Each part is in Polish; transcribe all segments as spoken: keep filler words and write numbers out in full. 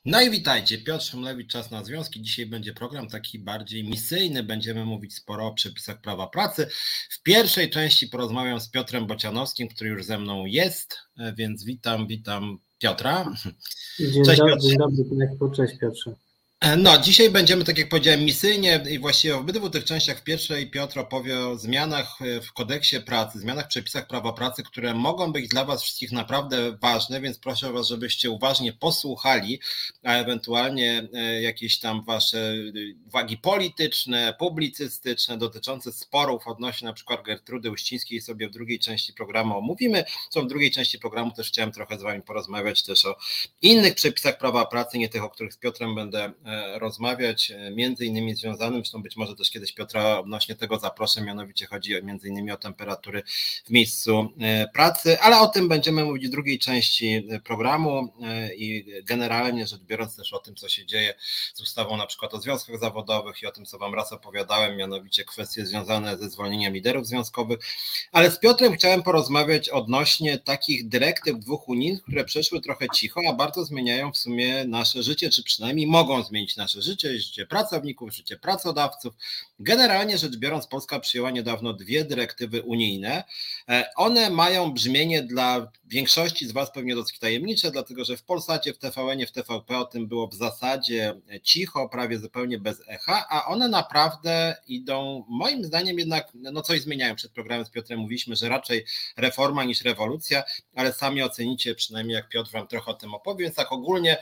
No i witajcie, Piotr Szymlewicz, Czas na Związki. Dzisiaj będzie program taki bardziej misyjny, będziemy mówić sporo o przepisach prawa pracy. W pierwszej części porozmawiam z Piotrem Bocianowskim, który już ze mną jest, więc witam, witam Piotra. Dzień Cześć, dobry, dzień dobry, cześć Piotrze. No, dzisiaj będziemy, tak jak powiedziałem, misyjnie i właściwie w obydwu tych częściach. W pierwszej Piotr opowie o zmianach w kodeksie pracy, zmianach w przepisach prawa pracy, które mogą być dla Was wszystkich naprawdę ważne, więc proszę Was, żebyście uważnie posłuchali, a ewentualnie jakieś tam Wasze uwagi polityczne, publicystyczne dotyczące sporów odnośnie na przykład Gertrudy Uścińskiej sobie w drugiej części programu omówimy. Co w drugiej części programu też chciałem trochę z Wami porozmawiać też o innych przepisach prawa pracy, nie tych, o których z Piotrem będę rozmawiać, między innymi związanym, zresztą być może też kiedyś Piotra odnośnie tego zaproszę, mianowicie chodzi między innymi o temperatury w miejscu pracy, ale o tym będziemy mówić w drugiej części programu i generalnie rzecz biorąc też o tym, co się dzieje z ustawą na przykład o związkach zawodowych i o tym, co Wam raz opowiadałem, mianowicie kwestie związane ze zwolnieniem liderów związkowych, ale z Piotrem chciałem porozmawiać odnośnie takich dyrektyw dwóch unijnych, które przeszły trochę cicho, a bardzo zmieniają w sumie nasze życie, czy przynajmniej mogą zmienić nasze życie, życie pracowników, życie pracodawców. Generalnie rzecz biorąc, Polska przyjęła niedawno dwie dyrektywy unijne. One mają brzmienie dla większości z Was pewnie dosyć tajemnicze, dlatego że w Polsacie, w T V N-ie, w T V P o tym było w zasadzie cicho, prawie zupełnie bez echa, a one naprawdę idą, moim zdaniem jednak, no coś zmieniają. Przed programem z Piotrem mówiliśmy, że raczej reforma niż rewolucja, ale sami ocenicie, przynajmniej jak Piotr Wam trochę o tym opowie, więc tak ogólnie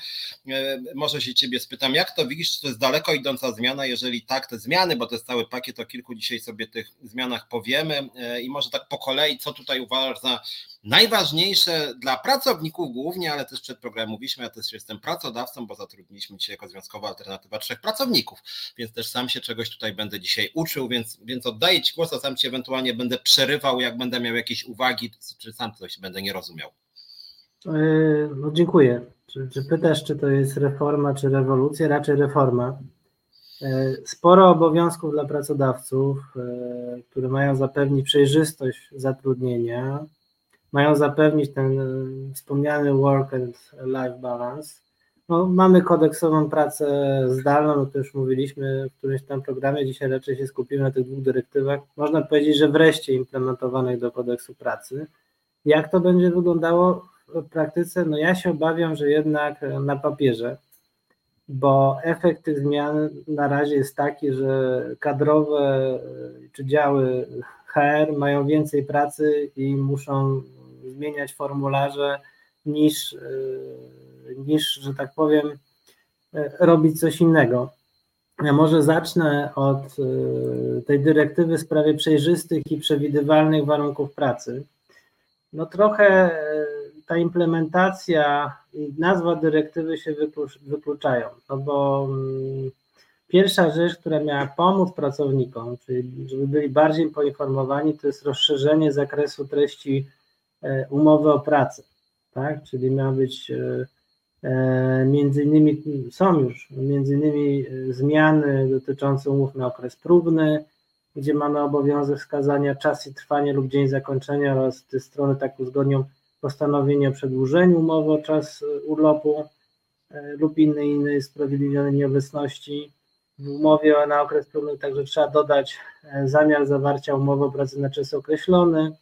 może się Ciebie spytam, jak to widzisz, czy to jest daleko idąca zmiana, jeżeli tak, te zmiany, bo to jest cały pakiet, o kilku dzisiaj sobie tych zmianach powiemy i może tak po kolei, co tutaj uważasz za najważniejsze dla pracowników głównie, ale też przed programem mówiliśmy, ja też jestem pracodawcą, bo zatrudniliśmy dzisiaj jako Związkowa Alternatywa trzech pracowników, więc też sam się czegoś tutaj będę dzisiaj uczył, więc, więc oddaję Ci głos, a sam Ci ewentualnie będę przerywał, jak będę miał jakieś uwagi, czy sam coś będę nie rozumiał. No dziękuję. Czy, czy pytasz, czy to jest reforma, czy rewolucja? Raczej reforma. Sporo obowiązków dla pracodawców, które mają zapewnić przejrzystość zatrudnienia, mają zapewnić ten wspomniany work and life balance. No, mamy kodeksową pracę zdalną, no to już mówiliśmy w którymś tam programie, dzisiaj raczej się skupimy na tych dwóch dyrektywach. Można powiedzieć, że wreszcie implementowanych do kodeksu pracy. Jak to będzie wyglądało w praktyce? No ja się obawiam, że jednak na papierze, bo efekt tych zmian na razie jest taki, że kadrowe czy działy H R mają więcej pracy i muszą zmieniać formularze niż, niż, że tak powiem, robić coś innego. Ja może zacznę od tej dyrektywy w sprawie przejrzystych i przewidywalnych warunków pracy. No trochę ta implementacja i nazwa dyrektywy się wykluczają, no bo pierwsza rzecz, która miała pomóc pracownikom, czyli żeby byli bardziej poinformowani, to jest rozszerzenie zakresu treści umowy o pracę, tak? Czyli ma być między innymi, są już między innymi zmiany dotyczące umów na okres próbny, gdzie mamy obowiązek wskazania czas i trwanie lub dzień zakończenia oraz te strony tak uzgodnią postanowienie o przedłużeniu umowy o czas urlopu lub innej innej sprawiedliwionej nieobecności w umowie na okres próbny, także trzeba dodać zamiar zawarcia umowy o pracę na czas określony.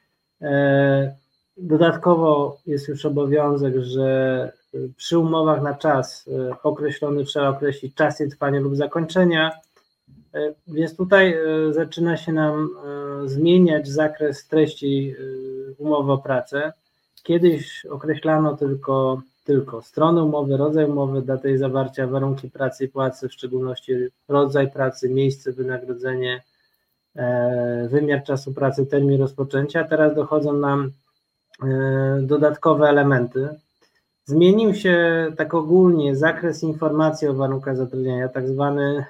Dodatkowo jest już obowiązek, że przy umowach na czas określony trzeba określić czas i trwanie lub zakończenia, więc tutaj zaczyna się nam zmieniać zakres treści umowy o pracę. Kiedyś określano tylko, tylko stronę umowy, rodzaj umowy, datę jej zawarcia, warunki pracy i płacy, w szczególności rodzaj pracy, miejsce, wynagrodzenie, wymiar czasu pracy, termin rozpoczęcia. Teraz dochodzą nam dodatkowe elementy. Zmienił się tak ogólnie zakres informacji o warunkach zatrudnienia, tak zwany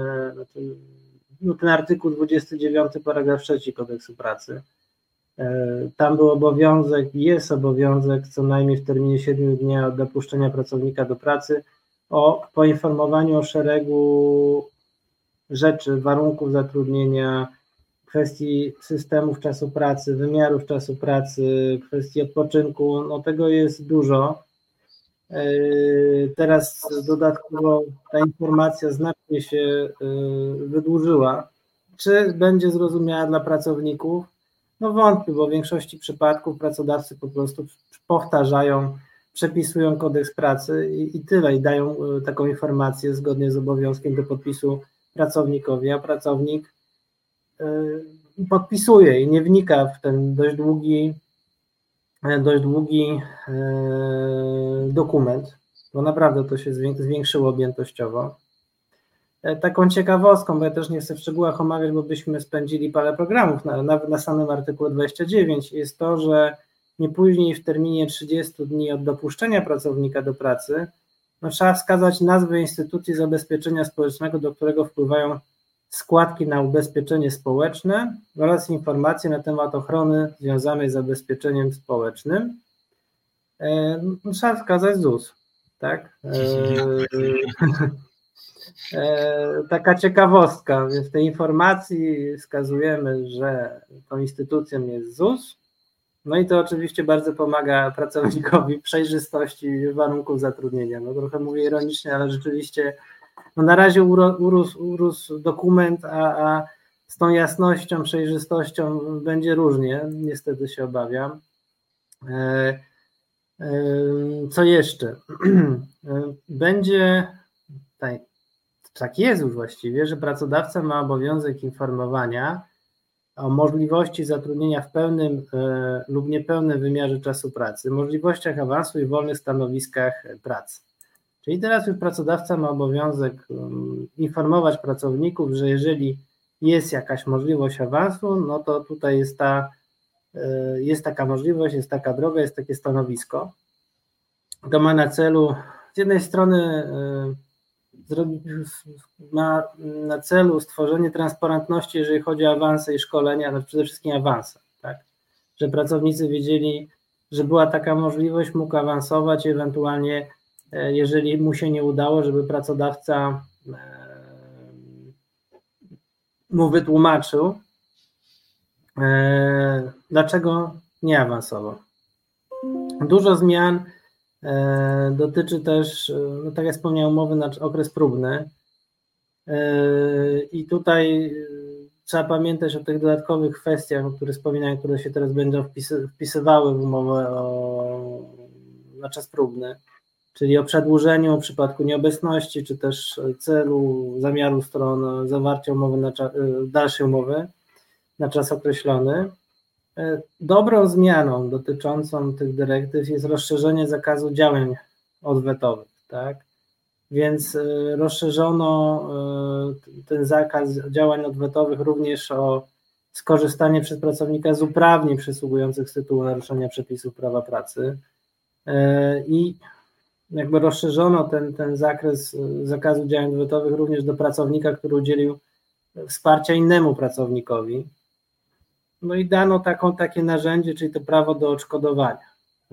no ten artykuł dwudziesty dziewiąty paragraf trzeci kodeksu pracy. Tam był obowiązek, jest obowiązek co najmniej w terminie siedmiu dni od dopuszczenia pracownika do pracy o poinformowaniu o szeregu rzeczy, warunków zatrudnienia, kwestii systemów czasu pracy, wymiarów czasu pracy, kwestii odpoczynku, no tego jest dużo. Teraz dodatkowo ta informacja znacznie się wydłużyła. Czy będzie zrozumiała dla pracowników? No wątpię, bo w większości przypadków pracodawcy po prostu powtarzają, przepisują kodeks pracy i, i tyle, i dają taką informację zgodnie z obowiązkiem do podpisu pracownikowi, a pracownik podpisuje i nie wnika w ten dość długi, dość długi dokument, bo naprawdę to się zwiększyło objętościowo. Taką ciekawostką, bo ja też nie chcę w szczegółach omawiać, bo byśmy spędzili parę programów, nawet na samym artykule dwudziestym dziewiątym, jest to, że nie później w terminie trzydziestu dni od dopuszczenia pracownika do pracy, no trzeba wskazać nazwę instytucji zabezpieczenia społecznego, do którego wpływają składki na ubezpieczenie społeczne oraz informacje na temat ochrony związanej z zabezpieczeniem społecznym. No, trzeba wskazać ZUS, tak? Taka ciekawostka, w tej informacji wskazujemy, że tą instytucją jest ZUS, no i to oczywiście bardzo pomaga pracownikowi w przejrzystości warunków zatrudnienia. No trochę mówię ironicznie, ale rzeczywiście no na razie urósł, urósł dokument, a, a z tą jasnością, przejrzystością będzie różnie, niestety się obawiam. Co jeszcze? Będzie, tak, tak jest już właściwie, że pracodawca ma obowiązek informowania o możliwości zatrudnienia w pełnym e, lub niepełnym wymiarze czasu pracy, możliwościach awansu i wolnych stanowiskach pracy. Czyli teraz już pracodawca ma obowiązek um, informować pracowników, że jeżeli jest jakaś możliwość awansu, no to tutaj jest, ta, e, jest taka możliwość, jest taka droga, jest takie stanowisko. To ma na celu z jednej strony e, ma na celu stworzenie transparentności, jeżeli chodzi o awanse i szkolenia, no przede wszystkim awanse, tak? Że pracownicy wiedzieli, że była taka możliwość, mógł awansować, ewentualnie jeżeli mu się nie udało, żeby pracodawca mu wytłumaczył, dlaczego nie awansował. Dużo zmian dotyczy też, no tak jak wspomniałem, umowy na okres próbny i tutaj trzeba pamiętać o tych dodatkowych kwestiach, o których wspominałem, które się teraz będą wpisy, wpisywały w umowę o, na czas próbny, czyli o przedłużeniu w przypadku nieobecności, czy też celu, zamiaru stron zawarcia umowy na czas, dalszej umowy na czas określony. Dobrą zmianą dotyczącą tych dyrektyw jest rozszerzenie zakazu działań odwetowych, tak? Więc rozszerzono ten zakaz działań odwetowych również o skorzystanie przez pracownika z uprawnień przysługujących z tytułu naruszenia przepisów prawa pracy i jakby rozszerzono ten, ten zakres zakazu działań odwetowych również do pracownika, który udzielił wsparcia innemu pracownikowi. No i dano taką, takie narzędzie, czyli to prawo do odszkodowania.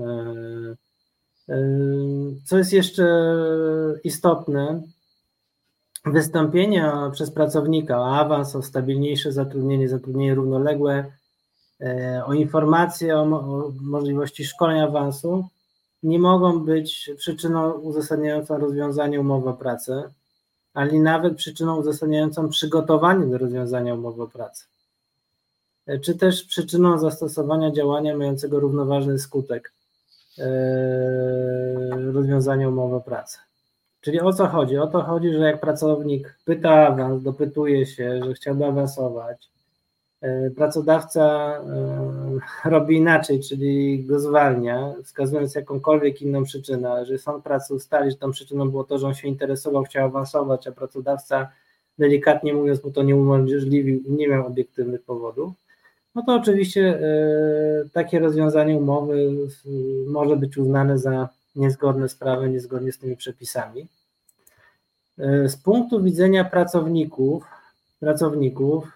Co jest jeszcze istotne, wystąpienia przez pracownika o awans, o stabilniejsze zatrudnienie, zatrudnienie równoległe, o informacje o, o możliwości szkolenia awansu nie mogą być przyczyną uzasadniającą rozwiązanie umowy o pracę, ani nawet przyczyną uzasadniającą przygotowanie do rozwiązania umowy o pracę, czy też przyczyną zastosowania działania mającego równoważny skutek rozwiązania umowy o pracę. Czyli o co chodzi? O to chodzi, że jak pracownik pyta awans, dopytuje się, że chciałby awansować, pracodawca robi inaczej, czyli go zwalnia, wskazując jakąkolwiek inną przyczynę, ale jeżeli sąd pracy ustali, że tą przyczyną było to, że on się interesował, chciał awansować, a pracodawca delikatnie mówiąc mu to nie umożliwił i nie miał obiektywnych powodów, no to oczywiście takie rozwiązanie umowy może być uznane za niezgodne z prawem, niezgodnie z tymi przepisami. Z punktu widzenia pracowników, pracowników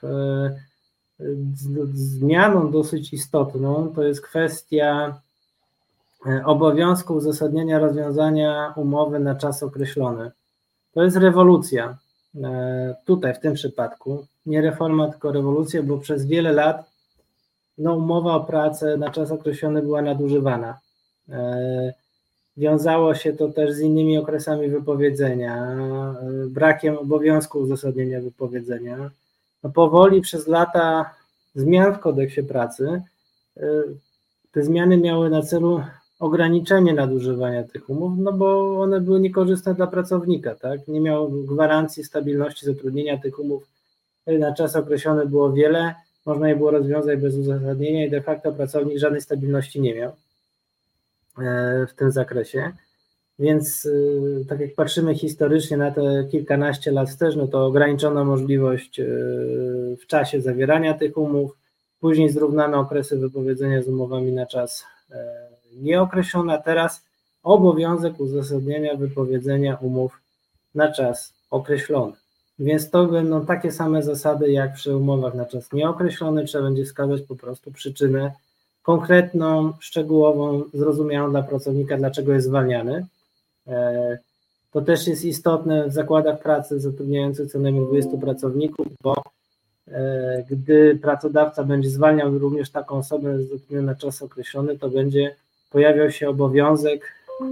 zmianą dosyć istotną to jest kwestia obowiązku uzasadnienia rozwiązania umowy na czas określony. To jest rewolucja tutaj w tym przypadku, nie reforma, tylko rewolucja, bo przez wiele lat no, umowa o pracę na czas określony była nadużywana. wiązało się to też z innymi okresami wypowiedzenia, brakiem obowiązku uzasadnienia wypowiedzenia. No powoli przez lata zmian w kodeksie pracy te zmiany miały na celu ograniczenie nadużywania tych umów, no bo one były niekorzystne dla pracownika, tak? Nie miał gwarancji stabilności zatrudnienia tych umów. Na czas określony było wiele, można je było rozwiązać bez uzasadnienia i de facto pracownik żadnej stabilności nie miał w tym zakresie. Więc tak jak patrzymy historycznie na te kilkanaście lat wstecz, no to ograniczono możliwość w czasie zawierania tych umów, później zrównano okresy wypowiedzenia z umowami na czas nieokreślony, a teraz obowiązek uzasadnienia wypowiedzenia umów na czas określony. Więc to będą takie same zasady jak przy umowach na czas nieokreślony, trzeba będzie wskazać po prostu przyczynę konkretną, szczegółową, zrozumiałą dla pracownika, dlaczego jest zwalniany. To też jest istotne w zakładach pracy zatrudniających co najmniej dwudziestu pracowników, bo gdy pracodawca będzie zwalniał również taką osobę zatrudnioną na czas określony, to będzie pojawiał się obowiązek,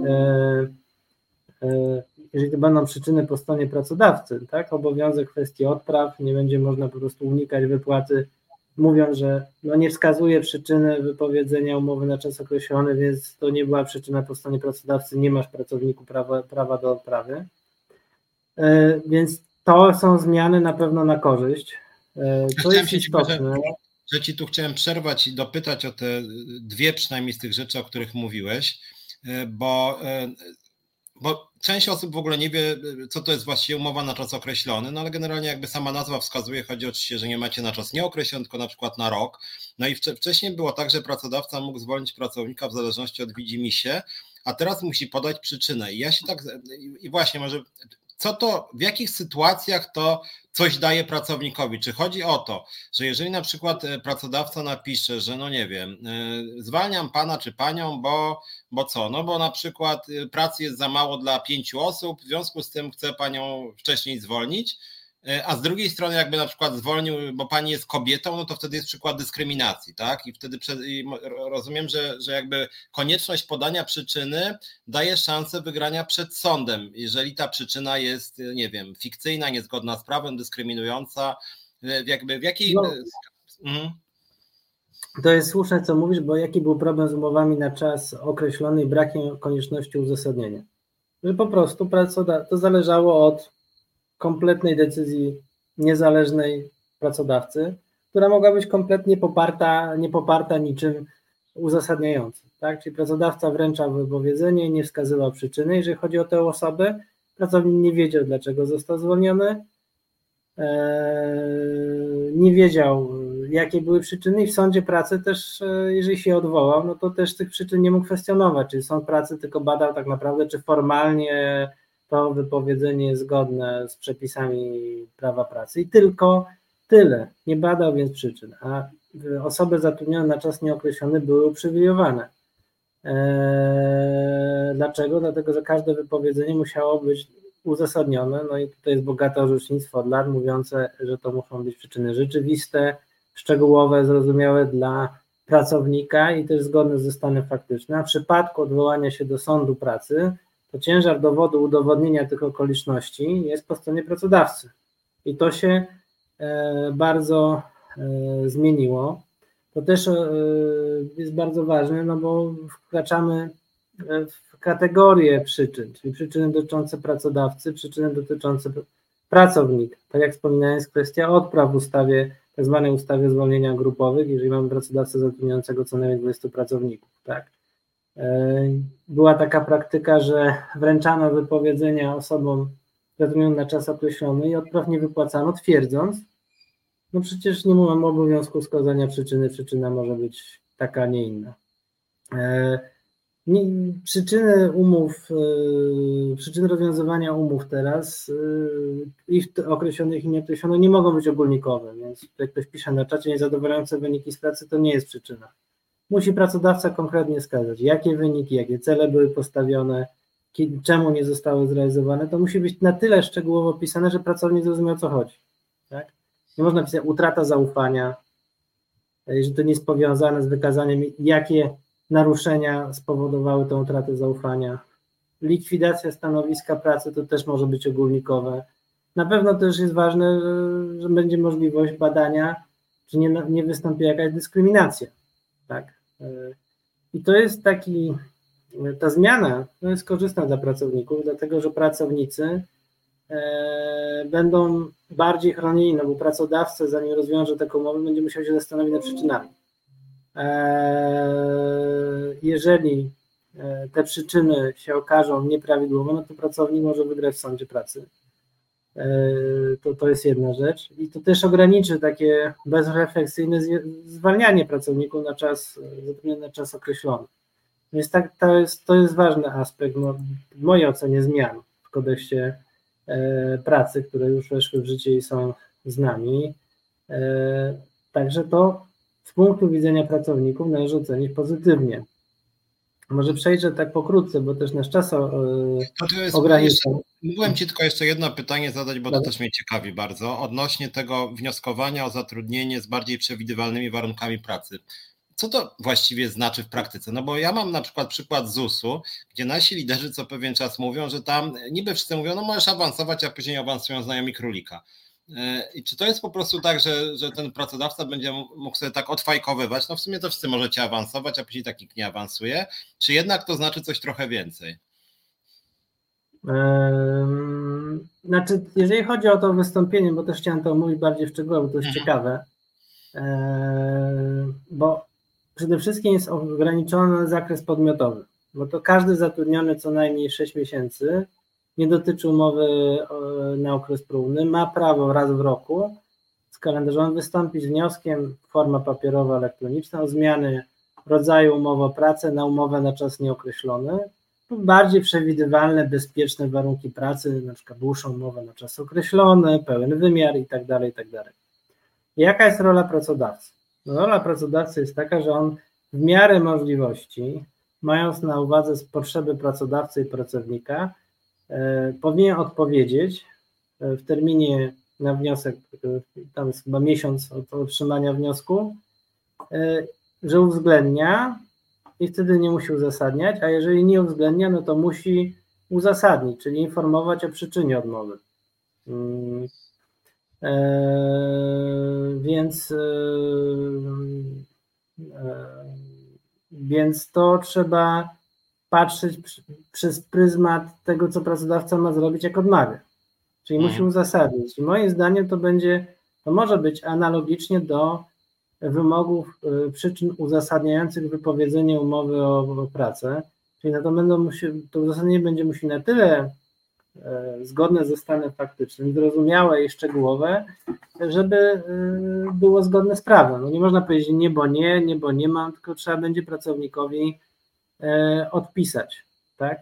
jeżeli to będą przyczyny po stronie pracodawcy, tak, obowiązek w kwestii odpraw, nie będzie można po prostu unikać wypłaty, mówiąc, że no nie wskazuje przyczyny wypowiedzenia umowy na czas określony, więc to nie była przyczyna po stronie pracodawcy, nie masz pracowniku prawa, prawa do odprawy. Więc to są zmiany na pewno na korzyść. To jest istotne. Że ci tu chciałem przerwać i dopytać o te dwie przynajmniej z tych rzeczy, o których mówiłeś, bo, bo część osób w ogóle nie wie, co to jest właściwie umowa na czas określony, no ale generalnie jakby sama nazwa wskazuje, chodzi oczywiście, że nie macie na czas nieokreślony, tylko na przykład na rok. No i wcześniej było tak, że pracodawca mógł zwolnić pracownika w zależności od widzimisię, a teraz musi podać przyczynę. I ja się tak, i właśnie może... Co to, w jakich sytuacjach to coś daje pracownikowi? Czy chodzi o to, że jeżeli na przykład pracodawca napisze, że no nie wiem, zwalniam pana czy panią, bo, bo co? No bo na przykład pracy jest za mało dla pięciu osób, w związku z tym chcę panią wcześniej zwolnić, a z drugiej strony jakby na przykład zwolnił, bo pani jest kobietą, no to wtedy jest przykład dyskryminacji, tak? I wtedy przed, i rozumiem, że, że jakby konieczność podania przyczyny daje szansę wygrania przed sądem, jeżeli ta przyczyna jest, nie wiem, fikcyjna, niezgodna z prawem, dyskryminująca, jakby w jakiej... No. Mhm. To jest słuszne, co mówisz, bo jaki był problem z umowami na czas określony i brakiem konieczności uzasadnienia? Że po prostu pracodawca, to zależało od kompletnej decyzji niezależnej pracodawcy, która mogła być kompletnie poparta, nie poparta niczym uzasadniającym. Tak? Czyli pracodawca wręcza wypowiedzenie i nie wskazywał przyczyny. Jeżeli chodzi o tę osobę, pracownik nie wiedział, dlaczego został zwolniony, nie wiedział, jakie były przyczyny i w sądzie pracy też, jeżeli się odwołał, no to też tych przyczyn nie mógł kwestionować, czyli sąd pracy tylko badał tak naprawdę, czy formalnie to wypowiedzenie jest zgodne z przepisami prawa pracy i tylko tyle, nie badał więc przyczyn, a osoby zatrudnione na czas nieokreślony były uprzywilejowane. Eee, dlaczego? Dlatego, że każde wypowiedzenie musiało być uzasadnione, no i tutaj jest bogate orzecznictwo od lat mówiące, że to muszą być przyczyny rzeczywiste, szczegółowe, zrozumiałe dla pracownika i też zgodne ze stanem faktycznym. A w przypadku odwołania się do sądu pracy, to ciężar dowodu udowodnienia tych okoliczności jest po stronie pracodawcy. I to się bardzo zmieniło. To też jest bardzo ważne, no bo wkraczamy w kategorię przyczyn, czyli przyczyny dotyczące pracodawcy, przyczyny dotyczące pracownika. Tak jak wspominałem, jest kwestia odpraw w ustawie, tak zwanej ustawie zwolnienia grupowych, jeżeli mamy pracodawcę zatrudniającego co najmniej dwudziestu pracowników. Tak? Była taka praktyka, że wręczano wypowiedzenia osobom zatrudnionym na czas określony i odpraw nie wypłacano, twierdząc, no przecież nie mamy obowiązku wskazania przyczyny, przyczyna może być taka, a nie inna. Przyczyny umów, przyczyny rozwiązywania umów teraz i określonych i nieokreślonych nie mogą być ogólnikowe, więc jak ktoś pisze na czacie niezadowalające wyniki z pracy, to nie jest przyczyna. Musi pracodawca konkretnie wskazać, jakie wyniki, jakie cele były postawione, czemu nie zostały zrealizowane. To musi być na tyle szczegółowo opisane, że pracownik zrozumiał, o co chodzi. Tak? Nie można pisać utrata zaufania, jeżeli to nie jest powiązane z wykazaniem, jakie naruszenia spowodowały tę utratę zaufania. likwidacja stanowiska pracy to też może być ogólnikowe. Na pewno też jest ważne, że będzie możliwość badania, czy nie, nie wystąpi jakaś dyskryminacja. Tak? I to jest taki, ta zmiana to jest korzystna dla pracowników, dlatego że pracownicy będą bardziej chronieni, no bo pracodawca, zanim rozwiąże taką umowę, będzie musiał się zastanowić nad przyczynami. Jeżeli te przyczyny się okażą nieprawidłowe, no to pracownik może wygrać w sądzie pracy. To, to jest jedna rzecz. I to też ograniczy takie bezrefleksyjne zwalnianie pracowników na czas, na czas określony. Więc tak, to, jest, to jest ważny aspekt, no, w mojej ocenie, zmian w kodeksie pracy, które już weszły w życie i są z nami. Także to z punktu widzenia pracowników należy ocenić pozytywnie. Może przejdę tak pokrótce, bo też nasz czas ogranicza. Mógłbym Ci tylko jeszcze jedno pytanie zadać, bo to też mnie ciekawi bardzo, odnośnie tego wnioskowania o zatrudnienie z bardziej przewidywalnymi warunkami pracy. Co to właściwie znaczy w praktyce? No bo ja mam na przykład przykład Z U S-u, gdzie nasi liderzy co pewien czas mówią, że tam niby wszyscy mówią, no możesz awansować, a później awansują znajomi królika. I czy to jest po prostu tak, że, że ten pracodawca będzie mógł sobie tak odfajkowywać, no w sumie to wszyscy możecie awansować, a później tak nikt nie awansuje, czy jednak to znaczy coś trochę więcej? Znaczy, jeżeli chodzi o to wystąpienie, bo też chciałem to mówić bardziej szczegółowo, to jest mhm. ciekawe, bo przede wszystkim jest ograniczony zakres podmiotowy, bo to każdy zatrudniony co najmniej sześć miesięcy, nie dotyczy umowy na okres próbny, ma prawo raz w roku z kalendarzem wystąpić z wnioskiem, forma papierowa, elektroniczna, o zmiany rodzaju umowy o pracę na umowę na czas nieokreślony lub bardziej przewidywalne, bezpieczne warunki pracy, na przykład dłuższą umowę na czas określony, pełen wymiar i tak dalej, i tak dalej. Jaka jest rola pracodawcy? No, rola pracodawcy jest taka, że on w miarę możliwości, mając na uwadze potrzeby pracodawcy i pracownika, powinien odpowiedzieć w terminie na wniosek, tam jest chyba miesiąc od otrzymania wniosku, że uwzględnia i wtedy nie musi uzasadniać, a jeżeli nie uwzględnia, no to musi uzasadnić, czyli informować o przyczynie odmowy. Więc, więc to trzeba patrzeć przez pryzmat tego, co pracodawca ma zrobić, jak odmawia. Czyli hmm. musi uzasadnić. I moim zdaniem to będzie, to może być analogicznie do wymogów y, przyczyn uzasadniających wypowiedzenie umowy o, o pracę. Czyli no to, będą musi, to uzasadnienie będzie musi na tyle y, zgodne ze stanem faktycznym, zrozumiałe i szczegółowe, żeby y, było zgodne z prawem. No nie można powiedzieć nie, bo nie, nie, bo nie mam, tylko trzeba będzie pracownikowi odpisać, tak?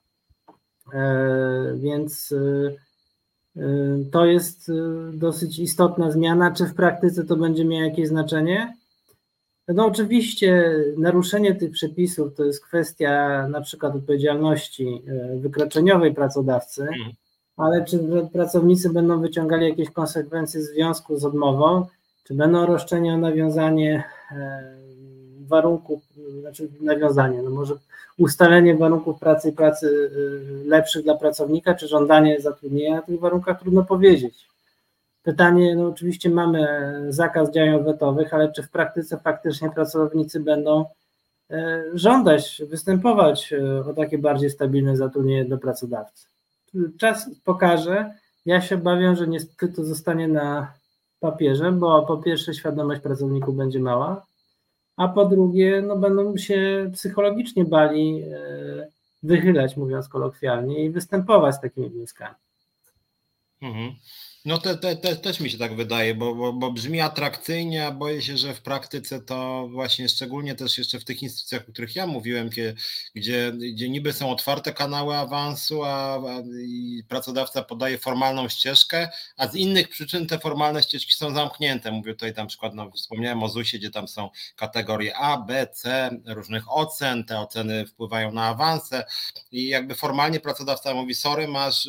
Więc to jest dosyć istotna zmiana. Czy w praktyce to będzie miało jakieś znaczenie? No oczywiście naruszenie tych przepisów to jest kwestia na przykład odpowiedzialności wykroczeniowej pracodawcy, ale czy pracownicy będą wyciągali jakieś konsekwencje w związku z odmową, czy będą roszczeni o nawiązanie warunków, znaczy nawiązanie, no może ustalenie warunków pracy i pracy lepszych dla pracownika, czy żądanie zatrudnienia na tych warunkach, trudno powiedzieć. Pytanie, no oczywiście mamy zakaz działań wetowych, ale czy w praktyce faktycznie pracownicy będą żądać, występować o takie bardziej stabilne zatrudnienie do pracodawcy? Czas pokaże. Ja się obawiam, że niestety to zostanie na papierze, bo po pierwsze świadomość pracowników będzie mała, a po drugie, no będą się psychologicznie bali wychylać, mówiąc kolokwialnie, i występować z takimi wnioskami. Mhm. No te, te, te, też mi się tak wydaje, bo, bo, bo brzmi atrakcyjnie, a boję się, że w praktyce to właśnie szczególnie też jeszcze w tych instytucjach, o których ja mówiłem, gdzie, gdzie, gdzie niby są otwarte kanały awansu, a, a i pracodawca podaje formalną ścieżkę, a z innych przyczyn te formalne ścieżki są zamknięte. Mówię tutaj na przykład, no, wspomniałem o zusie, gdzie tam są kategorie A, B, C, różnych ocen, te oceny wpływają na awanse i jakby formalnie pracodawca mówi, sorry, masz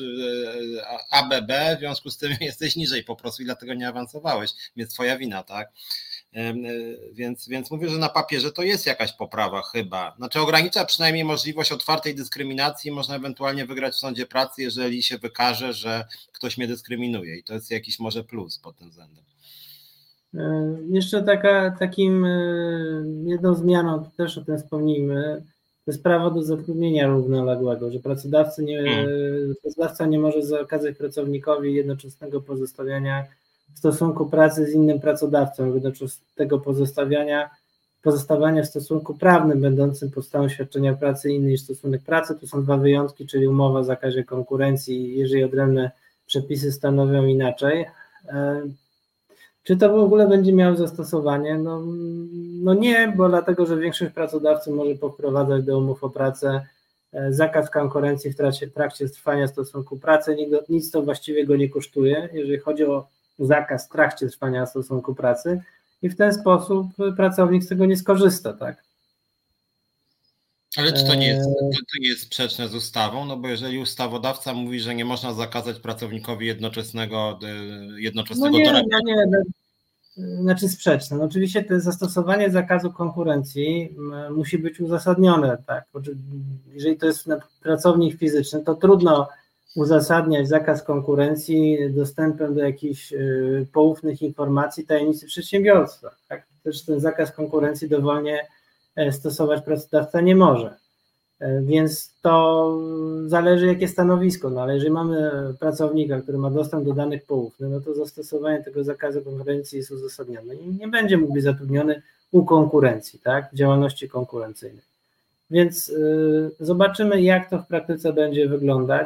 A, B, B, w związku z tym jesteś niżej po prostu i dlatego nie awansowałeś, więc twoja wina, tak? Więc, więc mówię, że na papierze to jest jakaś poprawa chyba. Znaczy ogranicza przynajmniej możliwość otwartej dyskryminacji, można ewentualnie wygrać w sądzie pracy, jeżeli się wykaże, że ktoś mnie dyskryminuje i to jest jakiś może plus pod tym względem. Jeszcze taka, takim jedną zmianą, też o tym wspomnijmy, to jest prawo do zatrudnienia równoległego, że pracodawcy nie, hmm. pracodawca nie może zakazać pracownikowi jednoczesnego pozostawiania w stosunku pracy z innym pracodawcą, tego pozostawiania, pozostawania w stosunku prawnym będącym podstawą świadczenia pracy inny niż stosunek pracy. Tu są dwa wyjątki, czyli umowa o zakazie konkurencji, jeżeli odrębne przepisy stanowią inaczej. Czy to w ogóle będzie miało zastosowanie? No, no nie, bo dlatego, że większość pracodawców może poprowadzać do umów o pracę zakaz konkurencji w trakcie, trakcie trwania stosunku pracy. Nic to właściwie go nie kosztuje, jeżeli chodzi o zakaz w trakcie trwania stosunku pracy i w ten sposób pracownik z tego nie skorzysta, tak? Ale czy to nie jest, to nie jest sprzeczne z ustawą? No bo jeżeli ustawodawca mówi, że nie można zakazać pracownikowi jednoczesnego, jednoczesnego no nie, dorabiania. No nie, no, znaczy sprzeczne. No oczywiście to zastosowanie zakazu konkurencji musi być uzasadnione, tak? Jeżeli to jest pracownik fizyczny, to trudno uzasadniać zakaz konkurencji dostępem do jakichś poufnych informacji tajemnicy przedsiębiorstwa. Tak? Też ten zakaz konkurencji dowolnie stosować pracodawca nie może. Więc to zależy, jakie stanowisko. No ale jeżeli mamy pracownika, który ma dostęp do danych poufnych, no to zastosowanie tego zakazu konkurencji jest uzasadnione i nie będzie mógł być zatrudniony u konkurencji, tak? W działalności konkurencyjnej. Więc yy, zobaczymy, jak to w praktyce będzie wyglądać.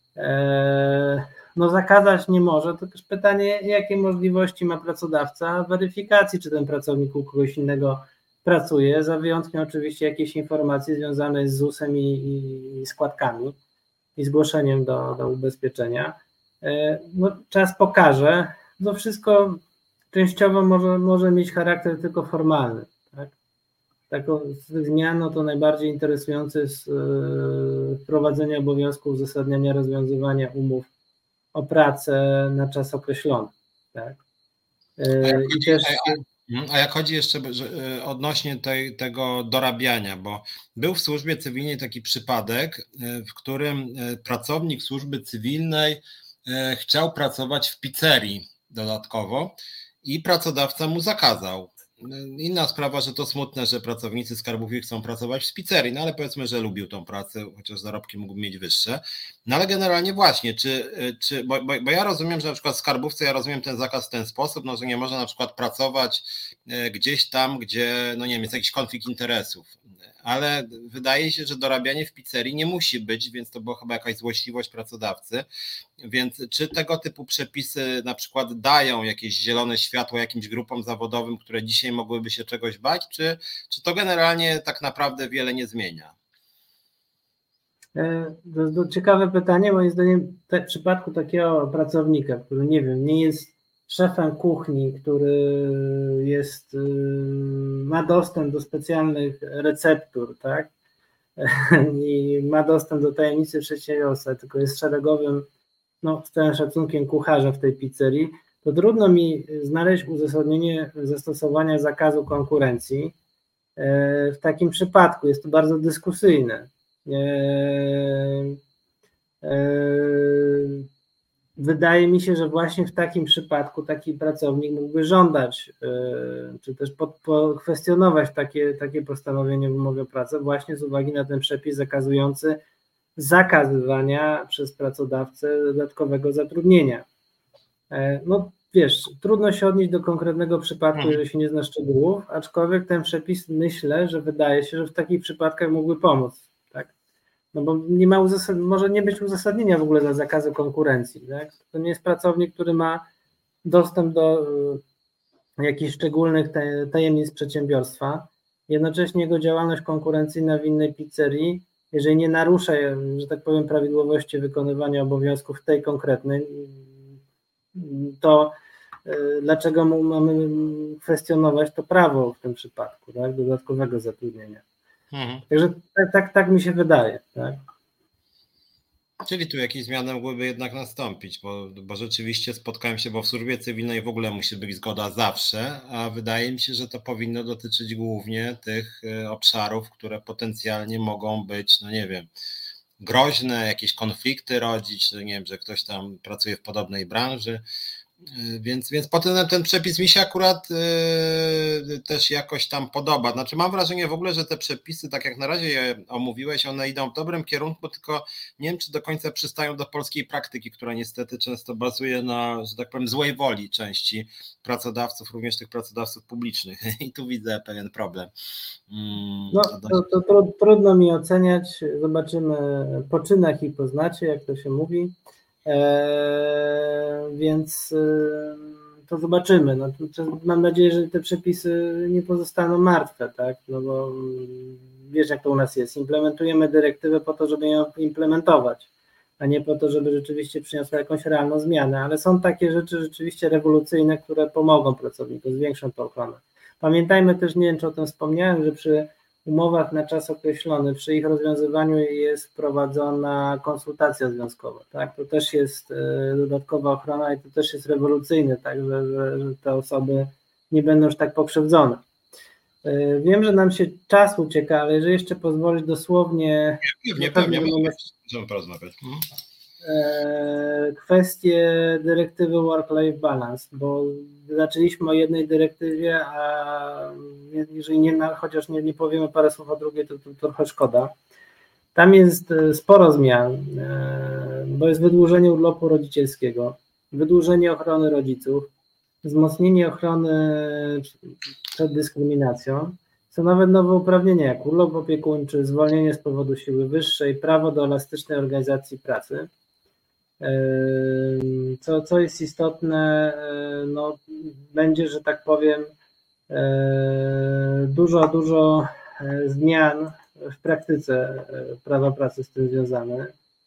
No zakazać nie może, to też pytanie, jakie możliwości ma pracodawca weryfikacji, czy ten pracownik u kogoś innego pracuje, za wyjątkiem oczywiście jakiejś informacji związanej z ZUS-em i, i składkami i zgłoszeniem do, do ubezpieczenia. No, czas pokaże, to wszystko częściowo może, może mieć charakter tylko formalny. Tak? Taką z tych zmian no to najbardziej interesujące jest yy, wprowadzenie obowiązku uzasadniania rozwiązywania umów o pracę na czas określony. Tak? Yy, i też, a, a jak chodzi jeszcze że, yy, odnośnie tej, tego dorabiania, bo był w służbie cywilnej taki przypadek, yy, w którym yy, pracownik służby cywilnej yy, chciał pracować w pizzerii dodatkowo i pracodawca mu zakazał. Inna sprawa, że to smutne, że pracownicy skarbówki chcą pracować w pizzerii, no ale powiedzmy, że lubił tą pracę, chociaż zarobki mógł mieć wyższe. No ale generalnie właśnie, czy, czy bo, bo, bo ja rozumiem, że na przykład w skarbówce ja rozumiem ten zakaz w ten sposób, no, że nie można na przykład pracować gdzieś tam, gdzie, no nie wiem, jest jakiś konflikt interesów, ale wydaje się, że dorabianie w pizzerii nie musi być, więc to była chyba jakaś złośliwość pracodawcy, więc czy tego typu przepisy na przykład dają jakieś zielone światło jakimś grupom zawodowym, które dzisiaj mogłyby się czegoś bać, czy, czy to generalnie tak naprawdę wiele nie zmienia? To, to ciekawe pytanie, moim zdaniem w przypadku takiego pracownika, który nie wiem, nie jest szefem kuchni, który jest, ma dostęp do specjalnych receptur, tak? I ma dostęp do tajemnicy przedsiębiorstwa, tylko jest szeregowym, no z całym szacunkiem kucharzem w tej pizzerii, to trudno mi znaleźć uzasadnienie zastosowania zakazu konkurencji w takim przypadku. Jest to bardzo dyskusyjne. Wydaje mi się, że właśnie w takim przypadku taki pracownik mógłby żądać, czy też kwestionować takie, takie postanowienie w umowie o pracę właśnie z uwagi na ten przepis zakazujący zakazywania przez pracodawcę dodatkowego zatrudnienia. No wiesz, trudno się odnieść do konkretnego przypadku, jeżeli się nie zna szczegółów, aczkolwiek ten przepis myślę, że wydaje się, że w takich przypadkach mógłby pomóc. Tak? No bo nie ma uzasad- może nie być uzasadnienia w ogóle dla zakazu konkurencji. Tak? To nie jest pracownik, który ma dostęp do y, jakichś szczególnych tajemnic przedsiębiorstwa. Jednocześnie jego działalność konkurencyjna w innej pizzerii, jeżeli nie narusza, że tak powiem, prawidłowości wykonywania obowiązków tej konkretnej, to y, dlaczego mamy kwestionować to prawo w tym przypadku, tak? Dodatkowego zatrudnienia. Mhm. Także tak, tak, tak mi się wydaje. Tak? Czyli tu jakieś zmiany mogłyby jednak nastąpić, bo, bo rzeczywiście spotkałem się, bo w służbie cywilnej w ogóle musi być zgoda zawsze, a wydaje mi się, że to powinno dotyczyć głównie tych obszarów, które potencjalnie mogą być, no nie wiem, groźne, jakieś konflikty rodzić, no nie wiem, że ktoś tam pracuje w podobnej branży. Więc, więc potem ten przepis mi się akurat yy, też jakoś tam podoba. Znaczy mam wrażenie w ogóle, że te przepisy, tak jak na razie je omówiłeś, one idą w dobrym kierunku, tylko nie wiem, czy do końca przystają do polskiej praktyki, która niestety często bazuje na, że tak powiem, złej woli części pracodawców, również tych pracodawców publicznych. I tu widzę pewien problem. Mm, no, to, to, to trudno mi oceniać. Zobaczymy po czynach i poznacie, jak to się mówi. Eee, więc e, to zobaczymy. No, to, mam nadzieję, że te przepisy nie pozostaną martwe, tak? No bo wiesz, jak to u nas jest. Implementujemy dyrektywę po to, żeby ją implementować, a nie po to, żeby rzeczywiście przyniosła jakąś realną zmianę, ale są takie rzeczy rzeczywiście rewolucyjne, które pomogą pracownikom, zwiększą tę ochronę. Pamiętajmy też, nie wiem, czy o tym wspomniałem, że przy umowach na czas określony, przy ich rozwiązywaniu jest prowadzona konsultacja związkowa, tak? To też jest dodatkowa ochrona i to też jest rewolucyjne, tak? Że, że, że te osoby nie będą już tak pokrzywdzone. Wiem, że nam się czas ucieka, ale jeżeli jeszcze pozwolić dosłownie... Nie, pewnie, możemy porozmawiać. Kwestie dyrektywy Work-Life Balance, bo zaczęliśmy o jednej dyrektywie, a jeżeli nie, chociaż nie, nie powiemy parę słów o drugiej, to, to trochę szkoda. Tam jest sporo zmian, bo jest wydłużenie urlopu rodzicielskiego, wydłużenie ochrony rodziców, wzmocnienie ochrony przed dyskryminacją. Są nawet nowe uprawnienia, jak urlop opiekuńczy, zwolnienie z powodu siły wyższej, prawo do elastycznej organizacji pracy. Co, co jest istotne, no, będzie, że tak powiem, dużo, dużo zmian w praktyce prawa pracy z tym związane.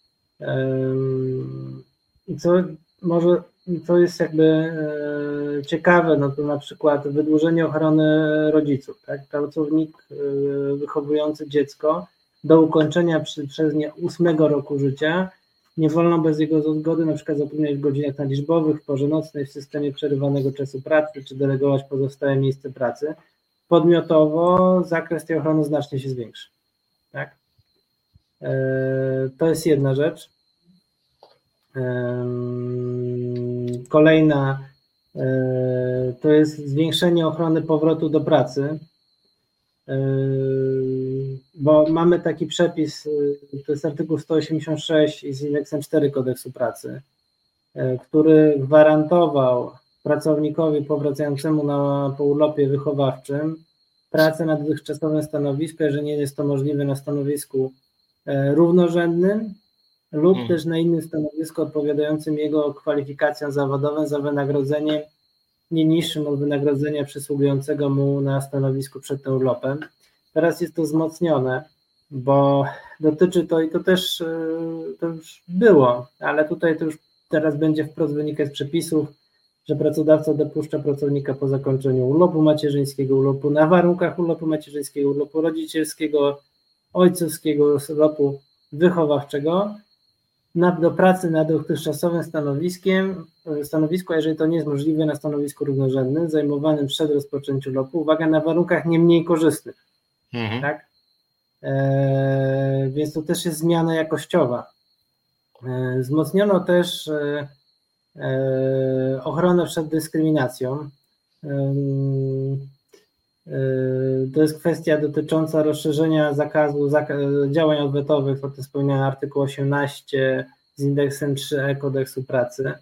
Co może, co jest jakby ciekawe, no to na przykład wydłużenie ochrony rodziców, tak? Pracownik wychowujący dziecko do ukończenia przy, przez nie ósmego roku życia nie wolno bez jego zgody na przykład zatrudniać w godzinach nadliczbowych, w porze nocnej, w systemie przerywanego czasu pracy, czy delegować pozostałe miejsce pracy. Podmiotowo zakres tej ochrony znacznie się zwiększy. Tak? To jest jedna rzecz. Kolejna to jest zwiększenie ochrony powrotu do pracy, bo mamy taki przepis, to jest artykuł sto osiemdziesiąt sześć z indeksem cztery Kodeksu Pracy, który gwarantował pracownikowi powracającemu na, po urlopie wychowawczym pracę na dotychczasowym stanowisku, jeżeli nie jest to możliwe na stanowisku równorzędnym lub hmm. też na innym stanowisku odpowiadającym jego kwalifikacjom zawodowym za wynagrodzenie nie niższym od wynagrodzenia przysługującego mu na stanowisku przed tym urlopem. Teraz jest to wzmocnione, bo dotyczy to i to też to już było, ale tutaj to już teraz będzie wprost wynikać z przepisów, że pracodawca dopuszcza pracownika po zakończeniu urlopu macierzyńskiego, urlopu na warunkach urlopu macierzyńskiego, urlopu rodzicielskiego, ojcowskiego, urlopu wychowawczego na, do pracy nad dotychczasowym stanowiskiem, stanowisku, a jeżeli to nie jest możliwe, na stanowisku równorzędnym, zajmowanym przed rozpoczęciem urlopu, uwaga, na warunkach nie mniej korzystnych. Mhm. Tak? E, więc to też jest zmiana jakościowa. E, wzmocniono też e, e, ochronę przed dyskryminacją. E, e, to jest kwestia dotycząca rozszerzenia zakazu zaka działań odwetowych, o tym wspomniałem, artykuł osiemnaście z indeksem trzy E Kodeksu Pracy.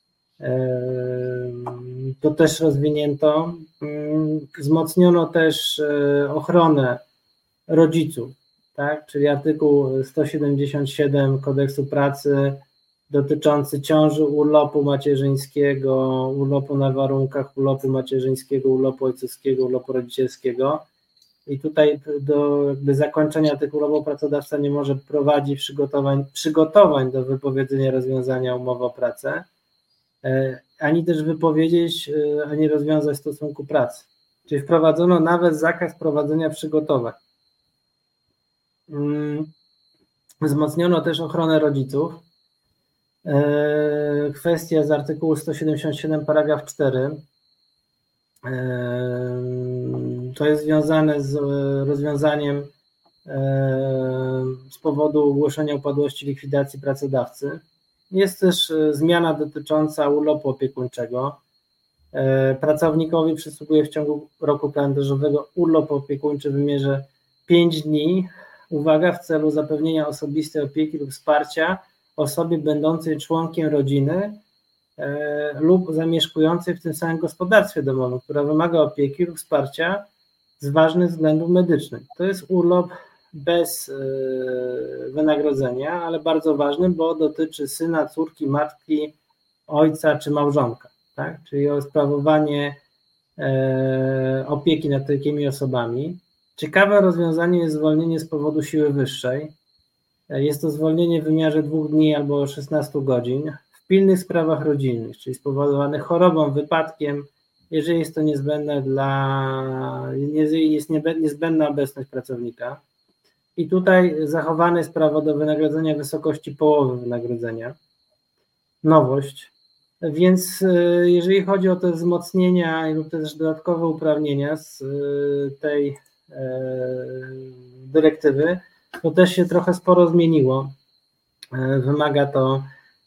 To też rozwinięto. Wzmocniono też ochronę rodziców, tak? Czyli artykuł sto siedemdziesiąt siedem Kodeksu Pracy dotyczący ciąży, urlopu macierzyńskiego, urlopu na warunkach, urlopu macierzyńskiego, urlopu ojcowskiego, urlopu rodzicielskiego. I tutaj do jakby zakończenia tych urlopów pracodawca nie może prowadzić przygotowań, przygotowań do wypowiedzenia rozwiązania umowy o pracę, ani też wypowiedzieć, ani rozwiązać stosunku pracy. Czyli wprowadzono nawet zakaz prowadzenia przygotowań. Wzmocniono też ochronę rodziców. Kwestia z artykułu sto siedemdziesiąt siedem paragraf cztery. To jest związane z rozwiązaniem z powodu ogłoszenia upadłości likwidacji pracodawcy. Jest też zmiana dotycząca urlopu opiekuńczego. Pracownikowi przysługuje w ciągu roku kalendarzowego urlop opiekuńczy w wymiarze pięć dni. Uwaga, w celu zapewnienia osobistej opieki lub wsparcia osobie będącej członkiem rodziny e, lub zamieszkującej w tym samym gospodarstwie domowym, która wymaga opieki lub wsparcia z ważnych względów medycznych. To jest urlop bez e, wynagrodzenia, ale bardzo ważny, bo dotyczy syna, córki, matki, ojca czy małżonka, tak? Czyli o sprawowanie e, opieki nad takimi osobami. Ciekawe rozwiązanie jest zwolnienie z powodu siły wyższej. Jest to zwolnienie w wymiarze dwóch dni albo szesnastu godzin w pilnych sprawach rodzinnych, czyli spowodowanych chorobą, wypadkiem, jeżeli jest to niezbędne dla, jeżeli jest niezbędna obecność pracownika. I tutaj zachowane jest prawo do wynagrodzenia w wysokości połowy wynagrodzenia. Nowość. Więc jeżeli chodzi o te wzmocnienia lub też dodatkowe uprawnienia z tej dyrektywy, to też się trochę sporo zmieniło. Wymaga to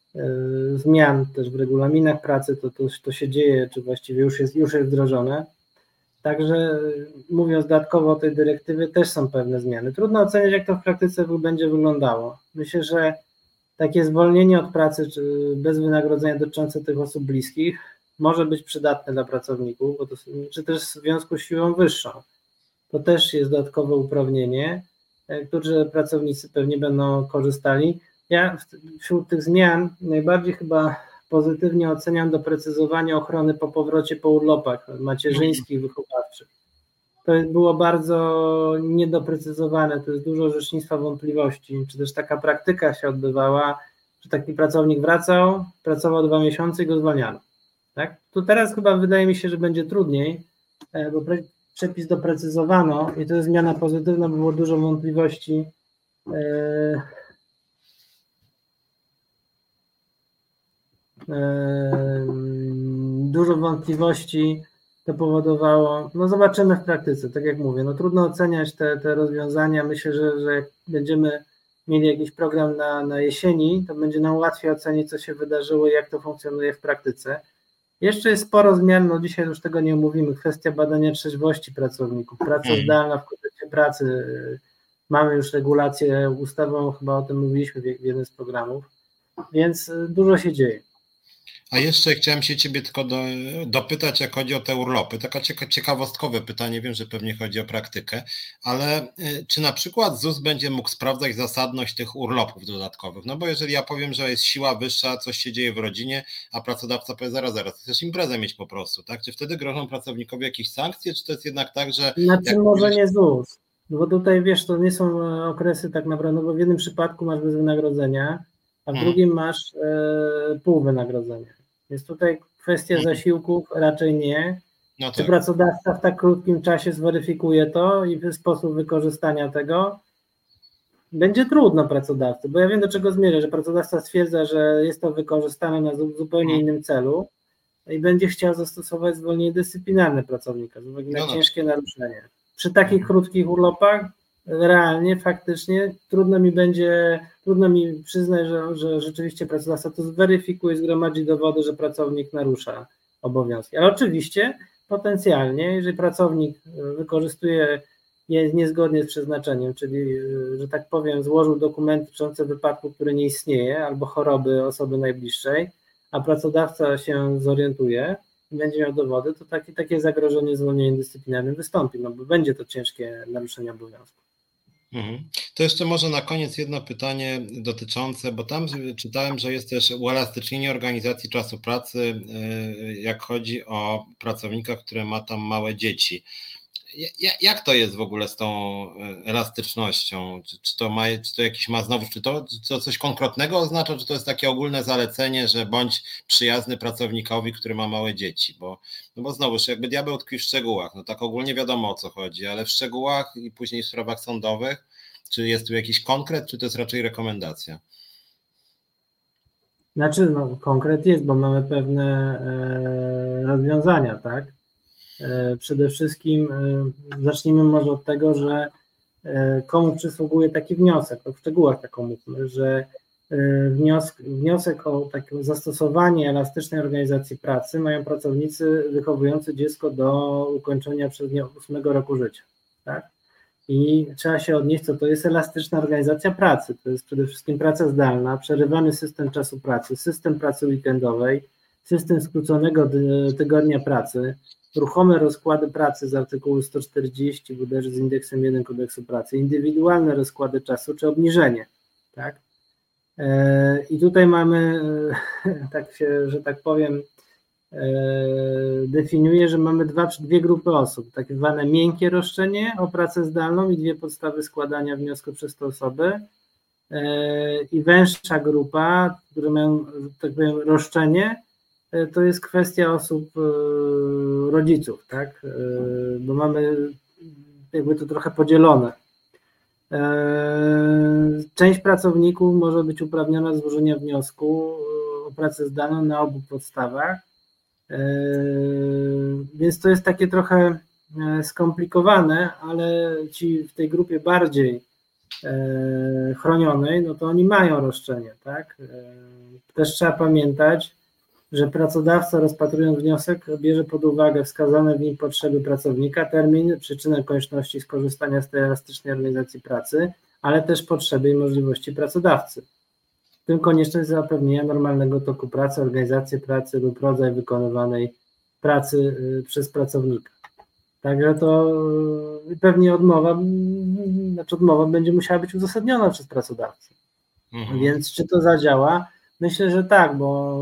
zmian też w regulaminach pracy, to, to, to się dzieje, czy właściwie już jest, już jest wdrożone. Także mówiąc dodatkowo o tej dyrektywie, też są pewne zmiany. Trudno oceniać, jak to w praktyce będzie wyglądało. Myślę, że takie zwolnienie od pracy czy bez wynagrodzenia dotyczące tych osób bliskich może być przydatne dla pracowników, bo to, czy też w związku z siłą wyższą. To też jest dodatkowe uprawnienie, które pracownicy pewnie będą korzystali. Ja wśród tych zmian najbardziej chyba pozytywnie oceniam doprecyzowanie ochrony po powrocie po urlopach macierzyńskich, wychowawczych. To było bardzo niedoprecyzowane, to jest dużo orzecznictwa wątpliwości, czy też taka praktyka się odbywała, że taki pracownik wracał, pracował dwa miesiące i go zwalniano. Tak? To teraz chyba wydaje mi się, że będzie trudniej, bo przepis doprecyzowano i to jest zmiana pozytywna, bo było dużo wątpliwości. Dużo wątpliwości to powodowało. No zobaczymy w praktyce, tak jak mówię, no trudno oceniać te, te rozwiązania. Myślę, że, że jak będziemy mieli jakiś program na, na jesieni, to będzie nam łatwiej ocenić, co się wydarzyło i jak to funkcjonuje w praktyce. Jeszcze jest sporo zmian, no dzisiaj już tego nie omówimy, kwestia badania trzeźwości pracowników, praca zdalna w kodeksie pracy, mamy już regulację ustawową, chyba o tym mówiliśmy w jednym z programów, więc dużo się dzieje. A jeszcze chciałem się ciebie tylko do, dopytać, jak chodzi o te urlopy. Taka ciekawostkowe pytanie, wiem, że pewnie chodzi o praktykę, ale czy na przykład Z U S będzie mógł sprawdzać zasadność tych urlopów dodatkowych? No bo jeżeli ja powiem, że jest siła wyższa, coś się dzieje w rodzinie, a pracodawca powie zaraz, zaraz, chcesz imprezę mieć po prostu, tak? Czy wtedy grożą pracownikowi jakieś sankcje, czy to jest jednak tak, że... Znaczy może mówisz... nie Z U S, no bo tutaj wiesz, to nie są okresy tak naprawdę, no bo w jednym przypadku masz bez wynagrodzenia, a w hmm. drugim masz e, pół wynagrodzenia. Więc tutaj kwestia zasiłków raczej nie. No tak. Czy pracodawca w tak krótkim czasie zweryfikuje to i sposób wykorzystania tego? Będzie trudno pracodawcy, bo ja wiem, do czego zmierzę, że pracodawca stwierdza, że jest to wykorzystane na zupełnie hmm. innym celu i będzie chciał zastosować zwolnienie dyscyplinarne pracownika z uwagi na no ciężkie no. naruszenie. Przy takich hmm. krótkich urlopach realnie, faktycznie trudno mi będzie, trudno mi przyznać, że, że rzeczywiście pracodawca to zweryfikuje, zgromadzi dowody, że pracownik narusza obowiązki. Ale oczywiście potencjalnie, jeżeli pracownik wykorzystuje je niezgodnie z przeznaczeniem, czyli, że tak powiem, złożył dokumenty dotyczące wypadku, który nie istnieje, albo choroby osoby najbliższej, a pracodawca się zorientuje i będzie miał dowody, to taki, takie zagrożenie zwolnieniem dyscyplinarnym wystąpi, no bo będzie to ciężkie naruszenie obowiązku. Mhm. To jeszcze może na koniec jedno pytanie dotyczące, bo tam czytałem, że jest też uelastycznienie organizacji czasu pracy, jak chodzi o pracownika, który ma tam małe dzieci. Jak to jest w ogóle z tą elastycznością? Czy, czy, to, ma, czy to jakiś ma znowu, czy to, czy to coś konkretnego oznacza, czy to jest takie ogólne zalecenie, że bądź przyjazny pracownikowi, który ma małe dzieci? Bo, no bo znowuż jakby diabeł tkwi w szczegółach, no tak ogólnie wiadomo o co chodzi, ale w szczegółach i później w sprawach sądowych Czy jest tu jakiś konkret, czy to jest raczej rekomendacja? Znaczy, no, konkret jest, bo mamy pewne e, rozwiązania, tak? E, przede wszystkim e, zacznijmy może od tego, że e, komu przysługuje taki wniosek, to w szczegółach tak omówmy, że e, wniosek, wniosek o takie zastosowanie elastycznej organizacji pracy mają pracownicy wychowujący dziecko do ukończenia przez nie ósmego roku życia, tak? I trzeba się odnieść, co to jest elastyczna organizacja pracy. To jest przede wszystkim praca zdalna, przerywany system czasu pracy, system pracy weekendowej, system skróconego tygodnia pracy, ruchome rozkłady pracy z artykułu sto czterdzieści w uderze z indeksem jeden kodeksu pracy, indywidualne rozkłady czasu czy obniżenie. Tak? I tutaj mamy, tak się, że tak powiem, definiuje, że mamy dwa, dwie grupy osób, tak zwane miękkie roszczenie o pracę zdalną i dwie podstawy składania wniosku przez te osoby i węższa grupa, które mają, tak powiem, roszczenie, to jest kwestia osób rodziców, tak, bo mamy jakby to trochę podzielone. Część pracowników może być uprawniona do złożenia wniosku o pracę zdalną na obu podstawach. Więc to jest takie trochę skomplikowane, ale ci w tej grupie bardziej chronionej, no to oni mają roszczenie, tak? Też trzeba pamiętać, że pracodawca, rozpatrując wniosek, bierze pod uwagę wskazane w nim potrzeby pracownika, termin, przyczynę konieczności skorzystania z tej elastycznej organizacji pracy, ale też potrzeby i możliwości pracodawcy. W tym konieczność zapewnienia normalnego toku pracy, organizację pracy lub rodzaj wykonywanej pracy przez pracownika. Także to pewnie odmowa, znaczy odmowa będzie musiała być uzasadniona przez pracodawcę. Mhm. Więc czy to zadziała? Myślę, że tak, bo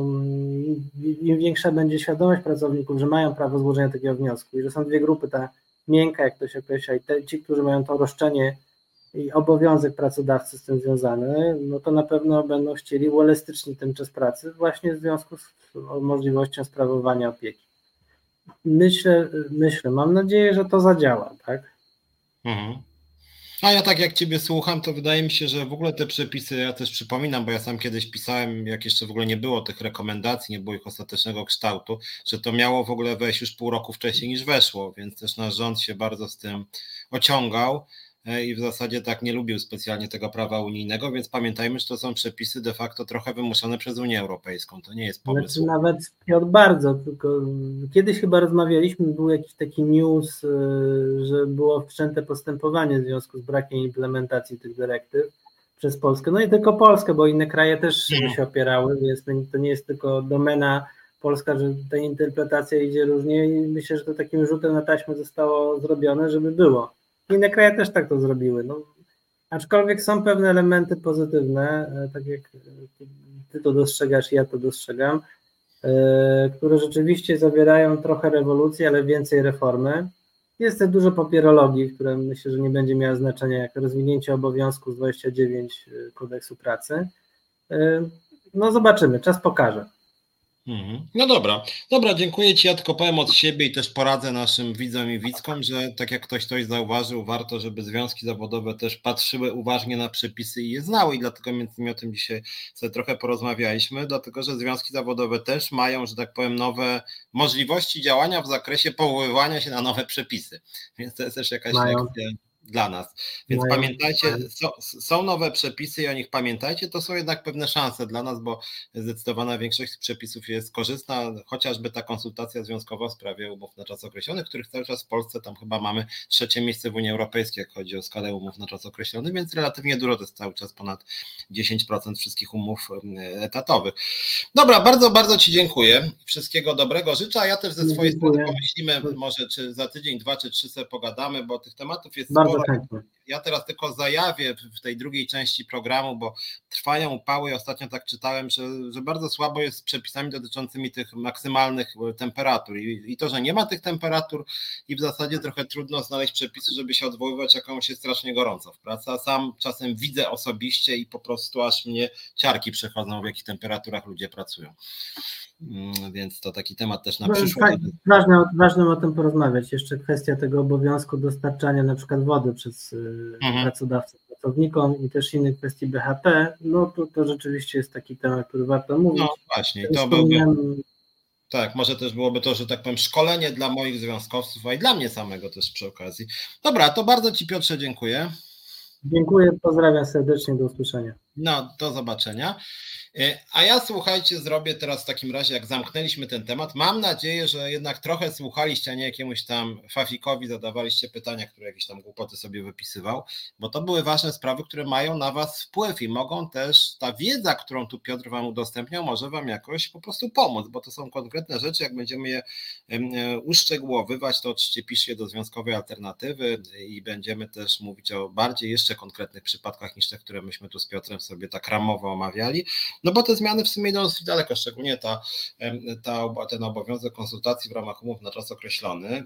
im większa będzie świadomość pracowników, że mają prawo złożenia takiego wniosku i że są dwie grupy, ta miękka, jak to się określa, i te, ci, którzy mają to roszczenie i obowiązek pracodawcy z tym związany, no to na pewno będą chcieli uelastycznić ten czas pracy właśnie w związku z możliwością sprawowania opieki. Myślę, myślę, mam nadzieję, że to zadziała, tak? Mhm. A ja tak jak Ciebie słucham, to wydaje mi się, że w ogóle te przepisy, ja też przypominam, bo ja sam kiedyś pisałem, jak jeszcze w ogóle nie było tych rekomendacji, nie było ich ostatecznego kształtu, że to miało w ogóle wejść już pół roku wcześniej niż weszło, więc też nasz rząd się bardzo z tym ociągał i w zasadzie tak nie lubił specjalnie tego prawa unijnego, więc pamiętajmy, że to są przepisy de facto trochę wymuszone przez Unię Europejską, to nie jest pomysł. Znaczy nawet Piotr bardzo, tylko kiedyś chyba rozmawialiśmy, był jakiś taki news, że było wszczęte postępowanie w związku z brakiem implementacji tych dyrektyw przez Polskę, no i tylko Polskę, bo inne kraje też no. się opierały, więc to nie jest tylko domena Polska, że ta interpretacja idzie różnie i myślę, że to takim rzutem na taśmę zostało zrobione, żeby było. Inne kraje też tak to zrobiły. No, aczkolwiek są pewne elementy pozytywne, tak jak Ty to dostrzegasz, ja to dostrzegam, które rzeczywiście zawierają trochę rewolucji, ale więcej reformy. Jest też dużo papierologii, które myślę, że nie będzie miało znaczenia, jak rozwinięcie obowiązku z dwudziestego dziewiątego kodeksu pracy. No zobaczymy, czas pokaże. No dobra, dobra, dziękuję Ci. Ja tylko powiem od siebie i też poradzę naszym widzom i widzkom, że tak jak ktoś coś zauważył, warto, żeby związki zawodowe też patrzyły uważnie na przepisy i je znały i dlatego między innymi o tym dzisiaj sobie trochę porozmawialiśmy, dlatego że związki zawodowe też mają, że tak powiem, nowe możliwości działania w zakresie powoływania się na nowe przepisy, więc to jest też jakaś mają. lekcja dla nas. Więc no, pamiętajcie, są, są nowe przepisy i o nich pamiętajcie, to są jednak pewne szanse dla nas, bo zdecydowana większość przepisów jest korzystna, chociażby ta konsultacja związkowa w sprawie umów na czas określony, których cały czas w Polsce tam chyba mamy trzecie miejsce w Unii Europejskiej, jak chodzi o skalę umów na czas określony, więc relatywnie dużo, to jest cały czas ponad dziesięć procent wszystkich umów etatowych. Dobra, bardzo, bardzo Ci dziękuję. Wszystkiego dobrego życzę, a ja też ze swojej strony pomyślimy, może czy za tydzień, dwa czy trzy sobie pogadamy, bo tych tematów jest bardzo. Ja teraz tylko zajawię w tej drugiej części programu, bo trwają upały i ostatnio tak czytałem, że, że bardzo słabo jest z przepisami dotyczącymi tych maksymalnych temperatur I, i to, że nie ma tych temperatur i w zasadzie trochę trudno znaleźć przepisy, żeby się odwoływać, jak komuś jest strasznie gorąco w pracy, a sam czasem widzę osobiście i po prostu aż mnie ciarki przechodzą, w jakich temperaturach ludzie pracują. Więc to taki temat też na przyszłość. Ważne, ważne o tym porozmawiać. Jeszcze kwestia tego obowiązku dostarczania na przykład wody przez mhm. pracodawcę pracownikom i też innych kwestii B H P, no to, to rzeczywiście jest taki temat, który warto mówić. No właśnie, to byłby, tak, może też byłoby to, że tak powiem, szkolenie dla moich związkowców, a i dla mnie samego też przy okazji. Dobra, to bardzo Ci, Piotrze, dziękuję. Dziękuję, pozdrawiam serdecznie, do usłyszenia. No, do zobaczenia. A ja, słuchajcie, zrobię teraz w takim razie, jak zamknęliśmy ten temat, mam nadzieję, że jednak trochę słuchaliście, a nie jakiemuś tam Fafikowi zadawaliście pytania, które jakieś tam głupoty sobie wypisywał, bo to były ważne sprawy, które mają na was wpływ i mogą też, ta wiedza, którą tu Piotr wam udostępniał, może wam jakoś po prostu pomóc, bo to są konkretne rzeczy, jak będziemy je uszczegółowywać, to oczywiście piszcie do Związkowej Alternatywy i będziemy też mówić o bardziej jeszcze konkretnych przypadkach niż te, które myśmy tu z Piotrem sobie tak ramowo omawiali. No bo te zmiany w sumie idą dosyć daleko, szczególnie ta, ta, ten obowiązek konsultacji w ramach umów na czas określony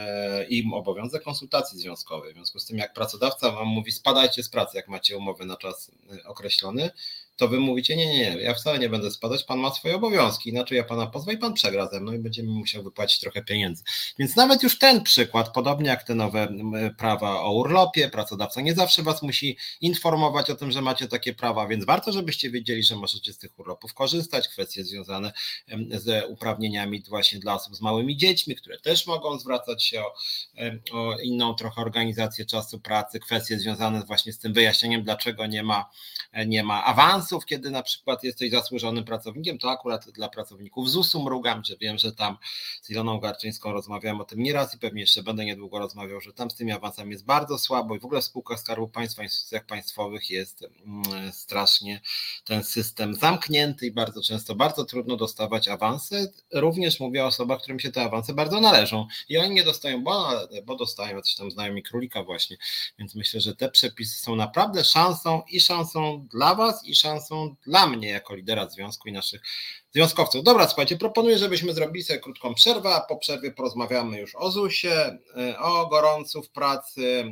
i obowiązek konsultacji związkowej. W związku z tym, jak pracodawca wam mówi, spadajcie z pracy, jak macie umowę na czas określony, to wy mówicie, nie, nie, nie, ja wcale nie będę spadać, pan ma swoje obowiązki, inaczej ja pana pozwę i pan przegra ze mną i będzie mi musiał wypłacić trochę pieniędzy. Więc nawet już ten przykład, podobnie jak te nowe prawa o urlopie, pracodawca nie zawsze was musi informować o tym, że macie takie prawa, więc warto, żebyście wiedzieli, że możecie z tych urlopów korzystać, kwestie związane z uprawnieniami właśnie dla osób z małymi dziećmi, które też mogą zwracać się o, o inną trochę organizację czasu pracy, kwestie związane właśnie z tym wyjaśnieniem, dlaczego nie ma, nie ma awansu, kiedy na przykład jesteś zasłużonym pracownikiem, to akurat dla pracowników z U S U mrugam, że wiem, że tam z Iloną Garczyńską rozmawiałem o tym nieraz i pewnie jeszcze będę niedługo rozmawiał, że tam z tymi awansami jest bardzo słabo i w ogóle w spółkach Skarbu Państwa, instytucjach państwowych jest strasznie ten system zamknięty i bardzo często bardzo trudno dostawać awanse. Również mówię o osobach, którym się te awanse bardzo należą i oni nie dostają, bo, bo dostają, jacyś tam znajomi królika właśnie, więc myślę, że te przepisy są naprawdę szansą i szansą dla was i szansą są dla mnie jako lidera związku i naszych związkowców. Dobra, słuchajcie, proponuję, żebyśmy zrobili sobie krótką przerwę, a po przerwie porozmawiamy już o zusie, o gorącu w pracy,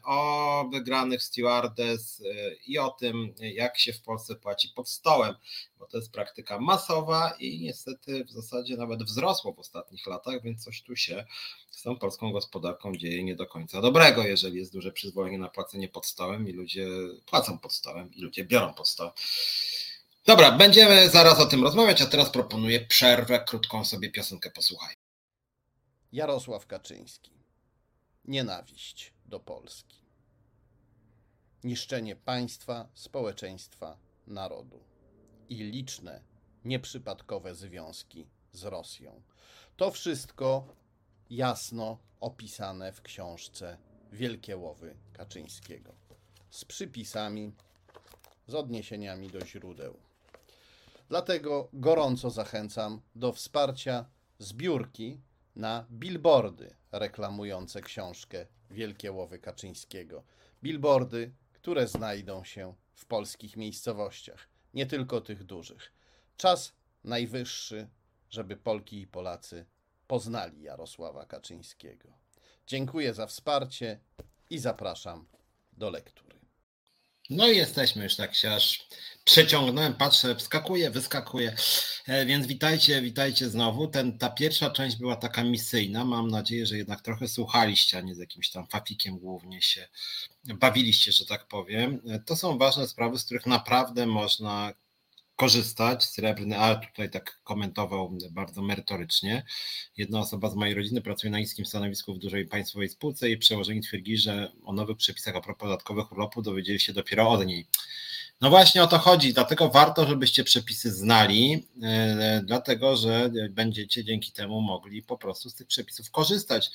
o wygranych stewardess i o tym, jak się w Polsce płaci pod stołem, bo to jest praktyka masowa i niestety w zasadzie nawet wzrosło w ostatnich latach, więc coś tu się z tą polską gospodarką dzieje nie do końca dobrego, jeżeli jest duże przyzwolenie na płacenie pod stołem i ludzie płacą pod stołem i ludzie biorą pod stołem. Dobra, będziemy zaraz o tym rozmawiać, a teraz proponuję przerwę, krótką sobie piosenkę posłuchaj. Jarosław Kaczyński. Nienawiść do Polski. Niszczenie państwa, społeczeństwa, narodu i liczne, nieprzypadkowe związki z Rosją. To wszystko jasno opisane w książce Wielkie Łowy Kaczyńskiego z przypisami, z odniesieniami do źródeł. Dlatego gorąco zachęcam do wsparcia zbiórki na billboardy reklamujące książkę Wielkie Łowy Kaczyńskiego. Billboardy, które znajdą się w polskich miejscowościach, nie tylko tych dużych. Czas najwyższy, żeby Polki i Polacy poznali Jarosława Kaczyńskiego. Dziękuję za wsparcie i zapraszam do lektury. No i jesteśmy, już tak się aż przeciągnąłem, patrzę, wskakuje, wyskakuje, więc witajcie, witajcie znowu. Ten, ta pierwsza część była taka misyjna, mam nadzieję, że jednak trochę słuchaliście, a nie z jakimś tam fafikiem głównie się bawiliście, że tak powiem. To są ważne sprawy, z których naprawdę można korzystać. Srebrny A tutaj tak komentował bardzo merytorycznie. Jedna osoba z mojej rodziny pracuje na niskim stanowisku w dużej państwowej spółce i przełożeni twierdzi, że o nowych przepisach a propos dodatkowych urlopów dowiedzieli się dopiero od niej. No właśnie o to chodzi, dlatego warto, żebyście przepisy znali, dlatego że będziecie dzięki temu mogli po prostu z tych przepisów korzystać.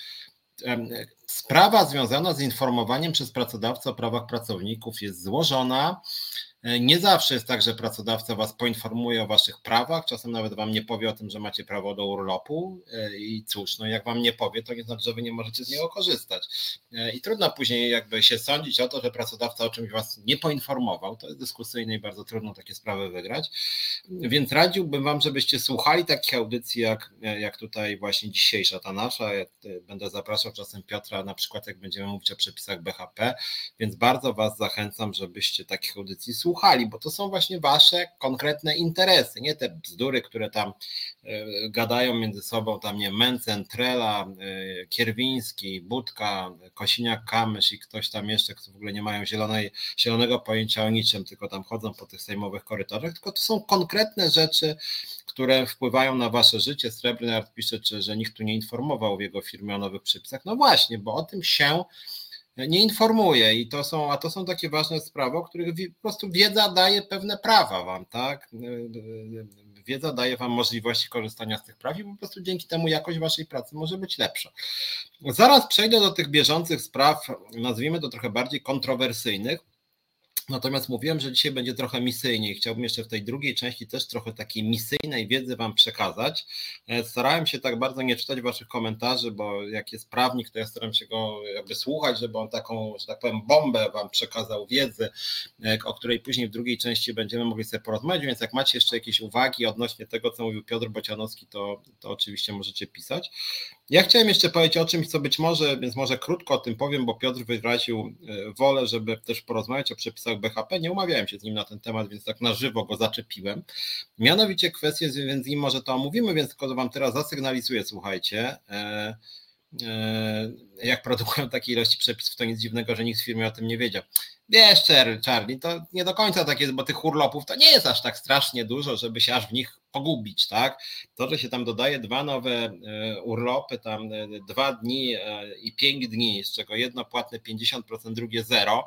Sprawa związana z informowaniem przez pracodawcę o prawach pracowników jest złożona. Nie zawsze jest tak, że pracodawca was poinformuje o waszych prawach, czasem nawet wam nie powie o tym, że macie prawo do urlopu i cóż, no jak wam nie powie, to nie znaczy, że wy nie możecie z niego korzystać. I trudno później jakby się sądzić o to, że pracodawca o czymś was nie poinformował, to jest dyskusyjne i bardzo trudno takie sprawy wygrać, więc radziłbym wam, żebyście słuchali takich audycji jak, jak tutaj właśnie dzisiejsza ta nasza, ja będę zapraszał czasem Piotra, na przykład jak będziemy mówić o przepisach B H P, więc bardzo was zachęcam, żebyście takich audycji słuchali. słuchali, bo to są właśnie wasze konkretne interesy, nie te bzdury, które tam gadają między sobą, tam nie Mencen, Trela, Kierwiński, Budka, Kosiniak-Kamysz i ktoś tam jeszcze, kto w ogóle nie mają zielonej, zielonego pojęcia o niczym, tylko tam chodzą po tych sejmowych korytarzach, tylko to są konkretne rzeczy, które wpływają na wasze życie. Srebrny Art pisze, czy, że nikt tu nie informował w jego firmie o nowych przepisach. No właśnie, bo o tym się nie informuje i to są, a to są takie ważne sprawy, o których po prostu wiedza daje pewne prawa wam, tak? Wiedza daje wam możliwości korzystania z tych praw i po prostu dzięki temu jakość waszej pracy może być lepsza. Zaraz przejdę do tych bieżących spraw, nazwijmy to trochę bardziej kontrowersyjnych. Natomiast mówiłem, że dzisiaj będzie trochę misyjnie i chciałbym jeszcze w tej drugiej części też trochę takiej misyjnej wiedzy wam przekazać. Starałem się tak bardzo nie czytać waszych komentarzy, bo jak jest prawnik, to ja staram się go jakby słuchać, żeby on taką, że tak powiem, bombę wam przekazał wiedzy, o której później w drugiej części będziemy mogli sobie porozmawiać, więc jak macie jeszcze jakieś uwagi odnośnie tego, co mówił Piotr Bocianowski, to, to oczywiście możecie pisać. Ja chciałem jeszcze powiedzieć o czymś, co być może, więc może krótko o tym powiem, bo Piotr wyraził wolę, żeby też porozmawiać o przepisach B H P. Nie umawiałem się z nim na ten temat, więc tak na żywo go zaczepiłem. Mianowicie kwestie, więc nim może to omówimy, więc tylko wam teraz zasygnalizuję, słuchajcie, jak produkują takie ilości przepisów, to nic dziwnego, że nikt w firmie o tym nie wiedział. Wiesz, Charlie, to nie do końca tak jest, bo tych urlopów to nie jest aż tak strasznie dużo, żeby się aż w nich pogubić, tak? To, że się tam dodaje dwa nowe urlopy, tam dwa dni i pięć dni, z czego jedno płatne pięćdziesiąt procent, drugie zero,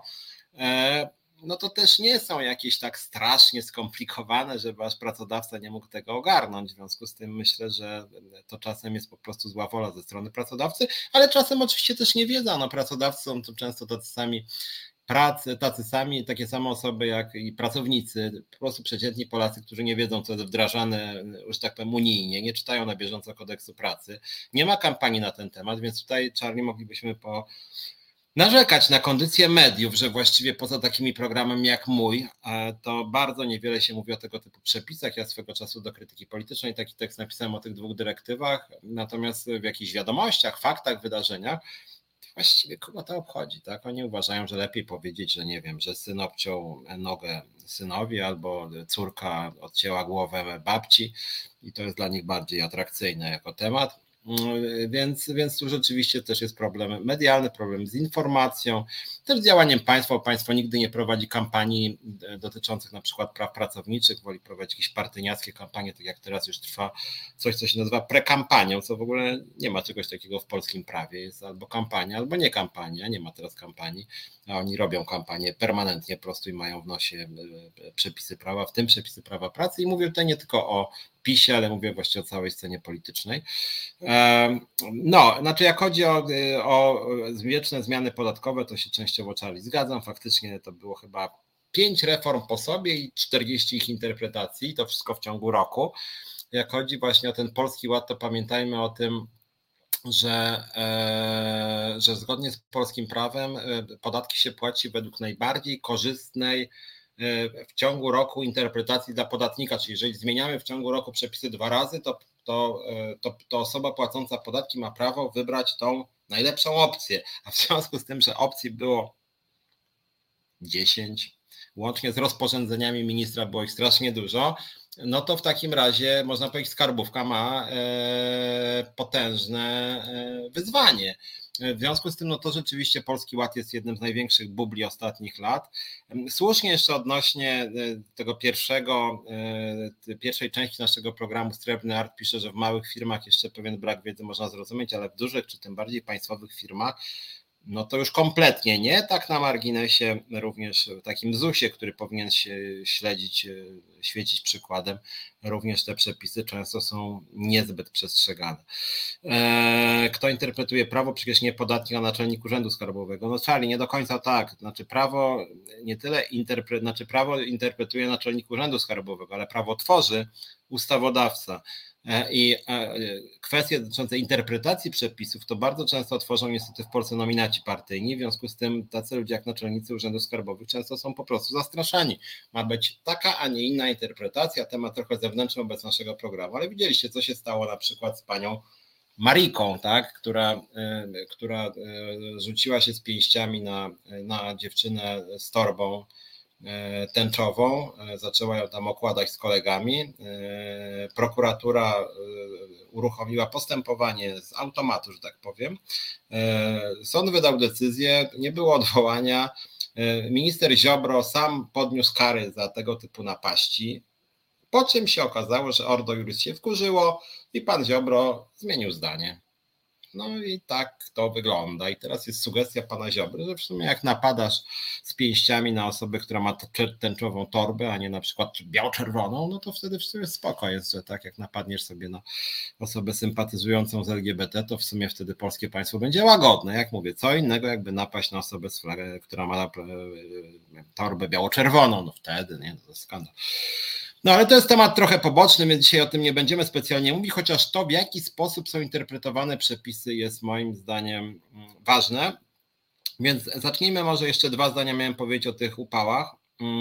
no to też nie są jakieś tak strasznie skomplikowane, żeby wasz pracodawca nie mógł tego ogarnąć. W związku z tym myślę, że to czasem jest po prostu zła wola ze strony pracodawcy, ale czasem oczywiście też nie wiedza. No, pracodawcy są to często tacy sami pracy, tacy sami, takie same osoby jak i pracownicy, po prostu przeciętni Polacy, którzy nie wiedzą, co jest wdrażane, że tak powiem, unijnie, nie czytają na bieżąco kodeksu pracy. Nie ma kampanii na ten temat, więc tutaj, Charlie, moglibyśmy po narzekać na kondycję mediów, że właściwie poza takimi programami jak mój, to bardzo niewiele się mówi o tego typu przepisach. Ja swego czasu do Krytyki Politycznej taki tekst napisałem o tych dwóch dyrektywach, natomiast w jakichś wiadomościach, faktach, wydarzeniach właściwie kogo to obchodzi, tak? Oni uważają, że lepiej powiedzieć, że nie wiem, że syn obciął nogę synowi albo córka odcięła głowę babci i to jest dla nich bardziej atrakcyjne jako temat. Więc, więc tu rzeczywiście też jest problem medialny, problem z informacją, też z działaniem państwa. Państwo nigdy nie prowadzi kampanii dotyczących na przykład praw pracowniczych, woli prowadzić jakieś partyniackie kampanie, tak jak teraz już trwa coś, co się nazywa prekampanią, co w ogóle nie ma czegoś takiego w polskim prawie. Jest albo kampania, albo nie kampania, nie ma teraz kampanii, a oni robią kampanię permanentnie po prostu i mają w nosie przepisy prawa, w tym przepisy prawa pracy i mówię tutaj nie tylko o PiSie, ale mówię właściwie o całej scenie politycznej. No, znaczy jak chodzi o, o wieczne zmiany podatkowe, to się częściowo Charlie zgadzam, faktycznie to było chyba pięć reform po sobie i czterdzieści ich interpretacji, to wszystko w ciągu roku. Jak chodzi właśnie o ten Polski Ład, to pamiętajmy o tym, że, że zgodnie z polskim prawem podatki się płaci według najbardziej korzystnej w ciągu roku interpretacji dla podatnika, czyli jeżeli zmieniamy w ciągu roku przepisy dwa razy, to, to, to, to osoba płacąca podatki ma prawo wybrać tą najlepszą opcję, a w związku z tym, że opcji było dziesięć, łącznie z rozporządzeniami ministra było ich strasznie dużo, no to w takim razie można powiedzieć, skarbówka ma potężne wyzwanie. W związku z tym, no to rzeczywiście Polski Ład jest jednym z największych bubli ostatnich lat. Słusznie jeszcze odnośnie tego pierwszego, pierwszej części naszego programu Srebrny Art pisze, że w małych firmach jeszcze pewien brak wiedzy można zrozumieć, ale w dużych czy tym bardziej państwowych firmach no to już kompletnie nie, tak na marginesie również w takim zusie, który powinien się śledzić, świecić przykładem, również te przepisy często są niezbyt przestrzegane. Kto interpretuje prawo? Przecież nie podatnik, a naczelnik Urzędu Skarbowego. No Charlie, nie do końca tak, znaczy prawo nie tyle interpre, znaczy prawo interpretuje naczelnik Urzędu Skarbowego, ale prawo tworzy ustawodawca. I kwestie dotyczące interpretacji przepisów to bardzo często tworzą niestety w Polsce nominaci partyjni, w związku z tym tacy ludzie jak naczelnicy urzędów skarbowych często są po prostu zastraszani. Ma być taka, a nie inna interpretacja, temat trochę zewnętrzny wobec naszego programu, ale widzieliście, co się stało na przykład z panią Mariką, tak, która, która rzuciła się z pięściami na, na dziewczynę z torbą tęczową, zaczęła ją tam okładać z kolegami. Prokuratura uruchomiła postępowanie z automatu, że tak powiem. Sąd wydał decyzję, nie było odwołania. Minister Ziobro sam podniósł kary za tego typu napaści, po czym się okazało, że Ordo Iuris się wkurzyło i pan Ziobro zmienił zdanie. No i tak to wygląda. I teraz jest sugestia pana Ziobry, że w sumie jak napadasz z pięściami na osobę, która ma tęczową torbę, a nie na przykład biało-czerwoną, no to wtedy w sumie spoko jest, że tak jak napadniesz sobie na osobę sympatyzującą z L G B T, to w sumie wtedy polskie państwo będzie łagodne. Jak mówię, co innego jakby napaść na osobę, która ma torbę biało-czerwoną, no wtedy, nie, to jest skandal. No ale to jest temat trochę poboczny, więc dzisiaj o tym nie będziemy specjalnie mówić, chociaż to, w jaki sposób są interpretowane przepisy, jest moim zdaniem ważne. Więc zacznijmy, może jeszcze dwa zdania miałem powiedzieć o tych upałach.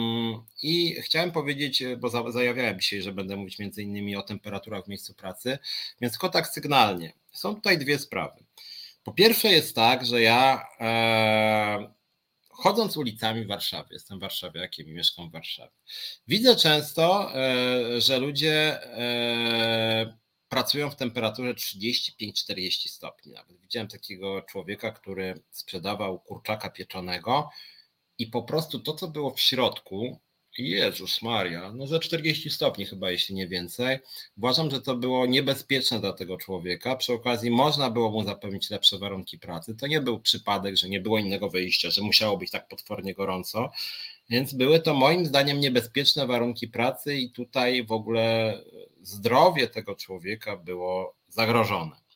I chciałem powiedzieć, bo zajawiałem dzisiaj, że będę mówić między innymi o temperaturach w miejscu pracy, więc tylko tak sygnalnie. Są tutaj dwie sprawy. Po pierwsze jest tak, że ja e, chodząc ulicami Warszawy, jestem warszawiakiem i mieszkam w Warszawie, widzę często, że ludzie pracują w temperaturze trzydzieści pięć czterdzieści stopni. Nawet widziałem takiego człowieka, który sprzedawał kurczaka pieczonego i po prostu to, co było w środku, Jezus Maria, no za czterdzieści stopni chyba, jeśli nie więcej. Uważam, że to było niebezpieczne dla tego człowieka. Przy okazji można było mu zapewnić lepsze warunki pracy. To nie był przypadek, że nie było innego wyjścia, że musiało być tak potwornie gorąco. Więc były to moim zdaniem niebezpieczne warunki pracy i tutaj w ogóle zdrowie tego człowieka było zagrożone.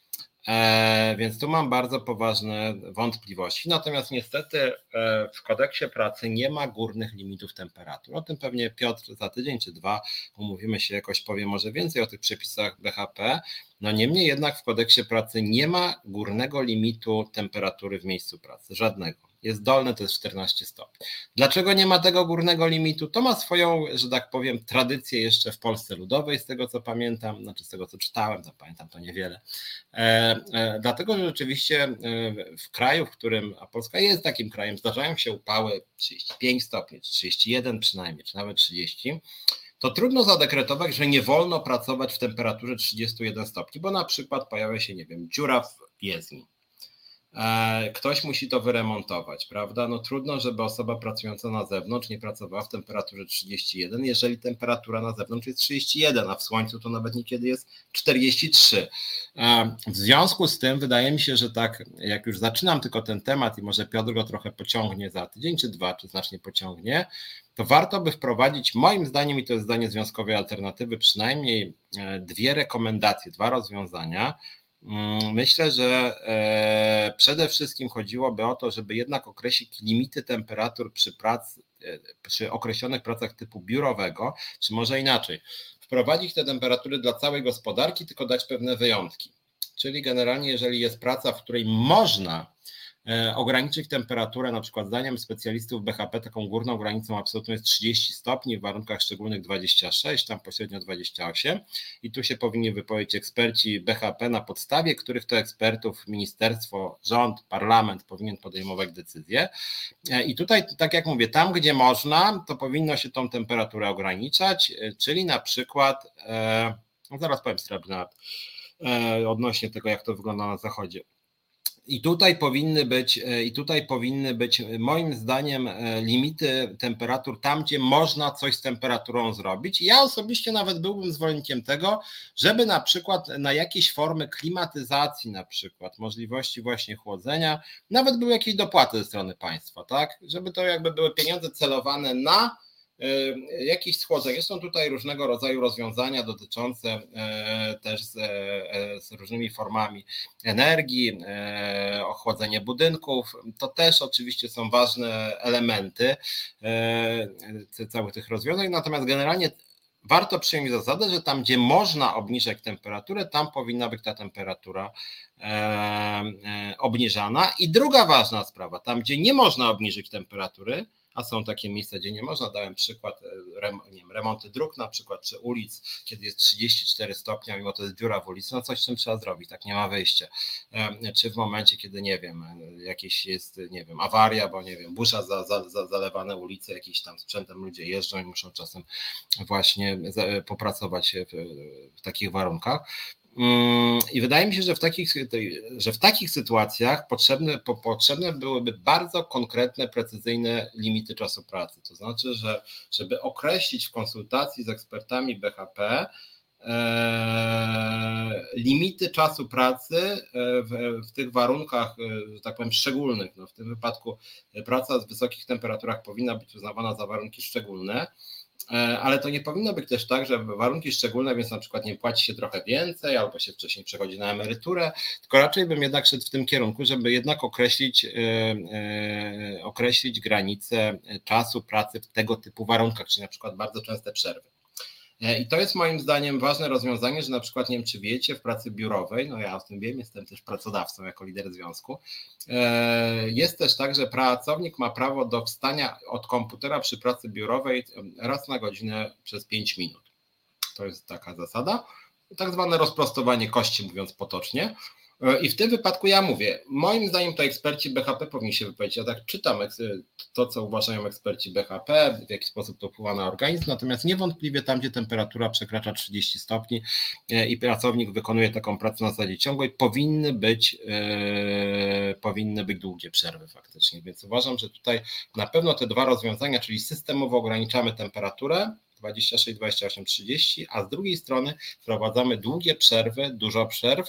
E, więc tu mam bardzo poważne wątpliwości. Natomiast niestety e, w kodeksie pracy nie ma górnych limitów temperatur. O tym pewnie Piotr za tydzień czy dwa umówimy się, jakoś powie może więcej o tych przepisach B H P. No niemniej jednak w kodeksie pracy nie ma górnego limitu temperatury w miejscu pracy, żadnego. Jest dolny, to jest czternaście stopni. Dlaczego nie ma tego górnego limitu? To ma swoją, że tak powiem, tradycję jeszcze w Polsce Ludowej, z tego co pamiętam, znaczy z tego co czytałem, to pamiętam to niewiele. E, e, dlatego, że rzeczywiście e, w kraju, w którym, a Polska jest takim krajem, zdarzają się upały trzydzieści pięć stopni, trzydzieści jeden przynajmniej, czy nawet trzydzieści, to trudno zadekretować, że nie wolno pracować w temperaturze trzydzieści jeden stopni, bo na przykład pojawia się, nie wiem, dziura w jezdni. Ktoś musi to wyremontować, prawda? No trudno, żeby osoba pracująca na zewnątrz nie pracowała w temperaturze trzydzieści jeden, jeżeli temperatura na zewnątrz jest trzydzieści jeden, a w słońcu to nawet niekiedy jest czterdzieści trzy. W związku z tym wydaje mi się, że tak, jak już zaczynam tylko ten temat i może Piotr go trochę pociągnie za tydzień czy dwa, czy znacznie pociągnie, to warto by wprowadzić, moim zdaniem, i to jest zdanie Związkowej Alternatywy, przynajmniej dwie rekomendacje, dwa rozwiązania. Myślę, że przede wszystkim chodziłoby o to, żeby jednak określić limity temperatur przy pracy, przy określonych pracach typu biurowego, czy może inaczej, wprowadzić te temperatury dla całej gospodarki, tylko dać pewne wyjątki. Czyli generalnie, jeżeli jest praca, w której można ograniczyć temperaturę, na przykład zdaniem specjalistów B H P taką górną granicą absolutną jest trzydzieści stopni, w warunkach szczególnych dwadzieścia sześć, tam pośrednio dwadzieścia osiem i tu się powinni wypowiedzieć eksperci B H P, na podstawie których to ekspertów ministerstwo, rząd, parlament powinien podejmować decyzje. I tutaj, tak jak mówię, tam gdzie można, to powinno się tą temperaturę ograniczać, czyli na przykład, no zaraz powiem Srebrny, odnośnie tego, jak to wygląda na zachodzie. I tutaj powinny być, i tutaj powinny być moim zdaniem limity temperatur tam, gdzie można coś z temperaturą zrobić. Ja osobiście nawet byłbym zwolennikiem tego, żeby na przykład na jakieś formy klimatyzacji, na przykład możliwości właśnie chłodzenia, nawet były jakieś dopłaty ze strony państwa, tak? Żeby to jakby były pieniądze celowane na jakieś schłodzenie. Są tutaj różnego rodzaju rozwiązania dotyczące też z, z różnymi formami energii, ochłodzenie budynków. To też oczywiście są ważne elementy całych tych rozwiązań, natomiast generalnie warto przyjąć zasadę, że tam, gdzie można obniżać temperaturę, tam powinna być ta temperatura obniżana. I druga ważna sprawa, tam, gdzie nie można obniżyć temperatury, a są takie miejsca, gdzie nie można. Dałem przykład rem, nie wiem, remonty dróg na przykład, czy ulic, kiedy jest trzydzieści cztery stopnie, mimo to jest dziura w ulicy, no coś z czym trzeba zrobić, tak nie ma wyjścia. Czy w momencie, kiedy nie wiem, jakieś jest, nie wiem, awaria, bo nie wiem, burza za, za, za zalewane ulice, jakiś tam sprzętem ludzie jeżdżą i muszą czasem właśnie popracować w, w takich warunkach. I wydaje mi się, że w takich, że w takich sytuacjach potrzebne, po, potrzebne byłyby bardzo konkretne, precyzyjne limity czasu pracy. To znaczy, że żeby określić w konsultacji z ekspertami B H P e, limity czasu pracy w, w tych warunkach, że tak powiem, szczególnych. No w tym wypadku praca w wysokich temperaturach powinna być uznawana za warunki szczególne. Ale to nie powinno być też tak, że warunki szczególne, więc na przykład nie płaci się trochę więcej albo się wcześniej przechodzi na emeryturę, tylko raczej bym jednak szedł w tym kierunku, żeby jednak określić, yy, yy, określić granice czasu pracy w tego typu warunkach, czyli na przykład bardzo częste przerwy. I to jest moim zdaniem ważne rozwiązanie, że na przykład, nie wiem, czy wiecie, w pracy biurowej, no ja o tym wiem, jestem też pracodawcą jako lider związku, jest też tak, że pracownik ma prawo do wstania od komputera przy pracy biurowej raz na godzinę przez pięć minut. To jest taka zasada, tak zwane rozprostowanie kości, mówiąc potocznie. I w tym wypadku ja mówię, moim zdaniem to eksperci B H P powinni się wypowiedzieć. Ja tak czytam to, co uważają eksperci B H P, w jaki sposób to wpływa na organizm, natomiast niewątpliwie tam, gdzie temperatura przekracza trzydzieści stopni i pracownik wykonuje taką pracę na zasadzie ciągłej, powinny być, yy, powinny być długie przerwy faktycznie. Więc uważam, że tutaj na pewno te dwa rozwiązania, czyli systemowo ograniczamy temperaturę, dwadzieścia sześć, dwadzieścia osiem, trzydzieści, a z drugiej strony wprowadzamy długie przerwy, dużo przerw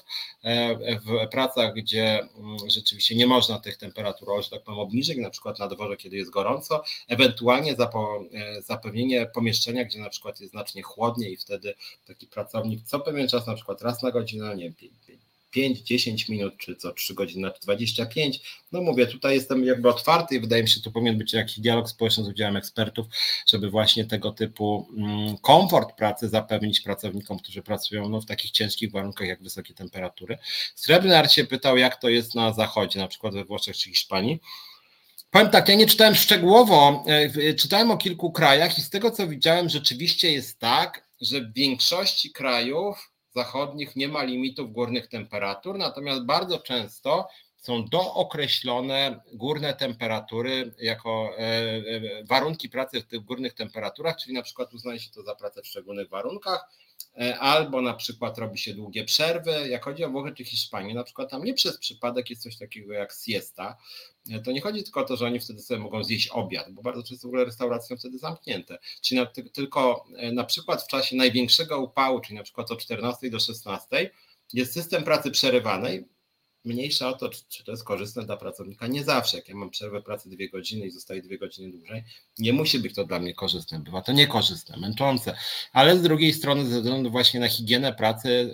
w pracach, gdzie rzeczywiście nie można tych temperatur, że tak powiem, obniżyć, na przykład na dworze, kiedy jest gorąco, ewentualnie zapewnienie pomieszczenia, gdzie na przykład jest znacznie chłodniej i wtedy taki pracownik co pewien czas, na przykład raz na godzinę, nie wiem, pięć, dziesięć minut, czy co trzy godziny, czy dwadzieścia pięć. No mówię, tutaj jestem jakby otwarty i wydaje mi się, że tu powinien być jakiś dialog społeczny z udziałem ekspertów, żeby właśnie tego typu komfort pracy zapewnić pracownikom, którzy pracują no, w takich ciężkich warunkach jak wysokie temperatury. Srebrny Art się pytał, jak to jest na zachodzie, na przykład we Włoszech czy Hiszpanii. Powiem tak, ja nie czytałem szczegółowo, czytałem o kilku krajach i z tego, co widziałem, rzeczywiście jest tak, że w większości krajów zachodnich nie ma limitów górnych temperatur, natomiast bardzo często są dookreślone górne temperatury jako warunki pracy w tych górnych temperaturach, czyli na przykład uznaje się to za pracę w szczególnych warunkach, albo na przykład robi się długie przerwy. Jak chodzi o Włochy czy Hiszpanię, na przykład tam nie przez przypadek jest coś takiego jak siesta. To nie chodzi tylko o to, że oni wtedy sobie mogą zjeść obiad, bo bardzo często w ogóle restauracje są wtedy zamknięte. Czyli na, tylko na przykład w czasie największego upału, czyli na przykład od czternastej do szesnastej jest system pracy przerywanej. Mniejsza o to, czy to jest korzystne dla pracownika. Nie zawsze. Jak ja mam przerwę pracy dwie godziny i zostaje dwie godziny dłużej, nie musi być to dla mnie korzystne. Bywa to niekorzystne, męczące. Ale z drugiej strony ze względu właśnie na higienę pracy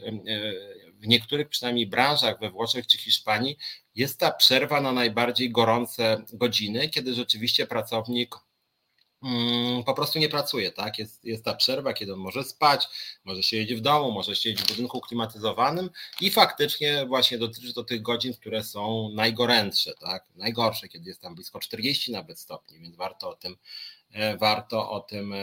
w niektórych przynajmniej branżach we Włoszech czy Hiszpanii jest ta przerwa na najbardziej gorące godziny, kiedy rzeczywiście pracownik po prostu nie pracuje, tak? Jest, jest ta przerwa, kiedy on może spać, może siedzieć w domu, może siedzieć w budynku klimatyzowanym i faktycznie właśnie dotyczy to tych godzin, które są najgorętsze, tak? Najgorsze, kiedy jest tam blisko czterdzieści nawet stopni, więc warto o tym warto o tym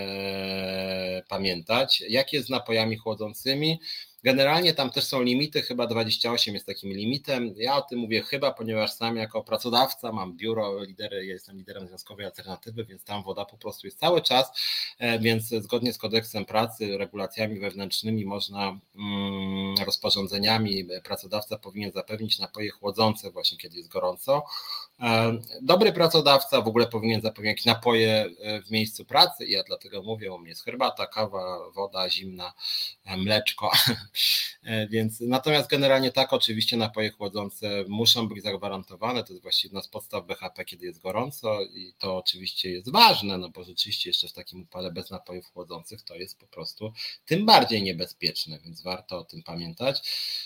pamiętać. Jak jest z napojami chłodzącymi? Generalnie tam też są limity, chyba dwadzieścia osiem jest takim limitem. Ja o tym mówię chyba, ponieważ sam jako pracodawca mam biuro, lidery, ja jestem liderem Związkowej Alternatywy, więc tam woda po prostu jest cały czas, więc zgodnie z kodeksem pracy, regulacjami wewnętrznymi można, rozporządzeniami pracodawca powinien zapewnić napoje chłodzące właśnie kiedy jest gorąco. Dobry pracodawca w ogóle powinien zapewniać napoje w miejscu pracy i ja dlatego mówię, u mnie jest herbata, kawa, woda zimna, mleczko. Więc natomiast generalnie tak, oczywiście napoje chłodzące muszą być zagwarantowane, to jest właściwie jedna z podstaw B H P, kiedy jest gorąco i to oczywiście jest ważne, no bo rzeczywiście jeszcze w takim upale bez napojów chłodzących to jest po prostu tym bardziej niebezpieczne, więc warto o tym pamiętać.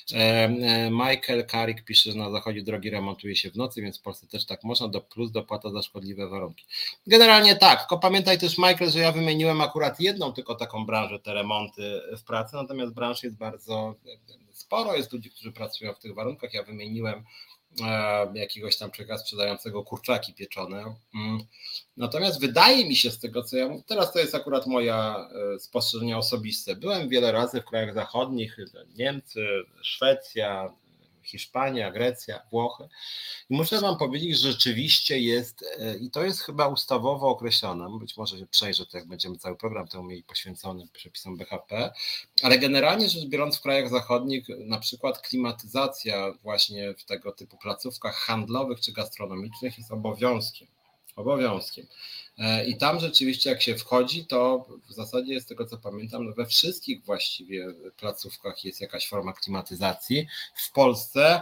Michael Karik pisze, że na zachodzie drogi remontuje się w nocy, więc w Polsce też tak można, do plus dopłata za szkodliwe warunki. Generalnie tak, tylko pamiętaj też, Michael, że ja wymieniłem akurat jedną tylko taką branżę, te remonty w pracy, natomiast branż jest bardzo sporo, jest ludzi, którzy pracują w tych warunkach. Ja wymieniłem jakiegoś tam człowieka sprzedającego kurczaki pieczone. Natomiast wydaje mi się z tego, co ja mówię, teraz to jest akurat moja spostrzeżenie osobiste. Byłem wiele razy w krajach zachodnich, Niemcy, Szwecja, Hiszpania, Grecja, Włochy. I muszę wam powiedzieć, że rzeczywiście jest, i to jest chyba ustawowo określone, być może się przejrzę, to jak będziemy cały program temu mieli poświęcony przepisom B H P, ale generalnie rzecz biorąc w krajach zachodnich na przykład klimatyzacja właśnie w tego typu placówkach handlowych czy gastronomicznych jest obowiązkiem. Obowiązkiem. I tam rzeczywiście jak się wchodzi, to w zasadzie jest tego co pamiętam, we wszystkich właściwie placówkach jest jakaś forma klimatyzacji. W Polsce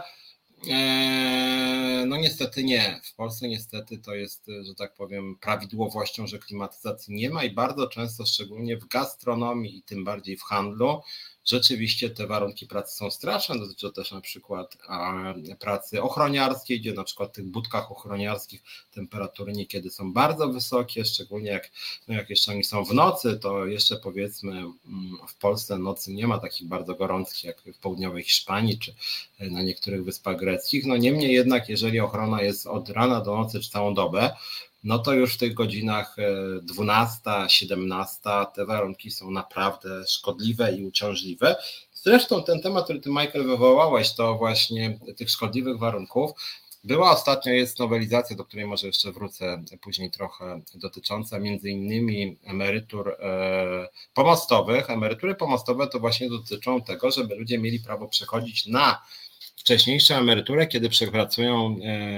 no niestety nie. W Polsce niestety to jest, że tak powiem, prawidłowością, że klimatyzacji nie ma i bardzo często, szczególnie w gastronomii i tym bardziej w handlu, rzeczywiście te warunki pracy są straszne. Dotyczy to też na przykład pracy ochroniarskiej, gdzie na przykład w tych budkach ochroniarskich temperatury niekiedy są bardzo wysokie, szczególnie jak, no jak jeszcze oni są w nocy, to jeszcze powiedzmy w Polsce nocy nie ma takich bardzo gorących jak w południowej Hiszpanii czy na niektórych wyspach greckich. No niemniej jednak, jeżeli ochrona jest od rana do nocy czy całą dobę, no to już w tych godzinach dwunasta, siedemnasta te warunki są naprawdę szkodliwe i uciążliwe. Zresztą ten temat, który ty, Michael, wywołałeś, to właśnie tych szkodliwych warunków. Była ostatnio, jest nowelizacja, do której może jeszcze wrócę później trochę, dotycząca między innymi emerytur pomostowych. Emerytury pomostowe to właśnie dotyczą tego, żeby ludzie mieli prawo przechodzić na wcześniejszą emeryturę, kiedy przepracują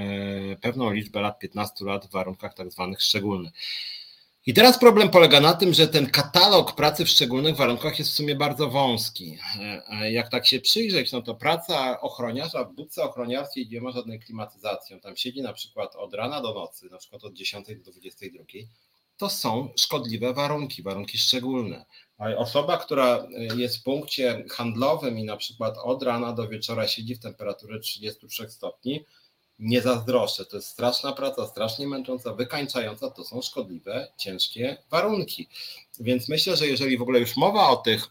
pewną liczbę lat, piętnaście lat w warunkach tak zwanych szczególnych. I teraz problem polega na tym, że ten katalog pracy w szczególnych warunkach jest w sumie bardzo wąski. Jak tak się przyjrzeć, no to praca ochroniarza w budce ochroniarskiej nie ma żadnej klimatyzacji. On tam siedzi na przykład od rana do nocy, na przykład od dziesiątej do dwudziestej drugiej. To są szkodliwe warunki, warunki szczególne. Osoba, która jest w punkcie handlowym i na przykład od rana do wieczora siedzi w temperaturze trzydzieści trzy stopni, nie zazdroszczę. To jest straszna praca, strasznie męcząca, wykańczająca. To są szkodliwe, ciężkie warunki. Więc myślę, że jeżeli w ogóle już mowa o tych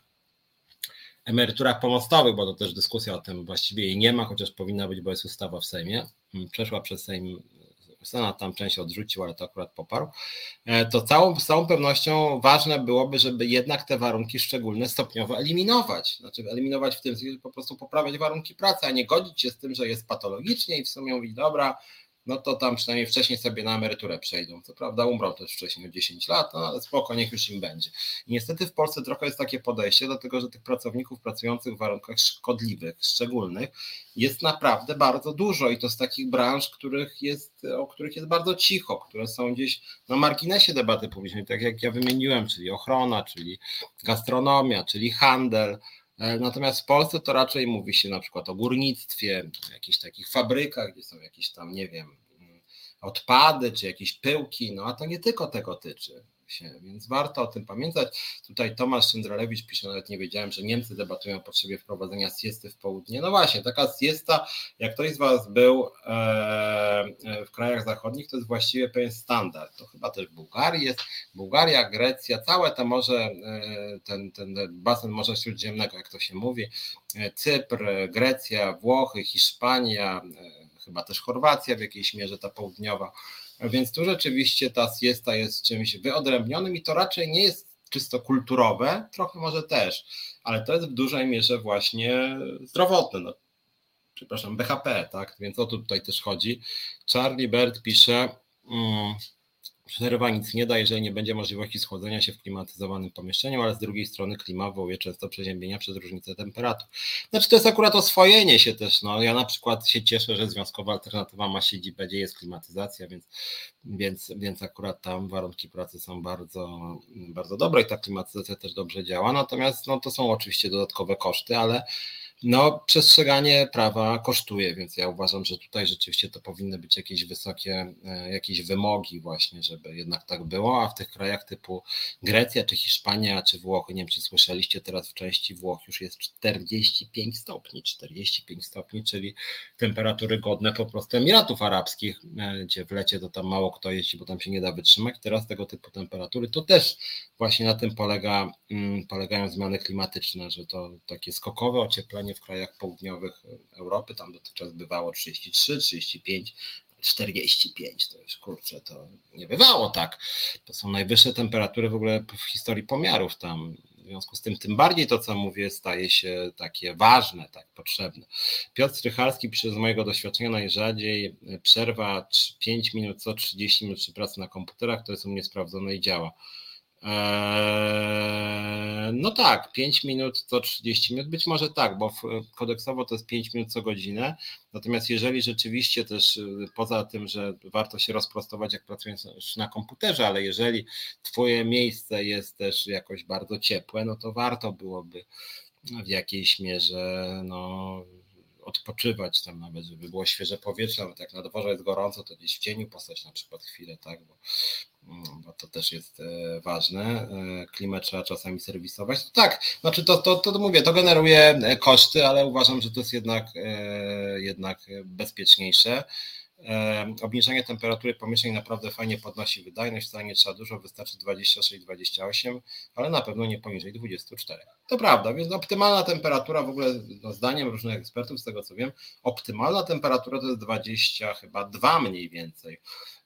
emeryturach pomostowych, bo to też dyskusja o tym właściwie jej nie ma, chociaż powinna być, bo jest ustawa w Sejmie, przeszła przez Sejm, Senat tam część odrzucił, ale to akurat poparł, to całą, z całą pewnością ważne byłoby, żeby jednak te warunki szczególne stopniowo eliminować. Znaczy eliminować w tym sensie, po prostu poprawiać warunki pracy, a nie godzić się z tym, że jest patologicznie i w sumie mówić, dobra, no to tam przynajmniej wcześniej sobie na emeryturę przejdą. Co prawda umrą też wcześniej o dziesięć lat, no ale spoko, niech już im będzie. I niestety w Polsce trochę jest takie podejście, dlatego że tych pracowników pracujących w warunkach szkodliwych, szczególnych jest naprawdę bardzo dużo i to z takich branż, których jest, o których jest bardzo cicho, które są gdzieś na marginesie debaty publicznej, tak jak ja wymieniłem, czyli ochrona, czyli gastronomia, czyli handel. Natomiast w Polsce to raczej mówi się na przykład o górnictwie, o jakichś takich fabrykach, gdzie są jakieś tam, nie wiem, odpady czy jakieś pyłki, no a to nie tylko tego tyczy się, więc warto o tym pamiętać. Tutaj Tomasz Szyndralewicz pisze, nawet nie wiedziałem, że Niemcy debatują o potrzebie wprowadzenia siesty w południe. No właśnie, taka siesta, jak ktoś z was był w krajach zachodnich, to jest właściwie pewien standard. To chyba też w Bułgarii jest, Bułgaria, Grecja, całe to morze, ten, ten basen Morza Śródziemnego, jak to się mówi, Cypr, Grecja, Włochy, Hiszpania, chyba też Chorwacja w jakiejś mierze, ta południowa. Więc tu rzeczywiście ta siesta jest czymś wyodrębnionym i to raczej nie jest czysto kulturowe, trochę może też, ale to jest w dużej mierze właśnie zdrowotne. No, przepraszam, B H P, tak? Więc o to tutaj też chodzi. Charlie Bird pisze, mm, przerwa nic nie da, jeżeli nie będzie możliwości schłodzenia się w klimatyzowanym pomieszczeniu, ale z drugiej strony klima wywołuje często przeziębienia przez różnicę temperatur. Znaczy to jest akurat oswojenie się też. No. Ja na przykład się cieszę, że Związkowa Alternatywa ma siedzibę, gdzie jest klimatyzacja, więc, więc, więc akurat tam warunki pracy są bardzo, bardzo dobre i ta klimatyzacja też dobrze działa. Natomiast no, to są oczywiście dodatkowe koszty, ale no, przestrzeganie prawa kosztuje, więc ja uważam, że tutaj rzeczywiście to powinny być jakieś wysokie, jakieś wymogi właśnie, żeby jednak tak było, a w tych krajach typu Grecja, czy Hiszpania, czy Włochy, nie wiem, czy słyszeliście, teraz w części Włoch już jest czterdzieści pięć stopni, czterdzieści pięć stopni, czyli temperatury godne po prostu Emiratów Arabskich, gdzie w lecie to tam mało kto jeździ, bo tam się nie da wytrzymać. Teraz tego typu temperatury, to też właśnie na tym polega, polegają zmiany klimatyczne, że to takie skokowe ocieplenie w krajach południowych Europy, tam dotychczas bywało trzydzieści trzy, trzydzieści pięć, czterdzieści pięć, to już kurczę, to nie bywało tak. To są najwyższe temperatury w ogóle w historii pomiarów tam. W związku z tym tym bardziej to, co mówię, staje się takie ważne, tak potrzebne. Piotr Strychalski pisze, z mojego doświadczenia najrzadziej przerwa pięć minut co trzydzieści minut przy pracy na komputerach, to jest u mnie sprawdzone i działa. No tak, pięć minut co trzydzieści minut, być może tak, bo kodeksowo to jest pięć minut co godzinę, natomiast jeżeli rzeczywiście też poza tym, że warto się rozprostować jak pracujesz na komputerze, ale jeżeli twoje miejsce jest też jakoś bardzo ciepłe, no to warto byłoby w jakiejś mierze no odpoczywać tam nawet, żeby było świeże powietrze, nawet jak na dworze jest gorąco, to gdzieś w cieniu postać na przykład chwilę, tak, bo, bo to też jest ważne. Klimę trzeba czasami serwisować. Tak, znaczy to, to, to mówię, to generuje koszty, ale uważam, że to jest jednak, jednak bezpieczniejsze. Obniżenie temperatury pomieszczeń naprawdę fajnie podnosi wydajność, wcale nie trzeba dużo, wystarczy dwadzieścia sześć dwadzieścia osiem, ale na pewno nie poniżej dwadzieścia cztery. To prawda, więc optymalna temperatura w ogóle, no zdaniem różnych ekspertów, z tego co wiem, optymalna temperatura to jest dwadzieścia chyba dwa mniej więcej.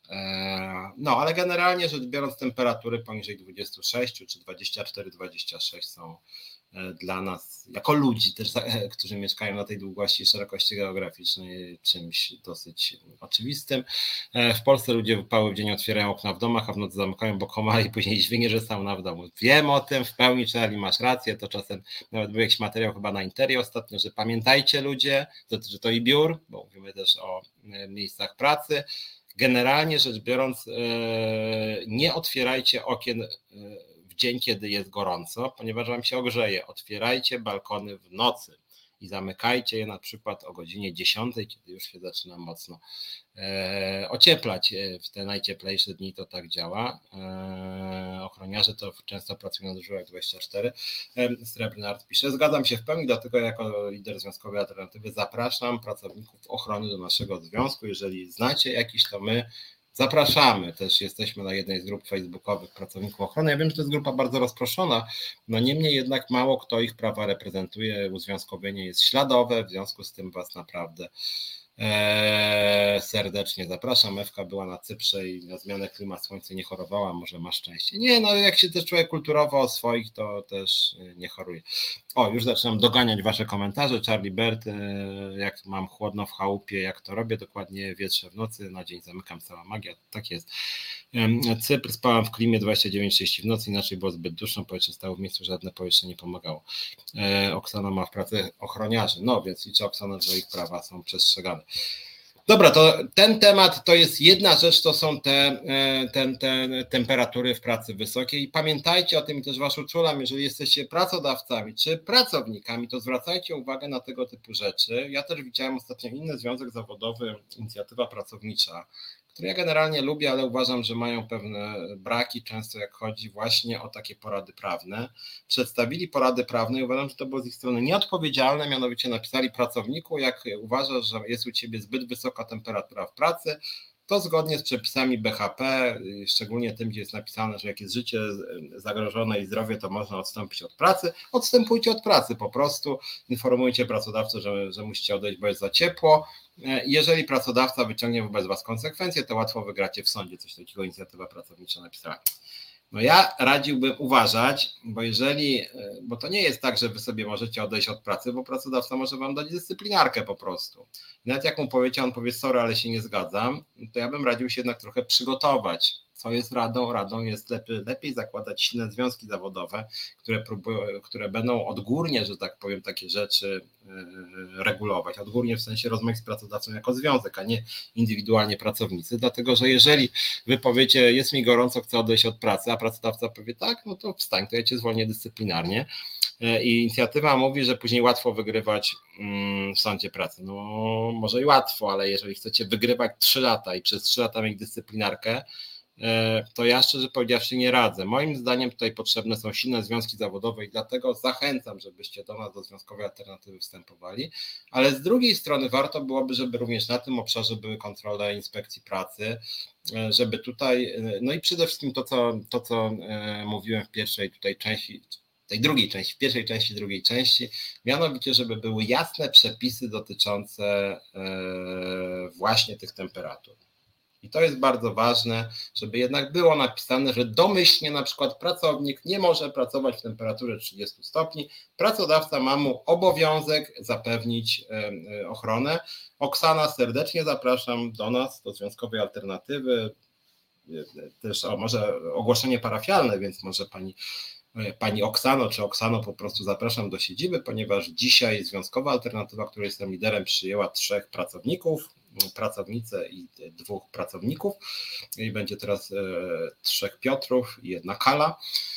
No, ale generalnie rzecz biorąc temperatury poniżej dwadzieścia sześć czy dwadzieścia cztery dwadzieścia sześć są dla nas, jako ludzi też, którzy mieszkają na tej długości i szerokości geograficznej, czymś dosyć oczywistym. W Polsce ludzie wypały w dzień otwierają okna w domach, a w nocy zamykają, bo komary i później dźwignie, że sauna w domu. Wiem o tym, w pełni, Charlie, masz rację, to czasem nawet był jakiś materiał chyba na Interii ostatnio, że pamiętajcie ludzie, dotyczy to i biur, bo mówimy też o miejscach pracy. Generalnie rzecz biorąc, nie otwierajcie okien w dzień, kiedy jest gorąco, ponieważ wam się ogrzeje. Otwierajcie balkony w nocy i zamykajcie je na przykład o godzinie dziesiątej, kiedy już się zaczyna mocno ocieplać. W te najcieplejsze dni to tak działa. Ochroniarze to często pracują na dyżurach dwadzieścia cztery. Srebrny Art pisze, zgadzam się w pełni, dlatego jako lider Związkowej Alternatywy zapraszam pracowników ochrony do naszego związku. Jeżeli znacie jakiś, to my zapraszamy. Też jesteśmy na jednej z grup facebookowych pracowników ochrony. Ja wiem, że to jest grupa bardzo rozproszona, no niemniej jednak mało kto ich prawa reprezentuje. Uzwiązkowienie jest śladowe, w związku z tym was naprawdę Eee, serdecznie zapraszam. Ewka była na Cyprze i na zmianę klimatu słońce nie chorowała, może ma szczęście. Nie, no jak się też człowiek kulturowo o swoich, to też nie choruje. O, już zaczynam doganiać wasze komentarze. Charlie Bert, jak mam chłodno w chałupie, jak to robię, dokładnie wietrze w nocy, na dzień zamykam, cała magia, tak jest. Cypr, spałam w klimie dwadzieścia dziewięć trzydzieści w nocy, inaczej było zbyt duszno, powietrze stało w miejscu, żadne powietrze nie pomagało. Oksana ma w pracy ochroniarzy, no więc liczę, Oksana, że ich prawa są przestrzegane. Dobra, to ten temat to jest jedna rzecz, to są te, te, te temperatury w pracy wysokiej. Pamiętajcie o tym i też was uczulam, jeżeli jesteście pracodawcami czy pracownikami, to zwracajcie uwagę na tego typu rzeczy. Ja też widziałem ostatnio inny związek zawodowy, Inicjatywa Pracownicza, który ja generalnie lubię, ale uważam, że mają pewne braki, często jak chodzi właśnie o takie porady prawne. Przedstawili porady prawne i uważam, że to było z ich strony nieodpowiedzialne, mianowicie napisali pracowniku, jak uważasz, że jest u ciebie zbyt wysoka temperatura w pracy, to zgodnie z przepisami B H P, szczególnie tym, gdzie jest napisane, że jak jest życie zagrożone i zdrowie, to można odstąpić od pracy, odstępujcie od pracy po prostu, informujcie pracodawcę, że, że musicie odejść, bo jest za ciepło. Jeżeli pracodawca wyciągnie wobec was konsekwencje, to łatwo wygracie w sądzie, coś takiego Inicjatywa Pracownicza napisała. No ja radziłbym uważać, bo jeżeli, bo to nie jest tak, że wy sobie możecie odejść od pracy, bo pracodawca może wam dać dyscyplinarkę po prostu. I nawet jak mu powiecie, on powie sorry, ale się nie zgadzam, to ja bym radził się jednak trochę przygotować. Co jest radą? Radą jest lepiej, lepiej zakładać silne związki zawodowe, które, próbują, które będą odgórnie, że tak powiem, takie rzeczy yy, regulować. Odgórnie w sensie rozmawiać z pracodawcą jako związek, a nie indywidualnie pracownicy. Dlatego, że jeżeli wy powiecie, jest mi gorąco, chcę odejść od pracy, a pracodawca powie tak, no to wstań, to ja cię zwolnię dyscyplinarnie. I inicjatywa mówi, że później łatwo wygrywać w sądzie pracy. No może i łatwo, ale jeżeli chcecie wygrywać trzy lata i przez trzy lata mieć dyscyplinarkę, to ja szczerze powiedziawszy nie radzę. Moim zdaniem tutaj potrzebne są silne związki zawodowe i dlatego zachęcam, żebyście do nas, do Związkowej Alternatywy wstępowali, ale z drugiej strony warto byłoby, żeby również na tym obszarze były kontrole inspekcji pracy, żeby tutaj, no i przede wszystkim to, co, to, co mówiłem w pierwszej tutaj części, tej drugiej części, w pierwszej części, drugiej części, mianowicie, żeby były jasne przepisy dotyczące właśnie tych temperatur. I to jest bardzo ważne, żeby jednak było napisane, że domyślnie na przykład pracownik nie może pracować w temperaturze trzydziestu stopni. Pracodawca ma mu obowiązek zapewnić ochronę. Oksana, serdecznie zapraszam do nas, do Związkowej Alternatywy. Też o, może ogłoszenie parafialne, więc może pani, pani Oksano czy Oksano po prostu zapraszam do siedziby, ponieważ dzisiaj Związkowa Alternatywa, której jestem liderem, przyjęła trzech pracowników, pracownicę i dwóch pracowników i będzie teraz trzech Piotrów i jedna Kala.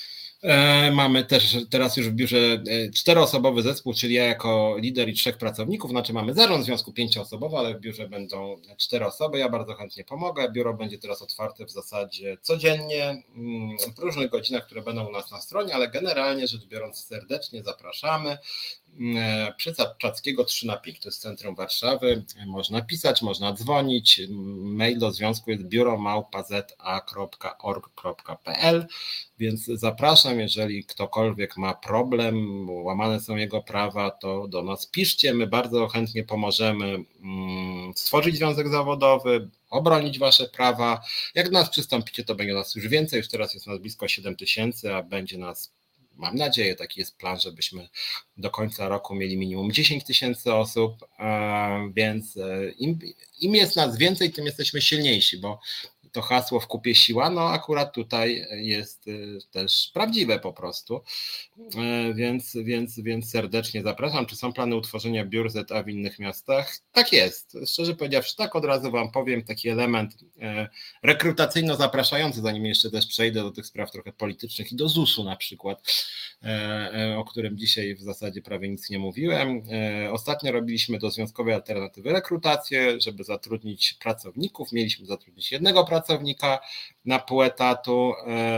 Mamy też teraz już w biurze czteroosobowy zespół, czyli ja jako lider i trzech pracowników, znaczy mamy zarząd związku pięcioosobowy, ale w biurze będą cztery osoby, ja bardzo chętnie pomogę. Biuro będzie teraz otwarte w zasadzie codziennie, w różnych godzinach, które będą u nas na stronie, ale generalnie rzecz biorąc serdecznie zapraszamy. Przy Czackiego trzy na pięć, to jest centrum Warszawy, można pisać, można dzwonić, mail do związku jest biuro małpa zeta kropka org kropka pl, więc zapraszam, jeżeli ktokolwiek ma problem, łamane są jego prawa, to do nas piszcie, my bardzo chętnie pomożemy stworzyć związek zawodowy, obronić wasze prawa. Jak do nas przystąpicie, to będzie nas już więcej, już teraz jest nas blisko siedem tysięcy, a będzie nas, mam nadzieję, taki jest plan, żebyśmy do końca roku mieli minimum dziesięć tysięcy osób, więc im, im jest nas więcej, tym jesteśmy silniejsi, bo to hasło w kupie siła, no akurat tutaj jest też prawdziwe po prostu, więc, więc, więc serdecznie zapraszam. Czy są plany utworzenia biur Z A w innych miastach? Tak jest, szczerze powiedziawszy, tak od razu wam powiem, taki element rekrutacyjno zapraszający, zanim jeszcze też przejdę do tych spraw trochę politycznych i do zusu na przykład, o którym dzisiaj w zasadzie prawie nic nie mówiłem. Ostatnio robiliśmy do Związkowej Alternatywy rekrutację, żeby zatrudnić pracowników, mieliśmy zatrudnić jednego pracownika na pół etatu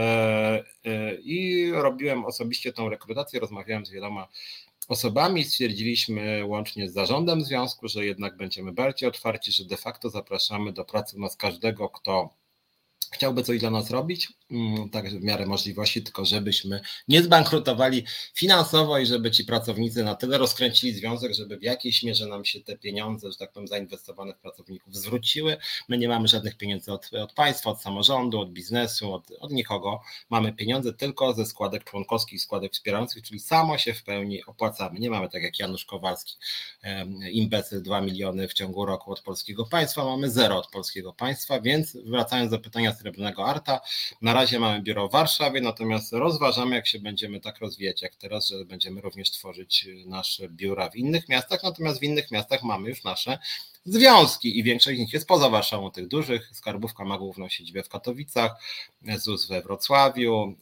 i robiłem osobiście tą rekrutację, rozmawiałem z wieloma osobami, stwierdziliśmy łącznie z zarządem związku, że jednak będziemy bardziej otwarci, że de facto zapraszamy do pracy u nas każdego, kto chciałby coś dla nas robić, tak w miarę możliwości, tylko żebyśmy nie zbankrutowali finansowo i żeby ci pracownicy na tyle rozkręcili związek, żeby w jakiejś mierze nam się te pieniądze, że tak powiem, zainwestowane w pracowników zwróciły. My nie mamy żadnych pieniędzy od, od państwa, od samorządu, od biznesu, od, od nikogo. Mamy pieniądze tylko ze składek członkowskich, składek wspierających, czyli samo się w pełni opłacamy. Nie mamy tak jak Janusz Kowalski, imbecyl, dwa miliony w ciągu roku od polskiego państwa, mamy zero od polskiego państwa, więc wracając do pytania Srebrnego Arta, na razie mamy biuro w Warszawie, natomiast rozważamy, jak się będziemy tak rozwijać jak teraz, że będziemy również tworzyć nasze biura w innych miastach, natomiast w innych miastach mamy już nasze związki i większość z nich jest poza Warszawą, tych dużych. Skarbówka ma główną siedzibę w Katowicach, ZUS we Wrocławiu,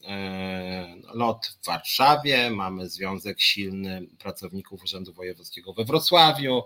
LOT w Warszawie, mamy związek silny pracowników Urzędu Wojewódzkiego we Wrocławiu,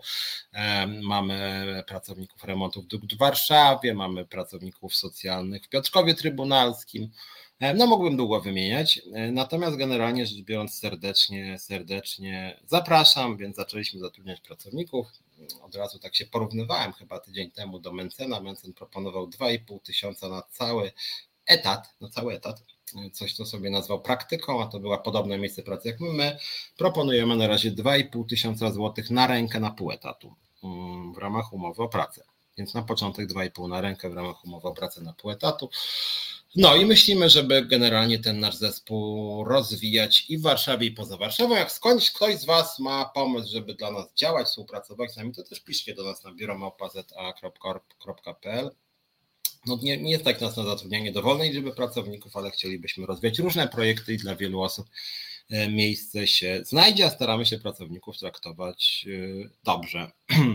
mamy pracowników remontów dróg w Warszawie, mamy pracowników socjalnych w Piotrkowie Trybunalskim. No mógłbym długo wymieniać, natomiast generalnie rzecz biorąc serdecznie, serdecznie zapraszam, więc zaczęliśmy zatrudniać pracowników. Od razu tak się porównywałem chyba tydzień temu do Mencena. Mencen proponował dwa i pół tysiąca na cały etat, na cały etat, coś co sobie nazwał praktyką, a to była podobne miejsce pracy jak my. My proponujemy na razie dwa i pół tysiąca złotych na rękę na pół etatu w ramach umowy o pracę. Więc na początek dwa i pół na rękę w ramach umowy o pracę na pół etatu. No i myślimy, żeby generalnie ten nasz zespół rozwijać i w Warszawie, i poza Warszawą. Jak skądś ktoś z Was ma pomysł, żeby dla nas działać, współpracować z nami, to też piszcie do nas na biuro małpa zeta kropka org kropka pl. No nie, nie stać nas na zatrudnianie dowolnej liczby pracowników, ale chcielibyśmy rozwijać różne projekty i dla wielu osób miejsce się znajdzie, a staramy się pracowników traktować dobrze.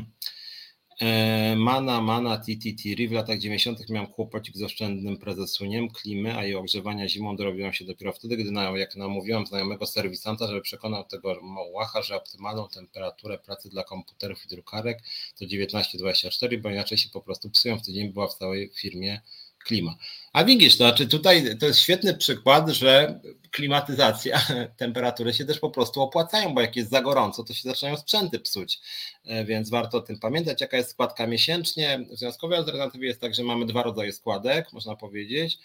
Mana, mana, T T T, w latach dziewięćdziesiątych miałem kłopocik z oszczędnym prezesuniem klimy, a jej ogrzewania zimą dorobiłam się dopiero wtedy, gdy na, jak namówiłam znajomego serwisanta, żeby przekonał tego mołacha, że optymalną temperaturę pracy dla komputerów i drukarek to dziewiętnaście dwadzieścia cztery, bo inaczej się po prostu psują. W tydzień była w całej firmie klima. A widzisz, to znaczy tutaj to jest świetny przykład, że klimatyzacja, temperatury się też po prostu opłacają, bo jak jest za gorąco, to się zaczynają sprzęty psuć, więc warto o tym pamiętać. Jaka jest składka miesięcznie? W Związkowej Alternatywie jest tak, że mamy dwa rodzaje składek, można powiedzieć.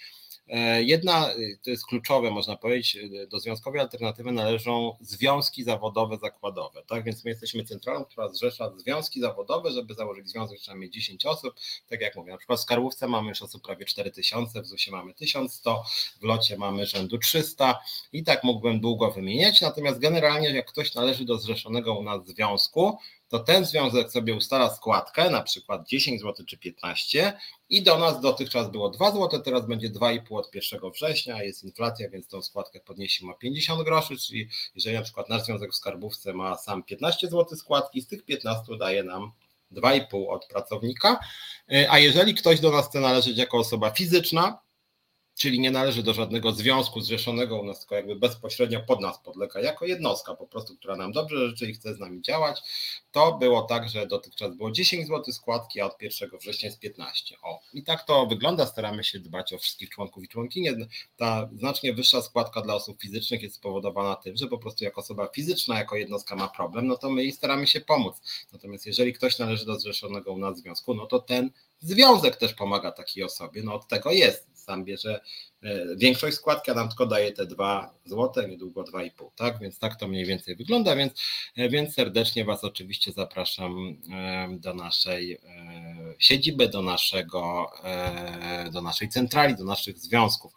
Jedna, to jest kluczowe, można powiedzieć, do związkowej alternatywy należą związki zawodowe zakładowe, tak, więc my jesteśmy centralą, która zrzesza związki zawodowe, żeby założyć związek trzeba mieć dziesięć osób, tak jak mówię, na przykład w Skarbówce mamy już osób prawie cztery tysiące, w zusie mamy tysiąc sto, w locie mamy rzędu trzysta i tak mógłbym długo wymieniać, natomiast generalnie jak ktoś należy do zrzeszonego u nas związku, to ten związek sobie ustala składkę, na przykład dziesięć złotych czy piętnaście i do nas dotychczas było dwa złote, teraz będzie dwa i pół od pierwszego września, jest inflacja, więc tą składkę podniesiemy o pięćdziesiąt groszy, czyli jeżeli na przykład nasz związek w Skarbówce ma sam piętnaście złotych składki, z tych piętnastu daje nam dwa i pół od pracownika, a jeżeli ktoś do nas chce należeć jako osoba fizyczna, czyli nie należy do żadnego związku zrzeszonego u nas, tylko jakby bezpośrednio pod nas podlega, jako jednostka po prostu, która nam dobrze życzy i chce z nami działać, to było tak, że dotychczas było dziesięć złotych składki, a od pierwszego września jest piętnaście. O, i tak to wygląda, staramy się dbać o wszystkich członków i członkinie. Ta znacznie wyższa składka dla osób fizycznych jest spowodowana tym, że po prostu jako osoba fizyczna, jako jednostka ma problem, no to my jej staramy się pomóc. Natomiast jeżeli ktoś należy do zrzeszonego u nas związku, no to ten związek też pomaga takiej osobie, no od tego jest. Sam bierze większość składki, a nam tylko daje te dwa złote, niedługo dwa i pół, tak? Więc tak to mniej więcej wygląda, więc, więc serdecznie Was oczywiście zapraszam do naszej siedziby, do naszego, do naszej centrali, do naszych związków.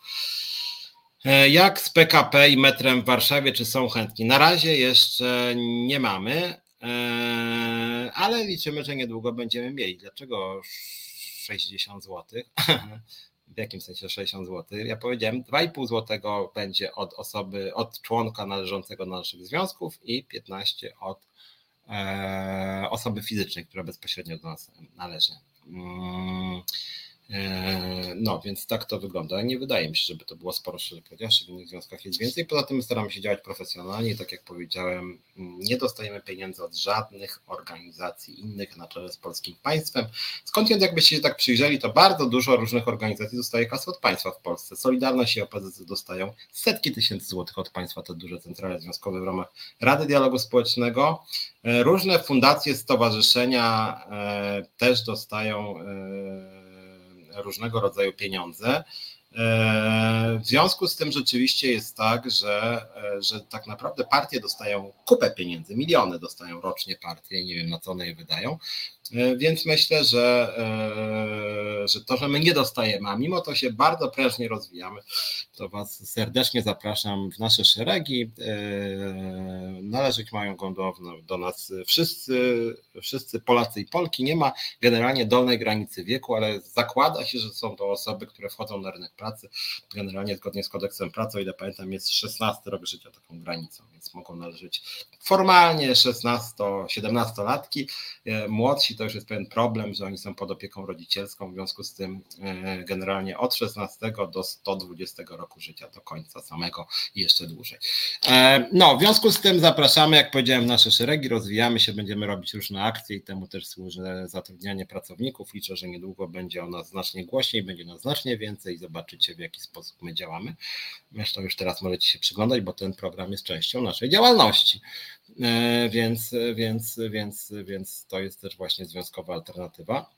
Jak z P K P i metrem w Warszawie, czy są chętni? Na razie jeszcze nie mamy, ale liczymy, że niedługo będziemy mieli. Dlaczego sześćdziesiąt złotych? W jakim sensie sześćdziesiąt złotych? Ja powiedziałem, dwa i pół złotego będzie od osoby, od członka należącego do naszych związków i piętnaście od e, osoby fizycznej, która bezpośrednio do nas należy. Mm. No, więc tak to wygląda. Nie wydaje mi się, żeby to było sporo, szczerze powiedziawszy, w innych związkach jest więcej. Poza tym staramy się działać profesjonalnie. Tak jak powiedziałem, nie dostajemy pieniędzy od żadnych organizacji innych na czele z polskim państwem. Skądinąd jakbyście się tak przyjrzeli, to bardzo dużo różnych organizacji dostaje kasy od państwa w Polsce. Solidarność i O P Z Z dostają setki tysięcy złotych od państwa, te duże centrale związkowe w ramach Rady Dialogu Społecznego. Różne fundacje, stowarzyszenia też dostają różnego rodzaju pieniądze. W związku z tym rzeczywiście jest tak, że, że tak naprawdę partie dostają kupę pieniędzy, miliony dostają rocznie partie i nie wiem na co one je wydają, więc myślę, że, że to, że my nie dostajemy, a mimo to się bardzo prężnie rozwijamy, to Was serdecznie zapraszam w nasze szeregi. Należeć mają do, do nas wszyscy, wszyscy Polacy i Polki. Nie ma generalnie dolnej granicy wieku, ale zakłada się, że są to osoby, które wchodzą na rynek pracy. Generalnie zgodnie z kodeksem pracy, o ile pamiętam, jest szesnasty rok życia taką granicą, więc mogą należeć formalnie szesnasto-siedemnastolatki. Młodsi to już jest pewien problem, że oni są pod opieką rodzicielską, w związku z tym generalnie od szesnastego do sto dwudziestego roku życia do końca samego i jeszcze dłużej. No, w związku z tym zapraszamy, jak powiedziałem, w nasze szeregi, rozwijamy się, będziemy robić różne akcje i temu też służy zatrudnianie pracowników. Liczę, że niedługo będzie o nas znacznie głośniej, będzie nas znacznie więcej i zobaczycie, w jaki sposób my działamy. Zresztą już teraz możecie się przyglądać, bo ten program jest częścią naszej działalności. Więc, więc, więc, więc to jest też właśnie związkowa alternatywa.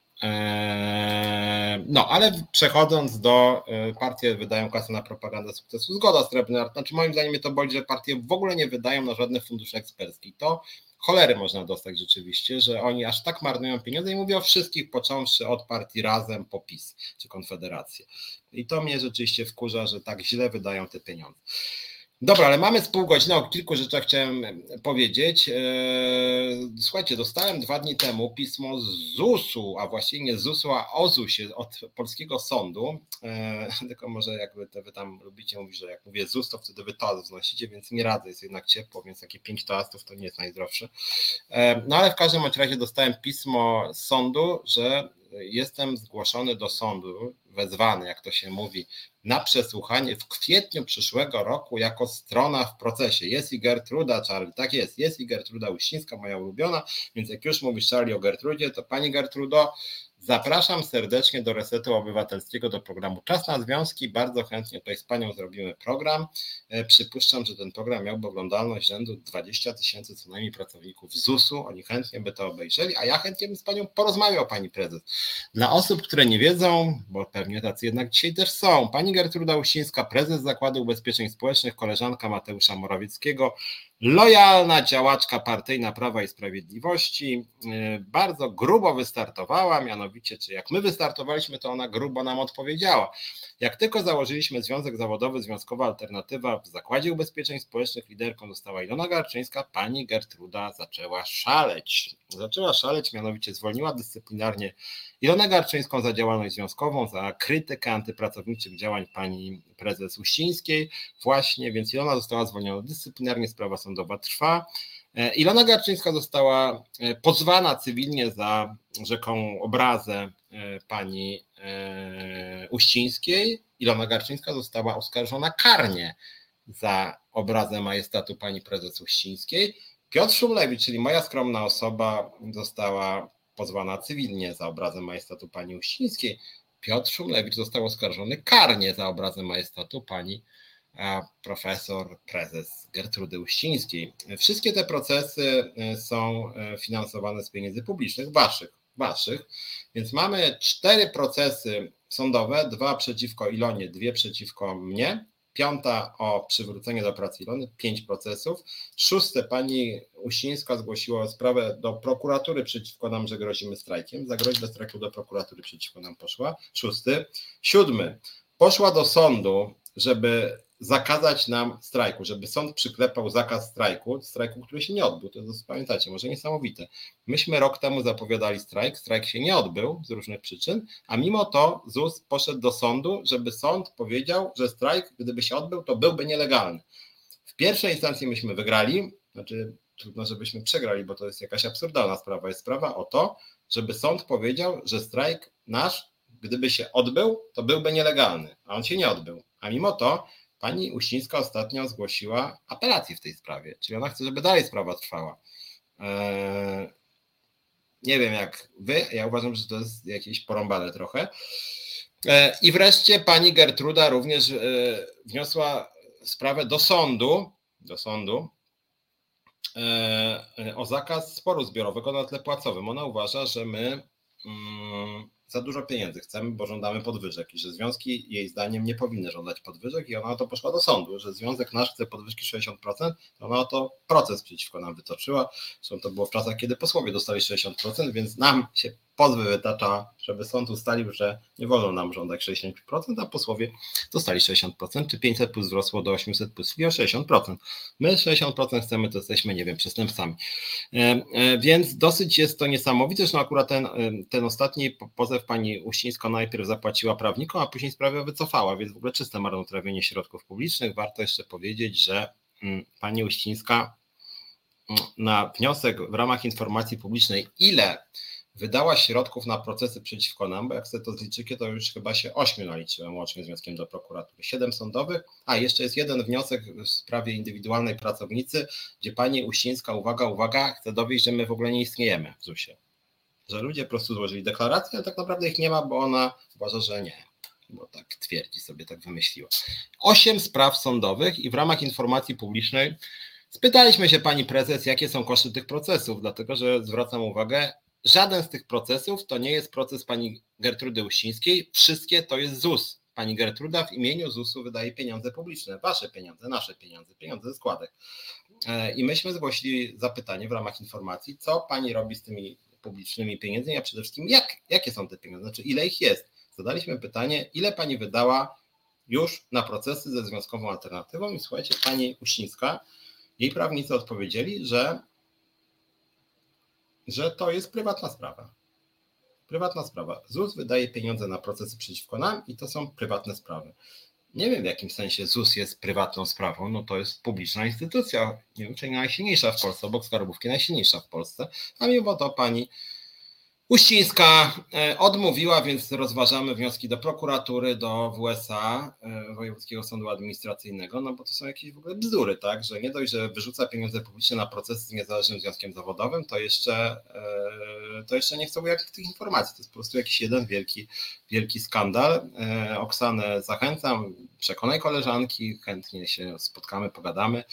No, ale przechodząc do partie wydają kasę na propagandę sukcesu, zgoda Srebrny. Znaczy moim zdaniem mnie to boli, że partie w ogóle nie wydają na żadne fundusze eksperckie. To cholery można dostać rzeczywiście, że oni aż tak marnują pieniądze i mówię o wszystkich, począwszy od partii Razem po PiS czy Konfederację. I to mnie rzeczywiście wkurza, że tak źle wydają te pieniądze. Dobra, ale mamy z pół godziny, o kilku rzeczach chciałem powiedzieć. Słuchajcie, dostałem dwa dni temu pismo z zusu, a właściwie nie z zusu, a o zusie od polskiego sądu. Tylko może jakby to wy tam lubicie mówić, że jak mówię zus, to wtedy wy toast znosicie, więc nie radzę, jest jednak ciepło, więc takie pięć toastów to nie jest najzdrowsze. No ale w każdym razie dostałem pismo z sądu, że jestem zgłoszony do sądu, wezwany, jak to się mówi, na przesłuchanie w kwietniu przyszłego roku jako strona w procesie. Jest i Gertruda, Charlie, tak jest, jest i Gertruda Uścińska, moja ulubiona, więc jak już mówisz Charlie o Gertrudzie, to pani Gertrudo, Zapraszam serdecznie do Resetu Obywatelskiego, do programu Czas na Związki. Bardzo chętnie tutaj z Panią zrobimy program. Przypuszczam, że ten program miałby oglądalność rzędu dwadzieścia tysięcy co najmniej pracowników z zusu. Oni chętnie by to obejrzeli, a ja chętnie bym z Panią porozmawiał, Pani Prezes. Dla osób, które nie wiedzą, bo pewnie tacy jednak dzisiaj też są, Pani Gertruda Uścińska, prezes Zakładu Ubezpieczeń Społecznych, koleżanka Mateusza Morawieckiego, lojalna działaczka partyjna Prawa i Sprawiedliwości, bardzo grubo wystartowała, mianowicie, czy jak my wystartowaliśmy, to ona grubo nam odpowiedziała. Jak tylko założyliśmy Związek Zawodowy, Związkowa Alternatywa w Zakładzie Ubezpieczeń Społecznych, liderką została Ilona Garczyńska, pani Gertruda zaczęła szaleć. Zaczęła szaleć, mianowicie zwolniła dyscyplinarnie Ilonę Garczyńską za działalność związkową, za krytykę antypracowniczych działań pani prezes Uścińskiej. Właśnie, więc Ilona została zwolniona dyscyplinarnie, sprawa sądowa trwa. Ilona Garczyńska została pozwana cywilnie za rzekomą obrazę pani Uścińskiej. Ilona Garczyńska została oskarżona karnie za obrazę majestatu pani prezes Uścińskiej. Piotr Szumlewicz, czyli moja skromna osoba, została pozwana cywilnie za obrazę majestatu pani Uścińskiej. Piotr Szumlewicz został oskarżony karnie za obrazę majestatu pani profesor, prezes Gertrudy Uścińskiej. Wszystkie te procesy są finansowane z pieniędzy publicznych, waszych, waszych, więc mamy cztery procesy sądowe, dwa przeciwko Ilonie, dwie przeciwko mnie, piąta o przywrócenie do pracy Ilony, pięć procesów, szóste pani Uścińska zgłosiła sprawę do prokuratury przeciwko nam, że grozimy strajkiem, za groźbę strajku do prokuratury przeciwko nam poszła, szósty, siódmy, poszła do sądu, żeby zakazać nam strajku, żeby sąd przyklepał zakaz strajku, strajku, który się nie odbył, to jest, pamiętacie, może niesamowite. Myśmy rok temu zapowiadali strajk, strajk się nie odbył z różnych przyczyn, a mimo to Z U S poszedł do sądu, żeby sąd powiedział, że strajk, gdyby się odbył, to byłby nielegalny. W pierwszej instancji myśmy wygrali, znaczy trudno, żebyśmy przegrali, bo to jest jakaś absurdalna sprawa, jest sprawa o to, żeby sąd powiedział, że strajk nasz, gdyby się odbył, to byłby nielegalny, a on się nie odbył, a mimo to pani Uścińska ostatnio zgłosiła apelację w tej sprawie, czyli ona chce, żeby dalej sprawa trwała. Eee, nie wiem jak wy, ja uważam, że to jest jakieś porąbane trochę. Eee, I wreszcie pani Gertruda również e, wniosła sprawę do sądu, do sądu e, o zakaz sporu zbiorowego na tle płacowym. Ona uważa, że my mm, za dużo pieniędzy chcemy, bo żądamy podwyżek i że związki jej zdaniem nie powinny żądać podwyżek i ona o to poszła do sądu, że związek nasz chce podwyżki sześćdziesiąt procent, to ona o to proces przeciwko nam wytoczyła. Zresztą to było w czasach, kiedy posłowie dostali sześćdziesiąt procent, więc nam się pozwy wytacza, żeby sąd ustalił, że nie wolno nam żądać sześćdziesiąt procent, a posłowie dostali sześćdziesiąt procent, czy pięćset plus wzrosło do osiemset plus, czyli o sześćdziesiąt procent. My sześćdziesiąt procent chcemy, to jesteśmy, nie wiem, przestępcami. Więc dosyć jest to niesamowite, zresztą akurat ten, ten ostatni pozew pani Uścińska najpierw zapłaciła prawnikom, a później sprawę wycofała, więc w ogóle czyste marnotrawienie środków publicznych. Warto jeszcze powiedzieć, że pani Uścińska na wniosek w ramach informacji publicznej, ile wydała środków na procesy przeciwko nam, bo jak sobie to zliczycie, to już chyba się ośmiu naliczyłem łącznie z wnioskiem do prokuratury. Siedem sądowych, a jeszcze jest jeden wniosek w sprawie indywidualnej pracownicy, gdzie pani Uścińska, uwaga, uwaga, chce dowieść, że my w ogóle nie istniejemy w zusie. Że ludzie po prostu złożyli deklarację, ale tak naprawdę ich nie ma, bo ona uważa, że nie. Bo tak twierdzi, sobie tak wymyśliła. Osiem spraw sądowych i w ramach informacji publicznej spytaliśmy się pani prezes, jakie są koszty tych procesów, dlatego że zwracam uwagę, żaden z tych procesów to nie jest proces pani Gertrudy Uścińskiej, wszystkie to jest Z U S. Pani Gertruda w imieniu Z U S-u wydaje pieniądze publiczne, wasze pieniądze, nasze pieniądze, pieniądze ze składek. I myśmy zgłosili zapytanie w ramach informacji, co pani robi z tymi publicznymi pieniędzmi, a przede wszystkim jak, jakie są te pieniądze, znaczy ile ich jest. Zadaliśmy pytanie, ile pani wydała już na procesy ze Związkową Alternatywą i słuchajcie, pani Uścińska, jej prawnicy odpowiedzieli, że że to jest prywatna sprawa. Prywatna sprawa. Z U S wydaje pieniądze na procesy przeciwko nam i to są prywatne sprawy. Nie wiem w jakim sensie Z U S jest prywatną sprawą, no to jest publiczna instytucja, nie wiem czy najsilniejsza w Polsce, obok skarbówki najsilniejsza w Polsce, a mimo to pani Uścińska odmówiła, więc rozważamy wnioski do prokuratury, do W S A, Wojewódzkiego Sądu Administracyjnego, no bo to są jakieś w ogóle bzdury, tak, że nie dość, że wyrzuca pieniądze publiczne na procesy z niezależnym związkiem zawodowym, to jeszcze to jeszcze nie chcę ujawnić tych informacji. To jest po prostu jakiś jeden wielki, wielki skandal. Oksanę zachęcam, przekonaj koleżanki, chętnie się spotkamy, pogadamy.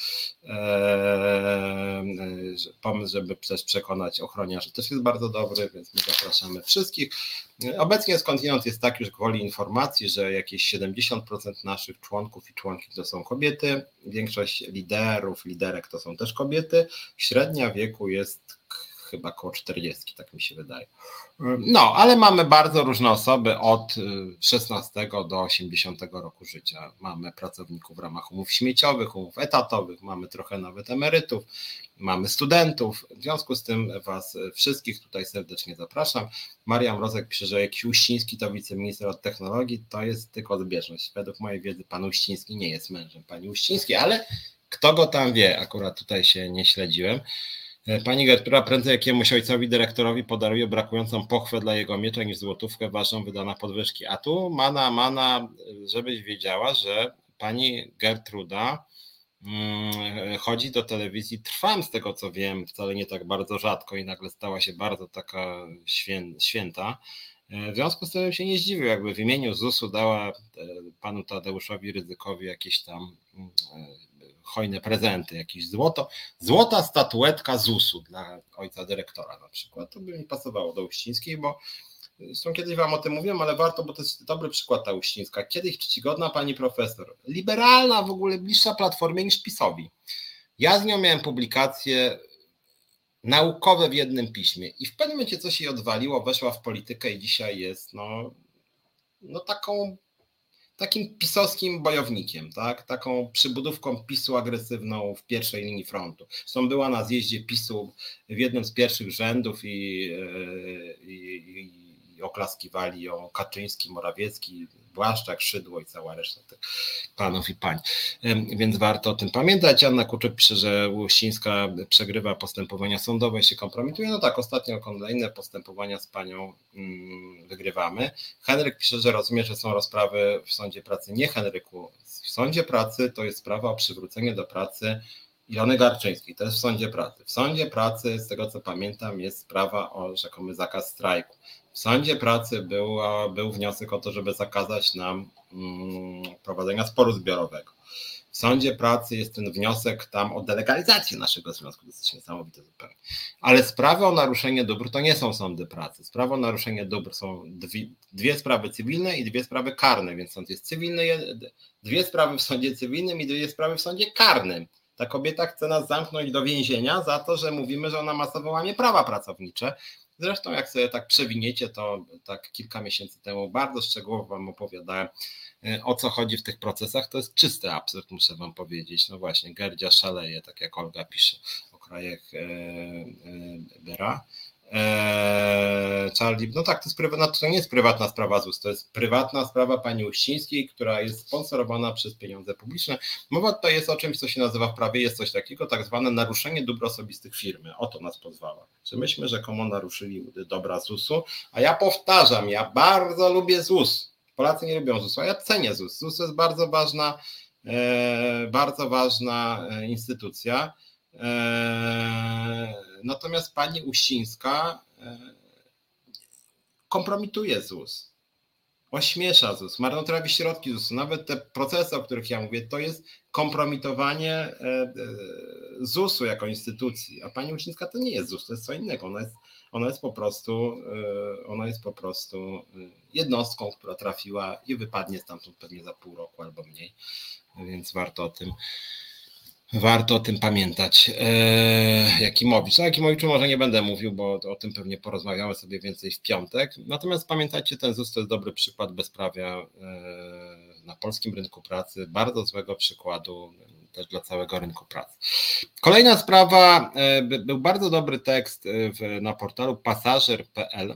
Pomysł, żeby też przekonać ochroniarzy, też jest bardzo dobry, więc my zapraszamy wszystkich. Obecnie skądinąd jest tak już gwoli informacji, że jakieś siedemdziesiąt procent naszych członków i członkiń to są kobiety, większość liderów, liderek to są też kobiety, średnia wieku jest chyba koło czterdzieści, tak mi się wydaje. No, ale mamy bardzo różne osoby od szesnastego do osiemdziesiątego roku życia. Mamy pracowników w ramach umów śmieciowych, umów etatowych, mamy trochę nawet emerytów, mamy studentów. W związku z tym Was wszystkich tutaj serdecznie zapraszam. Marian Mrozek pisze, że jakiś Uściński to wiceminister od technologii, to jest tylko zbieżność. Według mojej wiedzy pan Uściński nie jest mężem pani Uścińskiej, ale kto go tam wie, akurat tutaj się nie śledziłem. Pani Gertura prędzej jakiemuś ojcowi dyrektorowi podaruje brakującą pochwę dla jego miecza niż złotówkę waszą wydana podwyżki. A tu mana, mana, żebyś wiedziała, że pani Gertruda chodzi do telewizji Trwam, z tego co wiem, wcale nie tak bardzo rzadko i nagle stała się bardzo taka święta. W związku z tym się nie zdziwił, jakby w imieniu zusu dała panu Tadeuszowi Rydzykowi jakieś tam hojne prezenty, jakieś złoto, złota statuetka zusu dla ojca dyrektora na przykład. To by mi pasowało do Uścińskiej, bo zresztą kiedyś wam o tym mówiłem, ale warto, bo to jest dobry przykład ta Uścińska. Kiedyś czcigodna pani profesor, liberalna w ogóle, bliższa Platformie niż PiS-owi. Ja z nią miałem publikacje naukowe w jednym piśmie i w pewnym momencie coś jej odwaliło, weszła w politykę i dzisiaj jest no, no taką takim pisowskim bojownikiem, tak? Taką przybudówką PiSu agresywną w pierwszej linii frontu. Zresztą była na zjeździe PiSu w jednym z pierwszych rzędów i, i, i oklaskiwali ją Kaczyński, Morawiecki, Błaszczak, Szydło i cała reszta tych panów i pań. Więc warto o tym pamiętać. Anna Kuczuk pisze, że Uścińska przegrywa postępowania sądowe i się kompromituje. No tak, ostatnio kolejne postępowania z panią mm, wygrywamy. Henryk pisze, że rozumie, że są rozprawy w sądzie pracy. Nie, Henryku, w sądzie pracy to jest sprawa o przywrócenie do pracy Ilony Garczyńskiej, to jest w sądzie pracy. W sądzie pracy, z tego co pamiętam, jest sprawa o rzekomy zakaz strajku. W sądzie pracy był, był wniosek o to, żeby zakazać nam mm, prowadzenia sporu zbiorowego. W sądzie pracy jest ten wniosek tam o delegalizację naszego związku, to jest niesamowite zupełnie. Ale sprawy o naruszenie dóbr to nie są sądy pracy. Sprawy o naruszenie dóbr są dwie, dwie sprawy cywilne i dwie sprawy karne, więc sąd jest cywilny, dwie sprawy w sądzie cywilnym i dwie sprawy w sądzie karnym. Ta kobieta chce nas zamknąć do więzienia za to, że mówimy, że ona masowo łamie prawa pracownicze. Zresztą jak sobie tak przewiniecie, to tak kilka miesięcy temu bardzo szczegółowo wam opowiadałem, o co chodzi w tych procesach. To jest czysty absurd, muszę wam powiedzieć. No właśnie, Gerdzia szaleje, tak jak Olga pisze o krajach Bera. Charlie, no tak, to, jest prywatna, to nie jest prywatna sprawa ZUS, to jest prywatna sprawa pani Uścińskiej, która jest sponsorowana przez pieniądze publiczne. Mowa tutaj jest o czymś, co się nazywa w prawie, jest coś takiego, tak zwane naruszenie dóbr osobistych firmy. O to nas pozwala. Czy myśmy rzekomo naruszyli dobra zusu, a ja powtarzam, ja bardzo lubię ZUS. Polacy nie lubią zusu, a ja cenię ZUS. ZUS jest bardzo ważna, e, bardzo ważna instytucja. Natomiast pani Uścińska kompromituje ZUS, ośmiesza ZUS, marnotrawi środki ZUS-u. Nawet te procesy, o których ja mówię, to jest kompromitowanie ZUS-u jako instytucji, a pani Uścińska to nie jest ZUS, to jest co innego. Ona jest, ona jest po prostu, ona jest po prostu jednostką, która trafiła i wypadnie stamtąd pewnie za pół roku albo mniej, więc warto o tym Warto o tym pamiętać. Eee, Jakimowicz. O Jakimowiczu może nie będę mówił, bo o tym pewnie porozmawiamy sobie więcej w piątek. Natomiast pamiętajcie, ten ZUS to jest dobry przykład bezprawia eee, na polskim rynku pracy. Bardzo złego przykładu też dla całego rynku pracy. Kolejna sprawa, e, był bardzo dobry tekst w, na portalu pasażer kropka p l.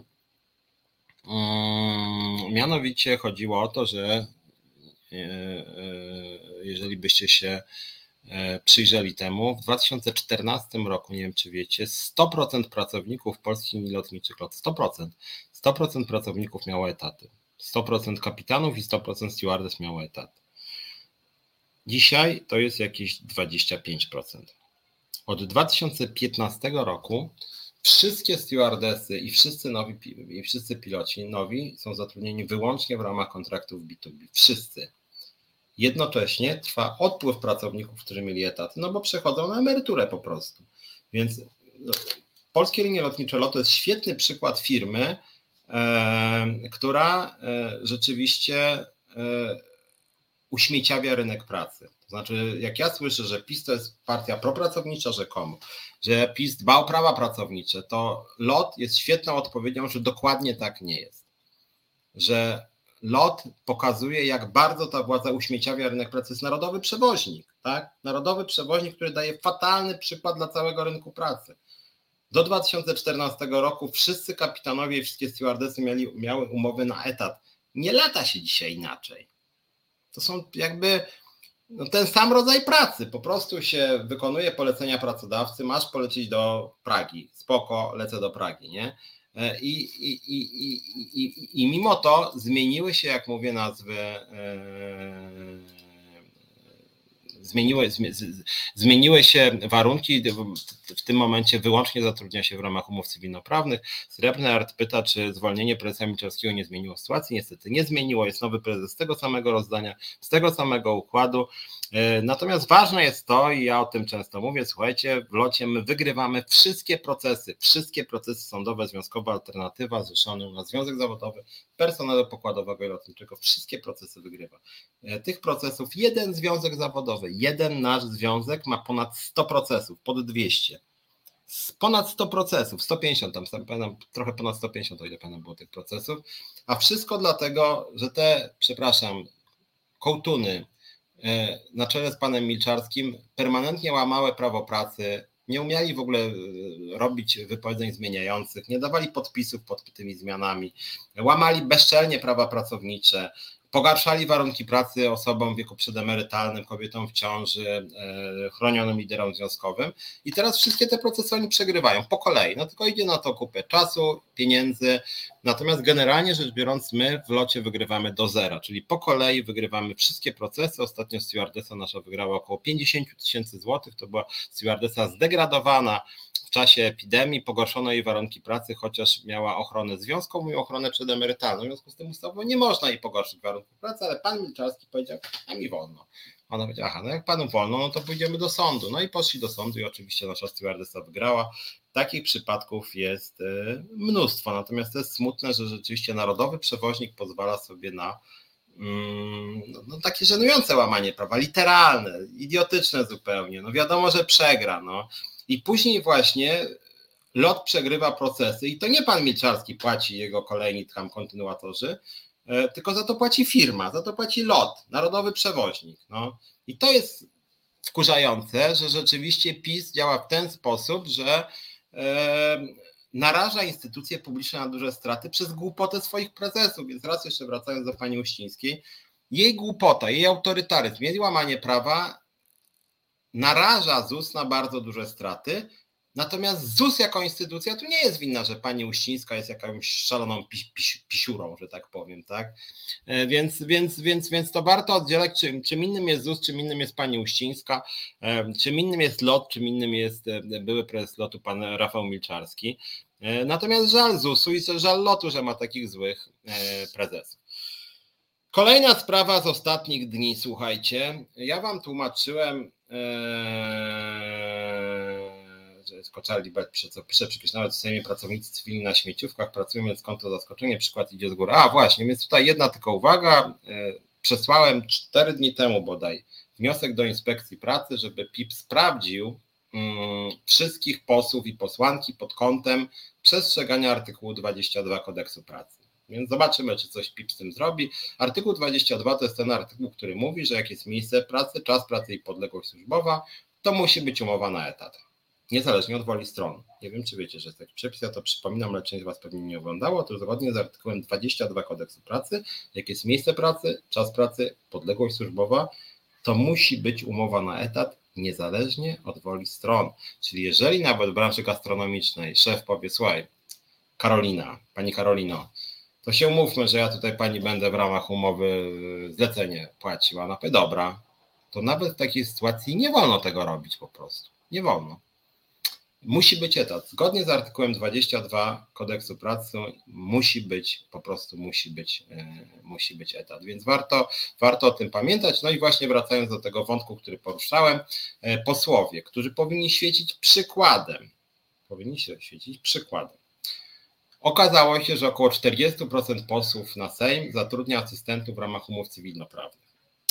Eee, mianowicie chodziło o to, że e, e, jeżeli byście się przyjrzeli temu, w dwa tysiące czternastym roku, nie wiem czy wiecie, sto procent pracowników polskich linii lotniczych, sto procent, sto procent pracowników miało etaty, sto procent kapitanów i sto procent stewardess miało etaty. Dzisiaj to jest jakieś dwadzieścia pięć procent. Od dwa tysiące piętnastego roku wszystkie stewardesy i wszyscy nowi i wszyscy piloci nowi są zatrudnieni wyłącznie w ramach kontraktów B dwa B. Wszyscy. Jednocześnie trwa odpływ pracowników, którzy mieli etaty, no bo przechodzą na emeryturę po prostu. Więc no, Polskie Linie Lotnicze LOT to jest świetny przykład firmy, e, która e, rzeczywiście e, uśmieciawia rynek pracy. To znaczy, jak ja słyszę, że PiS to jest partia propracownicza rzekomo, że PiS dba o prawa pracownicze, to LOT jest świetną odpowiedzią, że dokładnie tak nie jest. Że LOT pokazuje, jak bardzo ta władza uśmieciawia rynek pracy. To jest narodowy przewoźnik, tak? Narodowy przewoźnik, który daje fatalny przykład dla całego rynku pracy. Do dwa tysiące czternastego roku wszyscy kapitanowie i wszystkie stewardesy mieli, miały umowy na etat. Nie lata się dzisiaj inaczej. To są jakby no, ten sam rodzaj pracy. Po prostu się wykonuje polecenia pracodawcy, masz polecieć do Pragi. Spoko, lecę do Pragi, nie? I, i, i, i, i, i mimo to zmieniły się, jak mówię, nazwy, zmieniły, zmieniły się warunki. W tym momencie wyłącznie zatrudnia się w ramach umów cywilnoprawnych. Srebrny Art pyta, czy zwolnienie prezesa Milczarskiego nie zmieniło sytuacji. Niestety nie zmieniło. Jest nowy prezes z tego samego rozdania, z tego samego układu. Natomiast ważne jest to, i ja o tym często mówię, słuchajcie, w locie my wygrywamy wszystkie procesy, wszystkie procesy sądowe, związkowe, alternatywa, zrzeszony na związek zawodowy, personelu pokładowego i lotniczego, wszystkie procesy wygrywa. Tych procesów jeden związek zawodowy, jeden nasz związek ma ponad sto procesów, pod dwieście. Ponad sto procesów, sto pięćdziesiąt, tam trochę ponad sto pięćdziesiąt, o ile pamiętam, było tych procesów, a wszystko dlatego, że te, przepraszam, kołtuny na czele z panem Milczarskim permanentnie łamały prawo pracy, nie umieli w ogóle robić wypowiedzeń zmieniających, nie dawali podpisów pod tymi zmianami, łamali bezczelnie prawa pracownicze, pogarszali warunki pracy osobom w wieku przedemerytalnym, kobietom w ciąży, chronionym liderom związkowym i teraz wszystkie te procesy oni przegrywają po kolei, no tylko idzie na to kupę czasu, pieniędzy, natomiast generalnie rzecz biorąc my w locie wygrywamy do zera, czyli po kolei wygrywamy wszystkie procesy. Ostatnio stewardesa nasza wygrała około pięćdziesiąt tysięcy złotych, to była stewardesa zdegradowana w czasie epidemii, pogorszono jej warunki pracy, chociaż miała ochronę związkową i ochronę przedemerytalną. W związku z tym ustawowo nie można jej pogorszyć warunków pracy, ale pan Milczarski powiedział, a mi wolno. Ona powiedziała, aha, no jak panu wolno, no to pójdziemy do sądu. No i poszli do sądu i oczywiście nasza stewardesa wygrała. Takich przypadków jest mnóstwo, natomiast to jest smutne, że rzeczywiście narodowy przewoźnik pozwala sobie na no, no, takie żenujące łamanie prawa, literalne, idiotyczne zupełnie. No wiadomo, że przegra, no. I później właśnie LOT przegrywa procesy i to nie pan Milczarski płaci, jego kolejni tam kontynuatorzy, tylko za to płaci firma, za to płaci LOT, narodowy przewoźnik. No. I to jest wkurzające, że rzeczywiście PiS działa w ten sposób, że e, naraża instytucje publiczne na duże straty przez głupotę swoich prezesów. Więc raz jeszcze wracając do pani Uścińskiej, jej głupota, jej autorytaryzm, jej łamanie prawa naraża ZUS na bardzo duże straty, natomiast ZUS jako instytucja tu nie jest winna, że pani Uścińska jest jakąś szaloną pis, pis, pisiurą, że tak powiem, tak? Więc, więc, więc, więc to warto oddzielać, czym, czym innym jest ZUS, czym innym jest pani Uścińska, czym innym jest LOT, czym innym jest były prezes LOT-u pan Rafał Milczarski. Natomiast żal ZUS-u i żal LOT-u, że ma takich złych prezesów. Kolejna sprawa z ostatnich dni, słuchajcie, ja wam tłumaczyłem, że jest Charlie Bell, co pisze, przecież nawet w Sejmie pracownicy cywilni na śmieciówkach pracują, więc konto zaskoczenie, przykład idzie z góry. A właśnie, więc tutaj jedna tylko uwaga, przesłałem cztery dni temu bodaj wniosek do Inspekcji Pracy, żeby P I P sprawdził um, wszystkich posłów i posłanki pod kątem przestrzegania artykułu dwudziestego drugiego Kodeksu Pracy. Więc zobaczymy, czy coś P I P z tym zrobi. Artykuł dwudziesty drugi to jest ten artykuł, który mówi, że jak jest miejsce pracy, czas pracy i podległość służbowa, to musi być umowa na etat. Niezależnie od woli stron. Nie wiem, czy wiecie, że jest taki przepis, ja to przypominam, ale część z was pewnie nie oglądało. To zgodnie z artykułem dwudziestym drugim Kodeksu Pracy, jak jest miejsce pracy, czas pracy, podległość służbowa, to musi być umowa na etat niezależnie od woli stron. Czyli jeżeli nawet w branży gastronomicznej szef powie, słuchaj, Karolina, pani Karolino, to się umówmy, że ja tutaj pani będę w ramach umowy zlecenie płaciła. Ona powie, dobra, to nawet w takiej sytuacji nie wolno tego robić po prostu. Nie wolno. Musi być etat. Zgodnie z artykułem dwudziestym drugim kodeksu pracy musi być, po prostu musi być, musi być etat, więc warto, warto o tym pamiętać. No i właśnie wracając do tego wątku, który poruszałem, posłowie, którzy powinni świecić przykładem, powinni się świecić przykładem. Okazało się, że około czterdzieści procent posłów na Sejm zatrudnia asystentów w ramach umów cywilnoprawnych.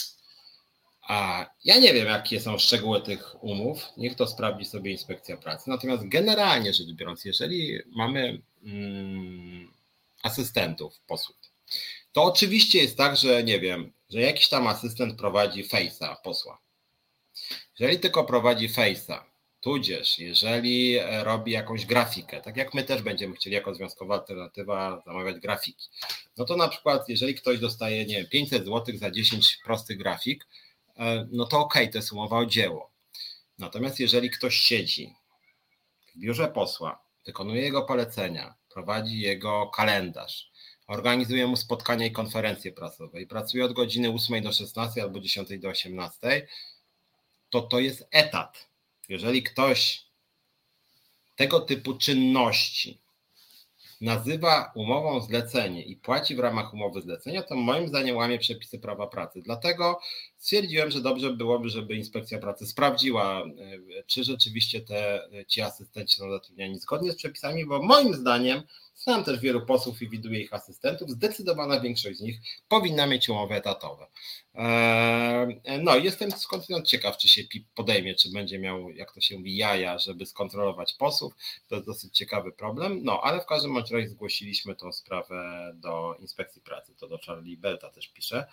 A ja nie wiem, jakie są szczegóły tych umów, niech to sprawdzi sobie Inspekcja Pracy. Natomiast generalnie rzecz biorąc, jeżeli mamy mm, asystentów posłów, to oczywiście jest tak, że nie wiem, że jakiś tam asystent prowadzi fejsa posła. Jeżeli tylko prowadzi fejsa, tudzież jeżeli robi jakąś grafikę, tak jak my też będziemy chcieli jako Związkowa Alternatywa zamawiać grafiki, no to na przykład jeżeli ktoś dostaje, nie wiem, pięćset złotych za dziesięć prostych grafik, no to okej, okay, to jest umowa o dzieło. Natomiast jeżeli ktoś siedzi w biurze posła, wykonuje jego polecenia, prowadzi jego kalendarz, organizuje mu spotkania i konferencje prasowe i pracuje od godziny ósmej do szesnastej albo dziesiątej do osiemnastej, to to jest etat. Jeżeli ktoś tego typu czynności nazywa umową zlecenie i płaci w ramach umowy zlecenia, to moim zdaniem łamie przepisy prawa pracy. Dlatego stwierdziłem, że dobrze byłoby, żeby Inspekcja Pracy sprawdziła, czy rzeczywiście te, ci asystenci są zatrudniani zgodnie z przepisami, bo moim zdaniem, znam też wielu posłów i widuję ich asystentów, zdecydowana większość z nich powinna mieć umowy etatowe. No jestem skądinąd ciekaw, czy się P I P podejmie, czy będzie miał, jak to się mówi, jaja, żeby skontrolować posłów. To jest dosyć ciekawy problem, no ale w każdym razie zgłosiliśmy tą sprawę do Inspekcji Pracy, to do Charlie Belta też pisze.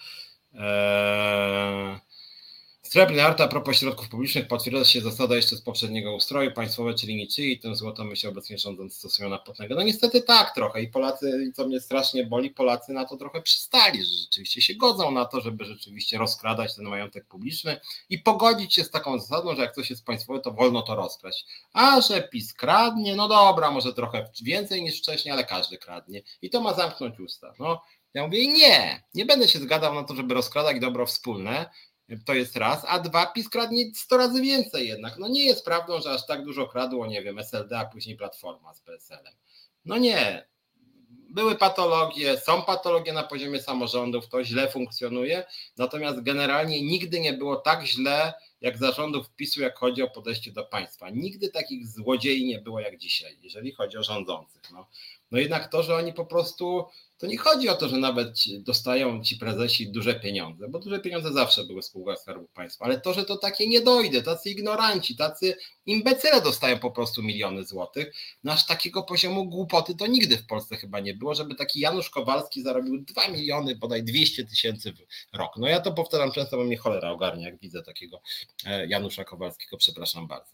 Srebrny Arta, a propos środków publicznych, potwierdza się zasada jeszcze z poprzedniego ustroju, państwowe, czyli niczyje i tę złotą myśl obecnie rządzący stosują na potęgę. No niestety tak trochę i Polacy, co mnie strasznie boli, Polacy na to trochę przystali, że rzeczywiście się godzą na to, żeby rzeczywiście rozkradać ten majątek publiczny i pogodzić się z taką zasadą, że jak coś jest państwowe, to wolno to rozkraść. A że PiS kradnie, no dobra, może trochę więcej niż wcześniej, ale każdy kradnie i to ma zamknąć usta. No, ja mówię nie, nie będę się zgadzał na to, żeby rozkradać dobro wspólne. To jest raz, a dwa, PiS kradnie sto razy więcej jednak. No nie jest prawdą, że aż tak dużo kradło, nie wiem, S L D, a później Platforma z P S L em. No nie. Były patologie, są patologie na poziomie samorządów, to źle funkcjonuje, natomiast generalnie nigdy nie było tak źle, jak zarządów PiS-u, jak chodzi o podejście do państwa. Nigdy takich złodziei nie było jak dzisiaj, jeżeli chodzi o rządzących. No, no jednak to, że oni po prostu, to nie chodzi o to, że nawet dostają ci prezesi duże pieniądze, bo duże pieniądze zawsze były w spółkach Skarbu Państwa, ale to, że to takie niedojde, tacy ignoranci, tacy imbecyle dostają po prostu miliony złotych, no aż takiego poziomu głupoty to nigdy w Polsce chyba nie było, żeby taki Janusz Kowalski zarobił dwa miliony, bodaj dwieście tysięcy w rok. No ja to powtarzam często, bo mnie cholera ogarnia, jak widzę takiego Janusza Kowalskiego, przepraszam bardzo.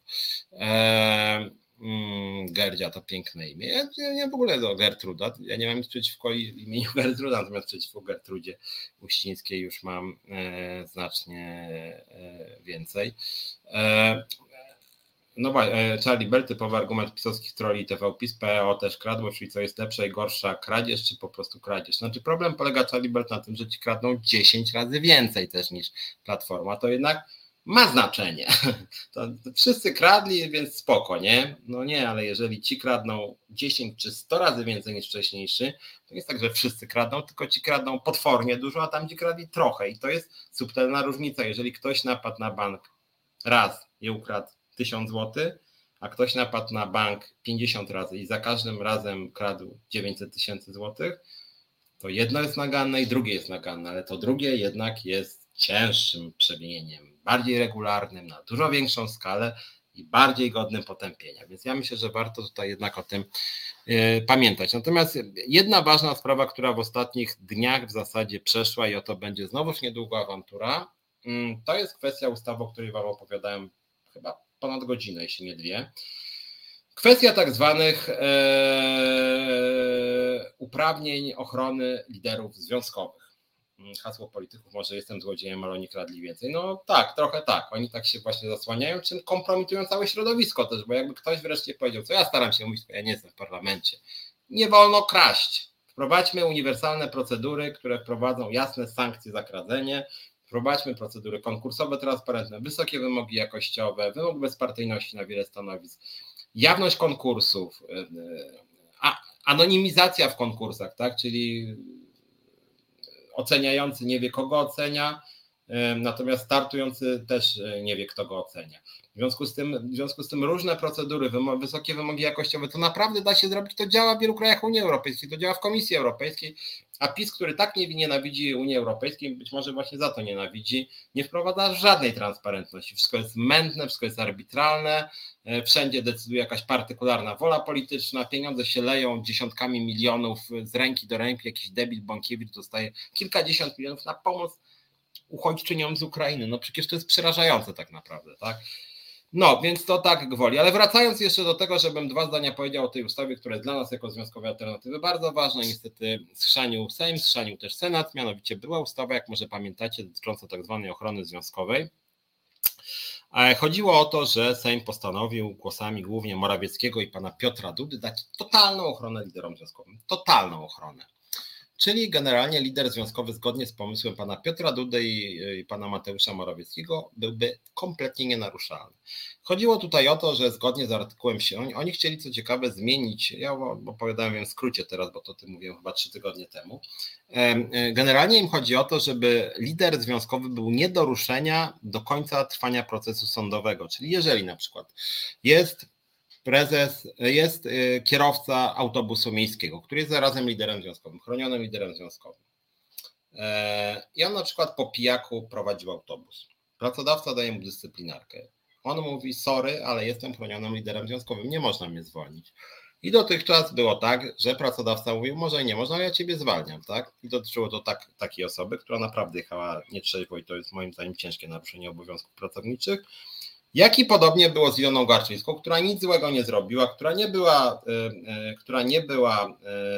Eee, mm, Gerdzia to piękne imię. Ja, ja, ja w ogóle do Gertruda, ja nie mam nic przeciwko imieniu Gertruda, natomiast przeciwko Gertrudzie Uścińskiej już mam e, znacznie e, więcej. E, no właśnie, Charlie Bell, typowy argument pisowskich troli T V PiS, P E O też kradło, czyli co jest lepsza i gorsza, kradzież czy po prostu kradzież? Znaczy problem polega, Charlie Bell, na tym, że ci kradną dziesięć razy więcej też niż Platforma, to jednak ma znaczenie. To wszyscy kradli, więc spoko, nie? No nie, ale jeżeli ci kradną dziesięć czy sto razy więcej niż wcześniejszy, to nie jest tak, że wszyscy kradną, tylko ci kradną potwornie dużo, a tam ci kradli trochę i to jest subtelna różnica. Jeżeli ktoś napadł na bank raz i ukradł tysiąc złotych, a ktoś napadł na bank pięćdziesiąt razy i za każdym razem kradł dziewięćset tysięcy złotych, to jedno jest naganne i drugie jest naganne, ale to drugie jednak jest cięższym przewinieniem, bardziej regularnym, na dużo większą skalę i bardziej godnym potępienia. Więc ja myślę, że warto tutaj jednak o tym yy, pamiętać. Natomiast jedna ważna sprawa, która w ostatnich dniach w zasadzie przeszła i o to będzie znowuż niedługo awantura, yy, to jest kwestia ustawy, o której wam opowiadałem chyba ponad godzinę, jeśli nie dwie. Kwestia tak zwanych e, uprawnień ochrony liderów związkowych. Hasło polityków, może jestem złodziejem, ale oni kradli więcej. No tak, trochę tak. Oni tak się właśnie zasłaniają, czym kompromitują całe środowisko też, bo jakby ktoś wreszcie powiedział, co ja staram się mówić, bo ja nie jestem w parlamencie, nie wolno kraść. Wprowadźmy uniwersalne procedury, które wprowadzą jasne sankcje za kradzenie. Wprowadźmy procedury konkursowe, transparentne, wysokie wymogi jakościowe, wymóg bezpartyjności na wiele stanowisk. jawność konkursów, a, anonimizacja w konkursach, tak, czyli oceniający nie wie, kogo ocenia, natomiast startujący też nie wie, kto go ocenia. W związku z tym, w związku z tym różne procedury, wysokie wymogi jakościowe, to naprawdę da się zrobić, to działa w wielu krajach Unii Europejskiej, to działa w Komisji Europejskiej, a PiS, który tak nie nienawidzi Unii Europejskiej, być może właśnie za to nienawidzi, nie wprowadza żadnej transparentności. Wszystko jest mętne, wszystko jest arbitralne, wszędzie decyduje jakaś partykularna wola polityczna, pieniądze się leją dziesiątkami milionów z ręki do ręki, jakiś debil Bąkiewicz dostaje kilkadziesiąt milionów na pomoc uchodźczyniom z Ukrainy. No przecież to jest przerażające tak naprawdę, tak? No, więc to tak gwoli. Ale wracając jeszcze do tego, żebym dwa zdania powiedział o tej ustawie, która jest dla nas jako Związkowej Alternatywy bardzo ważna. Niestety schrzanił Sejm, schrzanił też Senat. Mianowicie była ustawa, jak może pamiętacie, dotycząca tak zwanej ochrony związkowej. Chodziło o to, że Sejm postanowił głosami głównie Morawieckiego i pana Piotra Dudy dać totalną ochronę liderom związkowym. Totalną ochronę. Czyli generalnie lider związkowy zgodnie z pomysłem pana Piotra Dudy i pana Mateusza Morawieckiego byłby kompletnie nienaruszalny. Chodziło tutaj o to, że zgodnie z artykułem się, oni, oni chcieli co ciekawe zmienić, ja opowiadałem w skrócie teraz, bo to ty mówiłem chyba trzy tygodnie temu, generalnie im chodzi o to, żeby lider związkowy był nie do ruszenia do końca trwania procesu sądowego, czyli jeżeli na przykład jest prezes, jest kierowca autobusu miejskiego, który jest zarazem liderem związkowym, chronionym liderem związkowym. I on na przykład po pijaku prowadził autobus. Pracodawca daje mu dyscyplinarkę. On mówi, sorry, ale jestem chronionym liderem związkowym, nie można mnie zwolnić. I dotychczas było tak, że pracodawca mówił, może nie można, ale ja ciebie zwalniam, tak? I dotyczyło to tak, takiej osoby, która naprawdę jechała nietrzeźwo i to jest moim zdaniem ciężkie naruszenie obowiązków pracowniczych. Jak i podobnie było z Iloną Garczyńską, która nic złego nie zrobiła, która nie była, yy, która nie była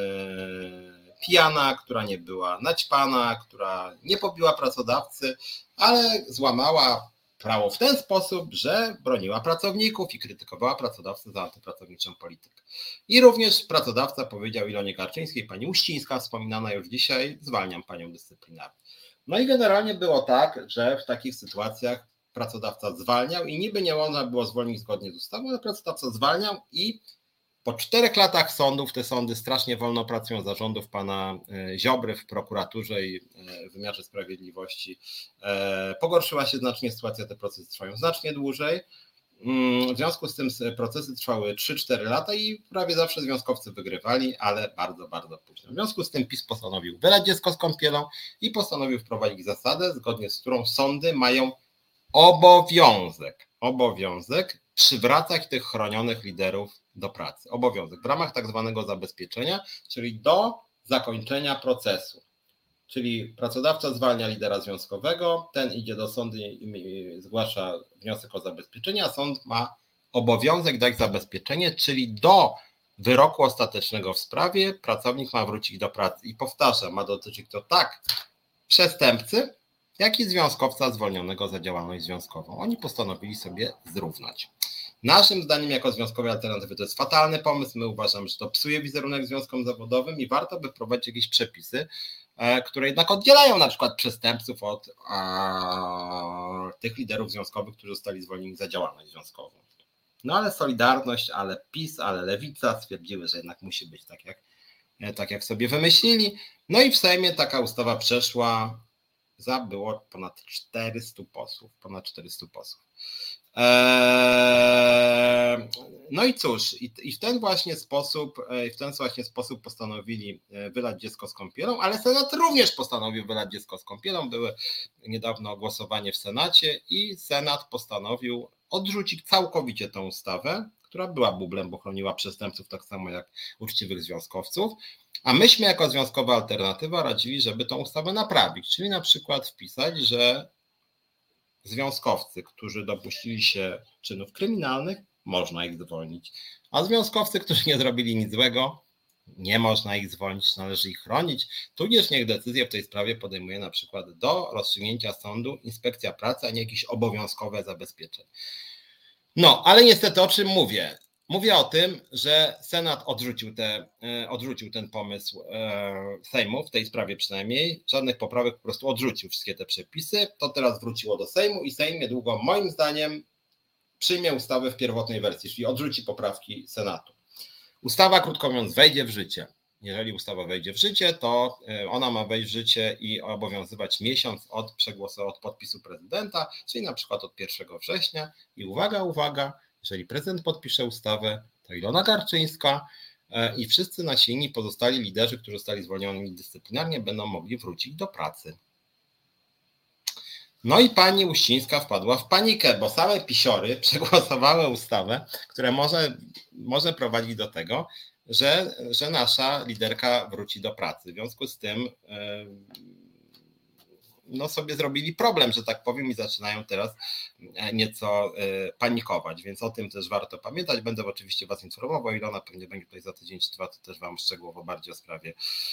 yy, pijana, która nie była naćpana, która nie pobiła pracodawcy, ale złamała prawo w ten sposób, że broniła pracowników i krytykowała pracodawcę za antypracowniczą politykę. I również pracodawca powiedział Ilonie Garczyńskiej, pani Uścińska, wspominana już dzisiaj, zwalniam panią dyscyplinarnie. No i generalnie było tak, że w takich sytuacjach pracodawca zwalniał i niby nie można było zwolnić zgodnie z ustawą, ale pracodawca zwalniał i po czterech latach sądów, te sądy strasznie wolno pracują, zarządów pana Ziobry w prokuraturze i w wymiarze sprawiedliwości, pogorszyła się znacznie sytuacja, te procesy trwają znacznie dłużej. W związku z tym procesy trwały trzy cztery lata i prawie zawsze związkowcy wygrywali, ale bardzo, bardzo późno. W związku z tym PiS postanowił wylać dziecko z kąpielą i postanowił wprowadzić zasadę, zgodnie z którą sądy mają obowiązek, obowiązek przywracać tych chronionych liderów do pracy. Obowiązek w ramach tak zwanego zabezpieczenia, czyli do zakończenia procesu. Czyli pracodawca zwalnia lidera związkowego, ten idzie do sądu i zgłasza wniosek o zabezpieczenie, a sąd ma obowiązek dać zabezpieczenie, czyli do wyroku ostatecznego w sprawie pracownik ma wrócić do pracy. I powtarzam, ma dotyczyć to tak przestępcy, jak i związkowca zwolnionego za działalność związkową. Oni postanowili sobie zrównać. Naszym zdaniem jako Związkowej Alternatywy to jest fatalny pomysł. My uważamy, że to psuje wizerunek związkom zawodowym i warto by wprowadzić jakieś przepisy, które jednak oddzielają na przykład przestępców od a, tych liderów związkowych, którzy zostali zwolnieni za działalność związkową. No ale Solidarność, ale PiS, ale Lewica stwierdziły, że jednak musi być tak jak, tak jak sobie wymyślili. No i w Sejmie taka ustawa przeszła za było ponad czterystu posłów, ponad czterystu posłów. Eee, no i cóż, i, i w ten właśnie sposób, w ten właśnie sposób postanowili wylać dziecko z kąpielą, ale Senat również postanowił wylać dziecko z kąpielą. Były niedawno głosowanie w Senacie i Senat postanowił odrzucić całkowicie tę ustawę, która była bublem, bo chroniła przestępców tak samo jak uczciwych związkowców. A myśmy jako Związkowa Alternatywa radzili, żeby tą ustawę naprawić, czyli na przykład wpisać, że związkowcy, którzy dopuścili się czynów kryminalnych, można ich zwolnić, a związkowcy, którzy nie zrobili nic złego, nie można ich zwolnić, należy ich chronić, tudzież niech decyzję w tej sprawie podejmuje na przykład do rozstrzygnięcia sądu Inspekcja Pracy, a nie jakieś obowiązkowe zabezpieczenie. No, ale niestety o czym mówię? Mówię o tym, że Senat odrzucił, te, odrzucił ten pomysł Sejmu, w tej sprawie przynajmniej, żadnych poprawek, po prostu odrzucił wszystkie te przepisy. To teraz wróciło do Sejmu i Sejm niedługo, moim zdaniem, przyjmie ustawę w pierwotnej wersji, czyli odrzuci poprawki Senatu. Ustawa, krótko mówiąc, wejdzie w życie. Jeżeli ustawa wejdzie w życie, to ona ma wejść w życie i obowiązywać miesiąc od przegłosu, od podpisu prezydenta, czyli na przykład od pierwszego września. I uwaga, uwaga, jeżeli prezydent podpisze ustawę, to Ilona Garczyńska i wszyscy nasi inni pozostali liderzy, którzy zostali zwolnieni dyscyplinarnie, będą mogli wrócić do pracy. No i pani Uścińska wpadła w panikę, bo same pisiory przegłosowały ustawę, która może, może prowadzić do tego, że, że nasza liderka wróci do pracy. W związku z tym no sobie zrobili problem, że tak powiem, i zaczynają teraz nieco panikować, więc o tym też warto pamiętać. Będę oczywiście Was informował, Ilona pewnie będzie tutaj za tydzień czy dwa, to też Wam szczegółowo bardziej o sprawie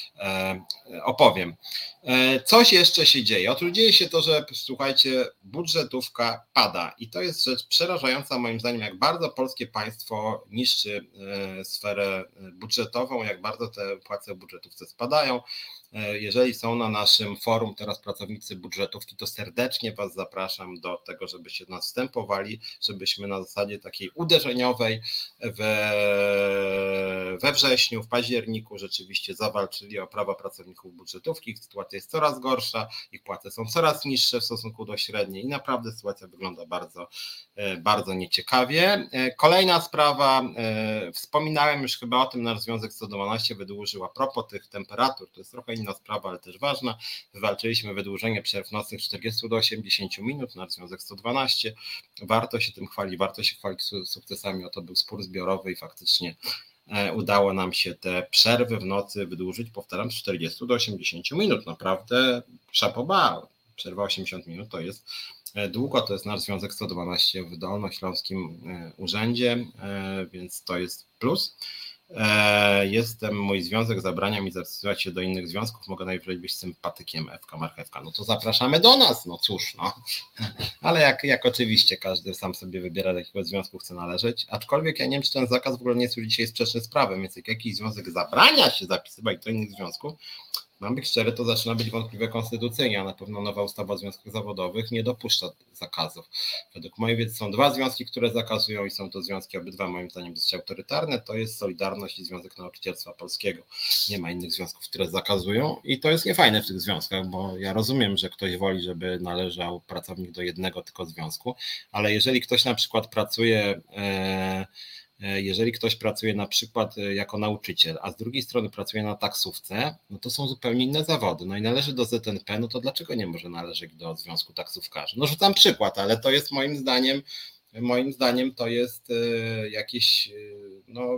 opowiem. Coś jeszcze się dzieje. Otóż dzieje się to, że słuchajcie, budżetówka pada i to jest rzecz przerażająca moim zdaniem, jak bardzo polskie państwo niszczy sferę budżetową, jak bardzo te płace w budżetówce spadają. Jeżeli są na naszym forum teraz pracownicy budżetówki, to serdecznie Was zapraszam do tego, żebyście nas wstępowali, żebyśmy na zasadzie takiej uderzeniowej we, we wrześniu, w październiku rzeczywiście zawalczyli o prawa pracowników budżetówki. Ich sytuacja jest coraz gorsza, ich płace są coraz niższe w stosunku do średniej i naprawdę sytuacja wygląda bardzo, bardzo nieciekawie. Kolejna sprawa, wspominałem już chyba o tym, nasz Związek sto dwanaście wydłużył a propos tych temperatur, to jest trochę inna sprawa, ale też ważna. Wywalczyliśmy wydłużenie przerw nocnych z czterdziestu do osiemdziesięciu minut, nasz Związek sto dwanaście. Warto się tym chwalić, warto się chwalić sukcesami, oto był spór zbiorowy i faktycznie udało nam się te przerwy w nocy wydłużyć, powtarzam, z czterdziestu do osiemdziesięciu minut. Naprawdę szapoba, przerwa osiemdziesiąt minut to jest długo, to jest nasz Związek sto dwanaście w Dolnośląskim Urzędzie, więc to jest plus. Jestem, mój związek zabrania mi zapisywać się do innych związków, mogę najwyżej być sympatykiem Ewka Marchewka, no to zapraszamy do nas, no cóż, no. Ale jak, jak oczywiście każdy sam sobie wybiera, do jakiego związku chce należeć, aczkolwiek ja nie wiem, czy ten zakaz w ogóle nie jest już dzisiaj sprzeczny z prawem, więc jak jakiś związek zabrania się zapisywać do innych związków, mam być szczery, to zaczyna być wątpliwe konstytucyjnie, a na pewno nowa ustawa o związkach zawodowych nie dopuszcza zakazów. Według mojej wiedzy są dwa związki, które zakazują i są to związki obydwa moim zdaniem dosyć autorytarne, to jest Solidarność i Związek Nauczycielstwa Polskiego. Nie ma innych związków, które zakazują i to jest niefajne w tych związkach, bo ja rozumiem, że ktoś woli, żeby należał pracownik do jednego tylko związku, ale jeżeli ktoś na przykład pracuje e, Jeżeli ktoś pracuje na przykład jako nauczyciel, a z drugiej strony pracuje na taksówce, no to są zupełnie inne zawody. No i należy do Z N P, no to dlaczego nie może należeć do Związku Taksówkarzy? No rzucam przykład, ale to jest moim zdaniem, moim zdaniem to jest jakieś no,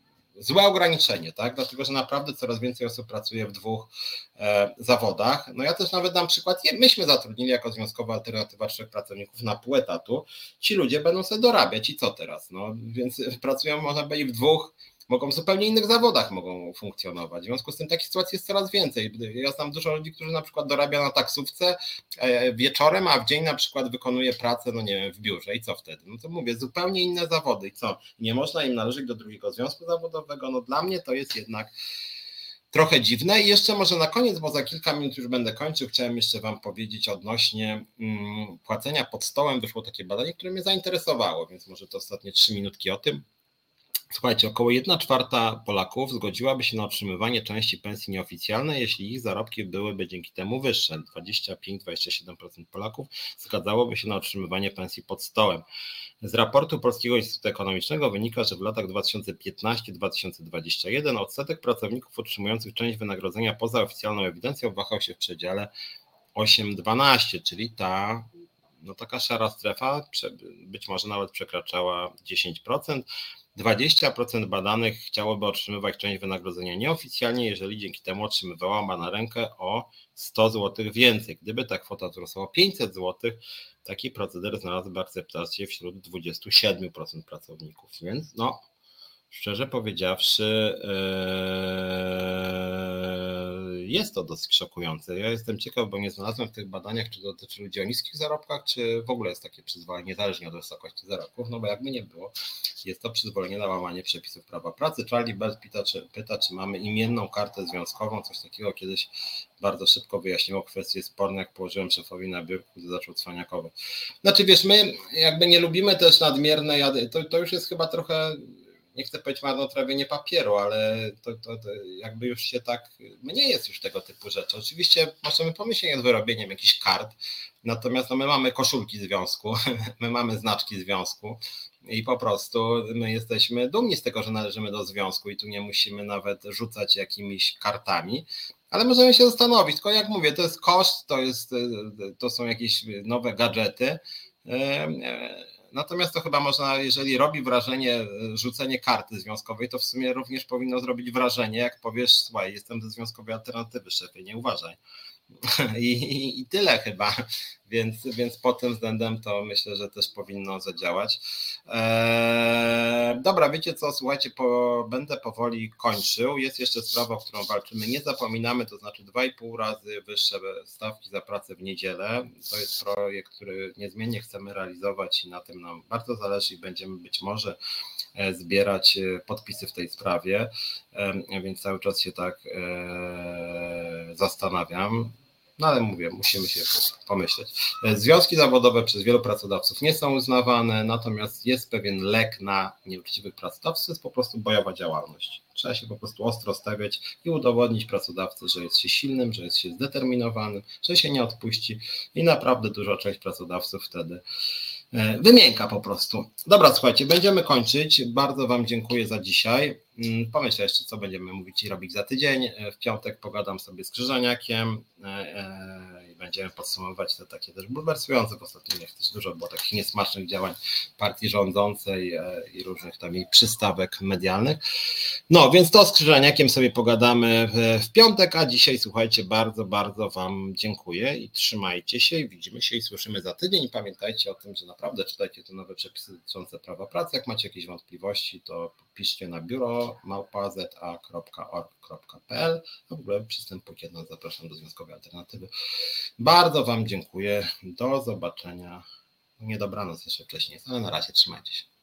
złe ograniczenie, tak? Dlatego, że naprawdę coraz więcej osób pracuje w dwóch e, zawodach. No ja też nawet dam przykład, myśmy zatrudnili jako Związkowa Alternatywa trzech pracowników na pół etatu, ci ludzie będą sobie dorabiać i co teraz? No więc pracują, można powiedzieć, w dwóch, mogą w zupełnie innych zawodach mogą funkcjonować. W związku z tym takich sytuacji jest coraz więcej. Ja znam dużo ludzi, którzy na przykład dorabia na taksówce wieczorem, a w dzień na przykład wykonuje pracę, no nie wiem, w biurze i co wtedy? No to mówię, zupełnie inne zawody i co? Nie można im należeć do drugiego związku zawodowego? No dla mnie to jest jednak trochę dziwne. I jeszcze może na koniec, bo za kilka minut już będę kończył, chciałem jeszcze Wam powiedzieć odnośnie hmm, płacenia pod stołem. Wyszło takie badanie, które mnie zainteresowało, więc może to ostatnie trzy minutki o tym. Słuchajcie, około jedna czwarta Polaków zgodziłaby się na otrzymywanie części pensji nieoficjalnej, jeśli ich zarobki byłyby dzięki temu wyższe. dwadzieścia pięć do dwudziestu siedmiu procent Polaków zgadzałoby się na otrzymywanie pensji pod stołem. Z raportu Polskiego Instytutu Ekonomicznego wynika, że w latach dwa tysiące piętnasty do dwa tysiące dwudziestego pierwszego odsetek pracowników otrzymujących część wynagrodzenia poza oficjalną ewidencją wahał się w przedziale osiem do dwunastu, czyli ta no taka szara strefa być może nawet przekraczała dziesięć procent. dwadzieścia procent badanych chciałoby otrzymywać część wynagrodzenia nieoficjalnie, jeżeli dzięki temu otrzymywała na rękę o sto złotych więcej. Gdyby ta kwota wzrosła o pięćset złotych, taki proceder znalazłby akceptację wśród dwudziestu siedmiu procent pracowników. Więc no, szczerze powiedziawszy, jest to dosyć szokujące. Ja jestem ciekaw, bo nie znalazłem w tych badaniach, czy to dotyczy ludzi o niskich zarobkach, czy w ogóle jest takie przyzwolenie, niezależnie od wysokości zarobków, no bo jakby nie było, jest to przyzwolenie na łamanie przepisów prawa pracy. Charlie Bell pyta, czy, pyta, czy mamy imienną kartę związkową, coś takiego kiedyś bardzo szybko wyjaśniło kwestie sporne, jak położyłem szefowi na biurku, gdy zaczął cwaniakować. Znaczy wiesz, my jakby nie lubimy też nadmiernej, to, to już jest chyba trochę, nie chcę powiedzieć marnotrawienie papieru, ale to, to, to jakby już się tak, nie jest już tego typu rzeczy. Oczywiście możemy pomyśleć nad wyrobieniem jakichś kart, natomiast no my mamy koszulki związku, my mamy znaczki związku i po prostu my jesteśmy dumni z tego, że należymy do związku i tu nie musimy nawet rzucać jakimiś kartami, ale możemy się zastanowić, tylko jak mówię, to jest koszt, to, jest, to są jakieś nowe gadżety. Natomiast to chyba można, jeżeli robi wrażenie rzucenie karty związkowej, to w sumie również powinno zrobić wrażenie, jak powiesz, słuchaj, jestem ze związkowej alternatywy, szefie, nie uważaj. I, i, i tyle chyba, więc, więc pod tym względem to myślę, że też powinno zadziałać. Eee, dobra, wiecie co, słuchajcie, po, będę powoli kończył. Jest jeszcze sprawa, o którą walczymy. Nie zapominamy, to znaczy dwa i pół razy wyższe stawki za pracę w niedzielę. To jest projekt, który niezmiennie chcemy realizować i na tym nam bardzo zależy i będziemy być może zbierać podpisy w tej sprawie, więc cały czas się tak zastanawiam. No ale mówię, musimy się pomyśleć. Związki zawodowe przez wielu pracodawców nie są uznawane, natomiast jest pewien lek na nieuczciwych pracodawców, to jest po prostu bojowa działalność. Trzeba się po prostu ostro stawiać i udowodnić pracodawcy, że jest się silnym, że jest się zdeterminowanym, że się nie odpuści i naprawdę duża część pracodawców wtedy wymięka po prostu. Dobra, słuchajcie, będziemy kończyć. Bardzo Wam dziękuję za dzisiaj. Pomyślę jeszcze, co będziemy mówić i robić za tydzień. W piątek pogadam sobie z Krzyżaniakiem i będziemy podsumowywać te takie też bulwersujące, w ostatnich dniach też dużo było takich niesmacznych działań partii rządzącej i różnych tam jej przystawek medialnych. No, więc to z Krzyżaniakiem sobie pogadamy w piątek, a dzisiaj słuchajcie, bardzo, bardzo Wam dziękuję i trzymajcie się i widzimy się i słyszymy za tydzień i pamiętajcie o tym, że naprawdę czytajcie te nowe przepisy dotyczące prawa pracy. Jak macie jakieś wątpliwości, to piszcie na biuro małpa zeta kropka org kropka pe el. W ogóle przystępujcie do nas, zapraszam do Związkowej Alternatywy. Bardzo Wam dziękuję. Do zobaczenia. Nie dobranoc jeszcze wcześniej, ale na razie trzymajcie się.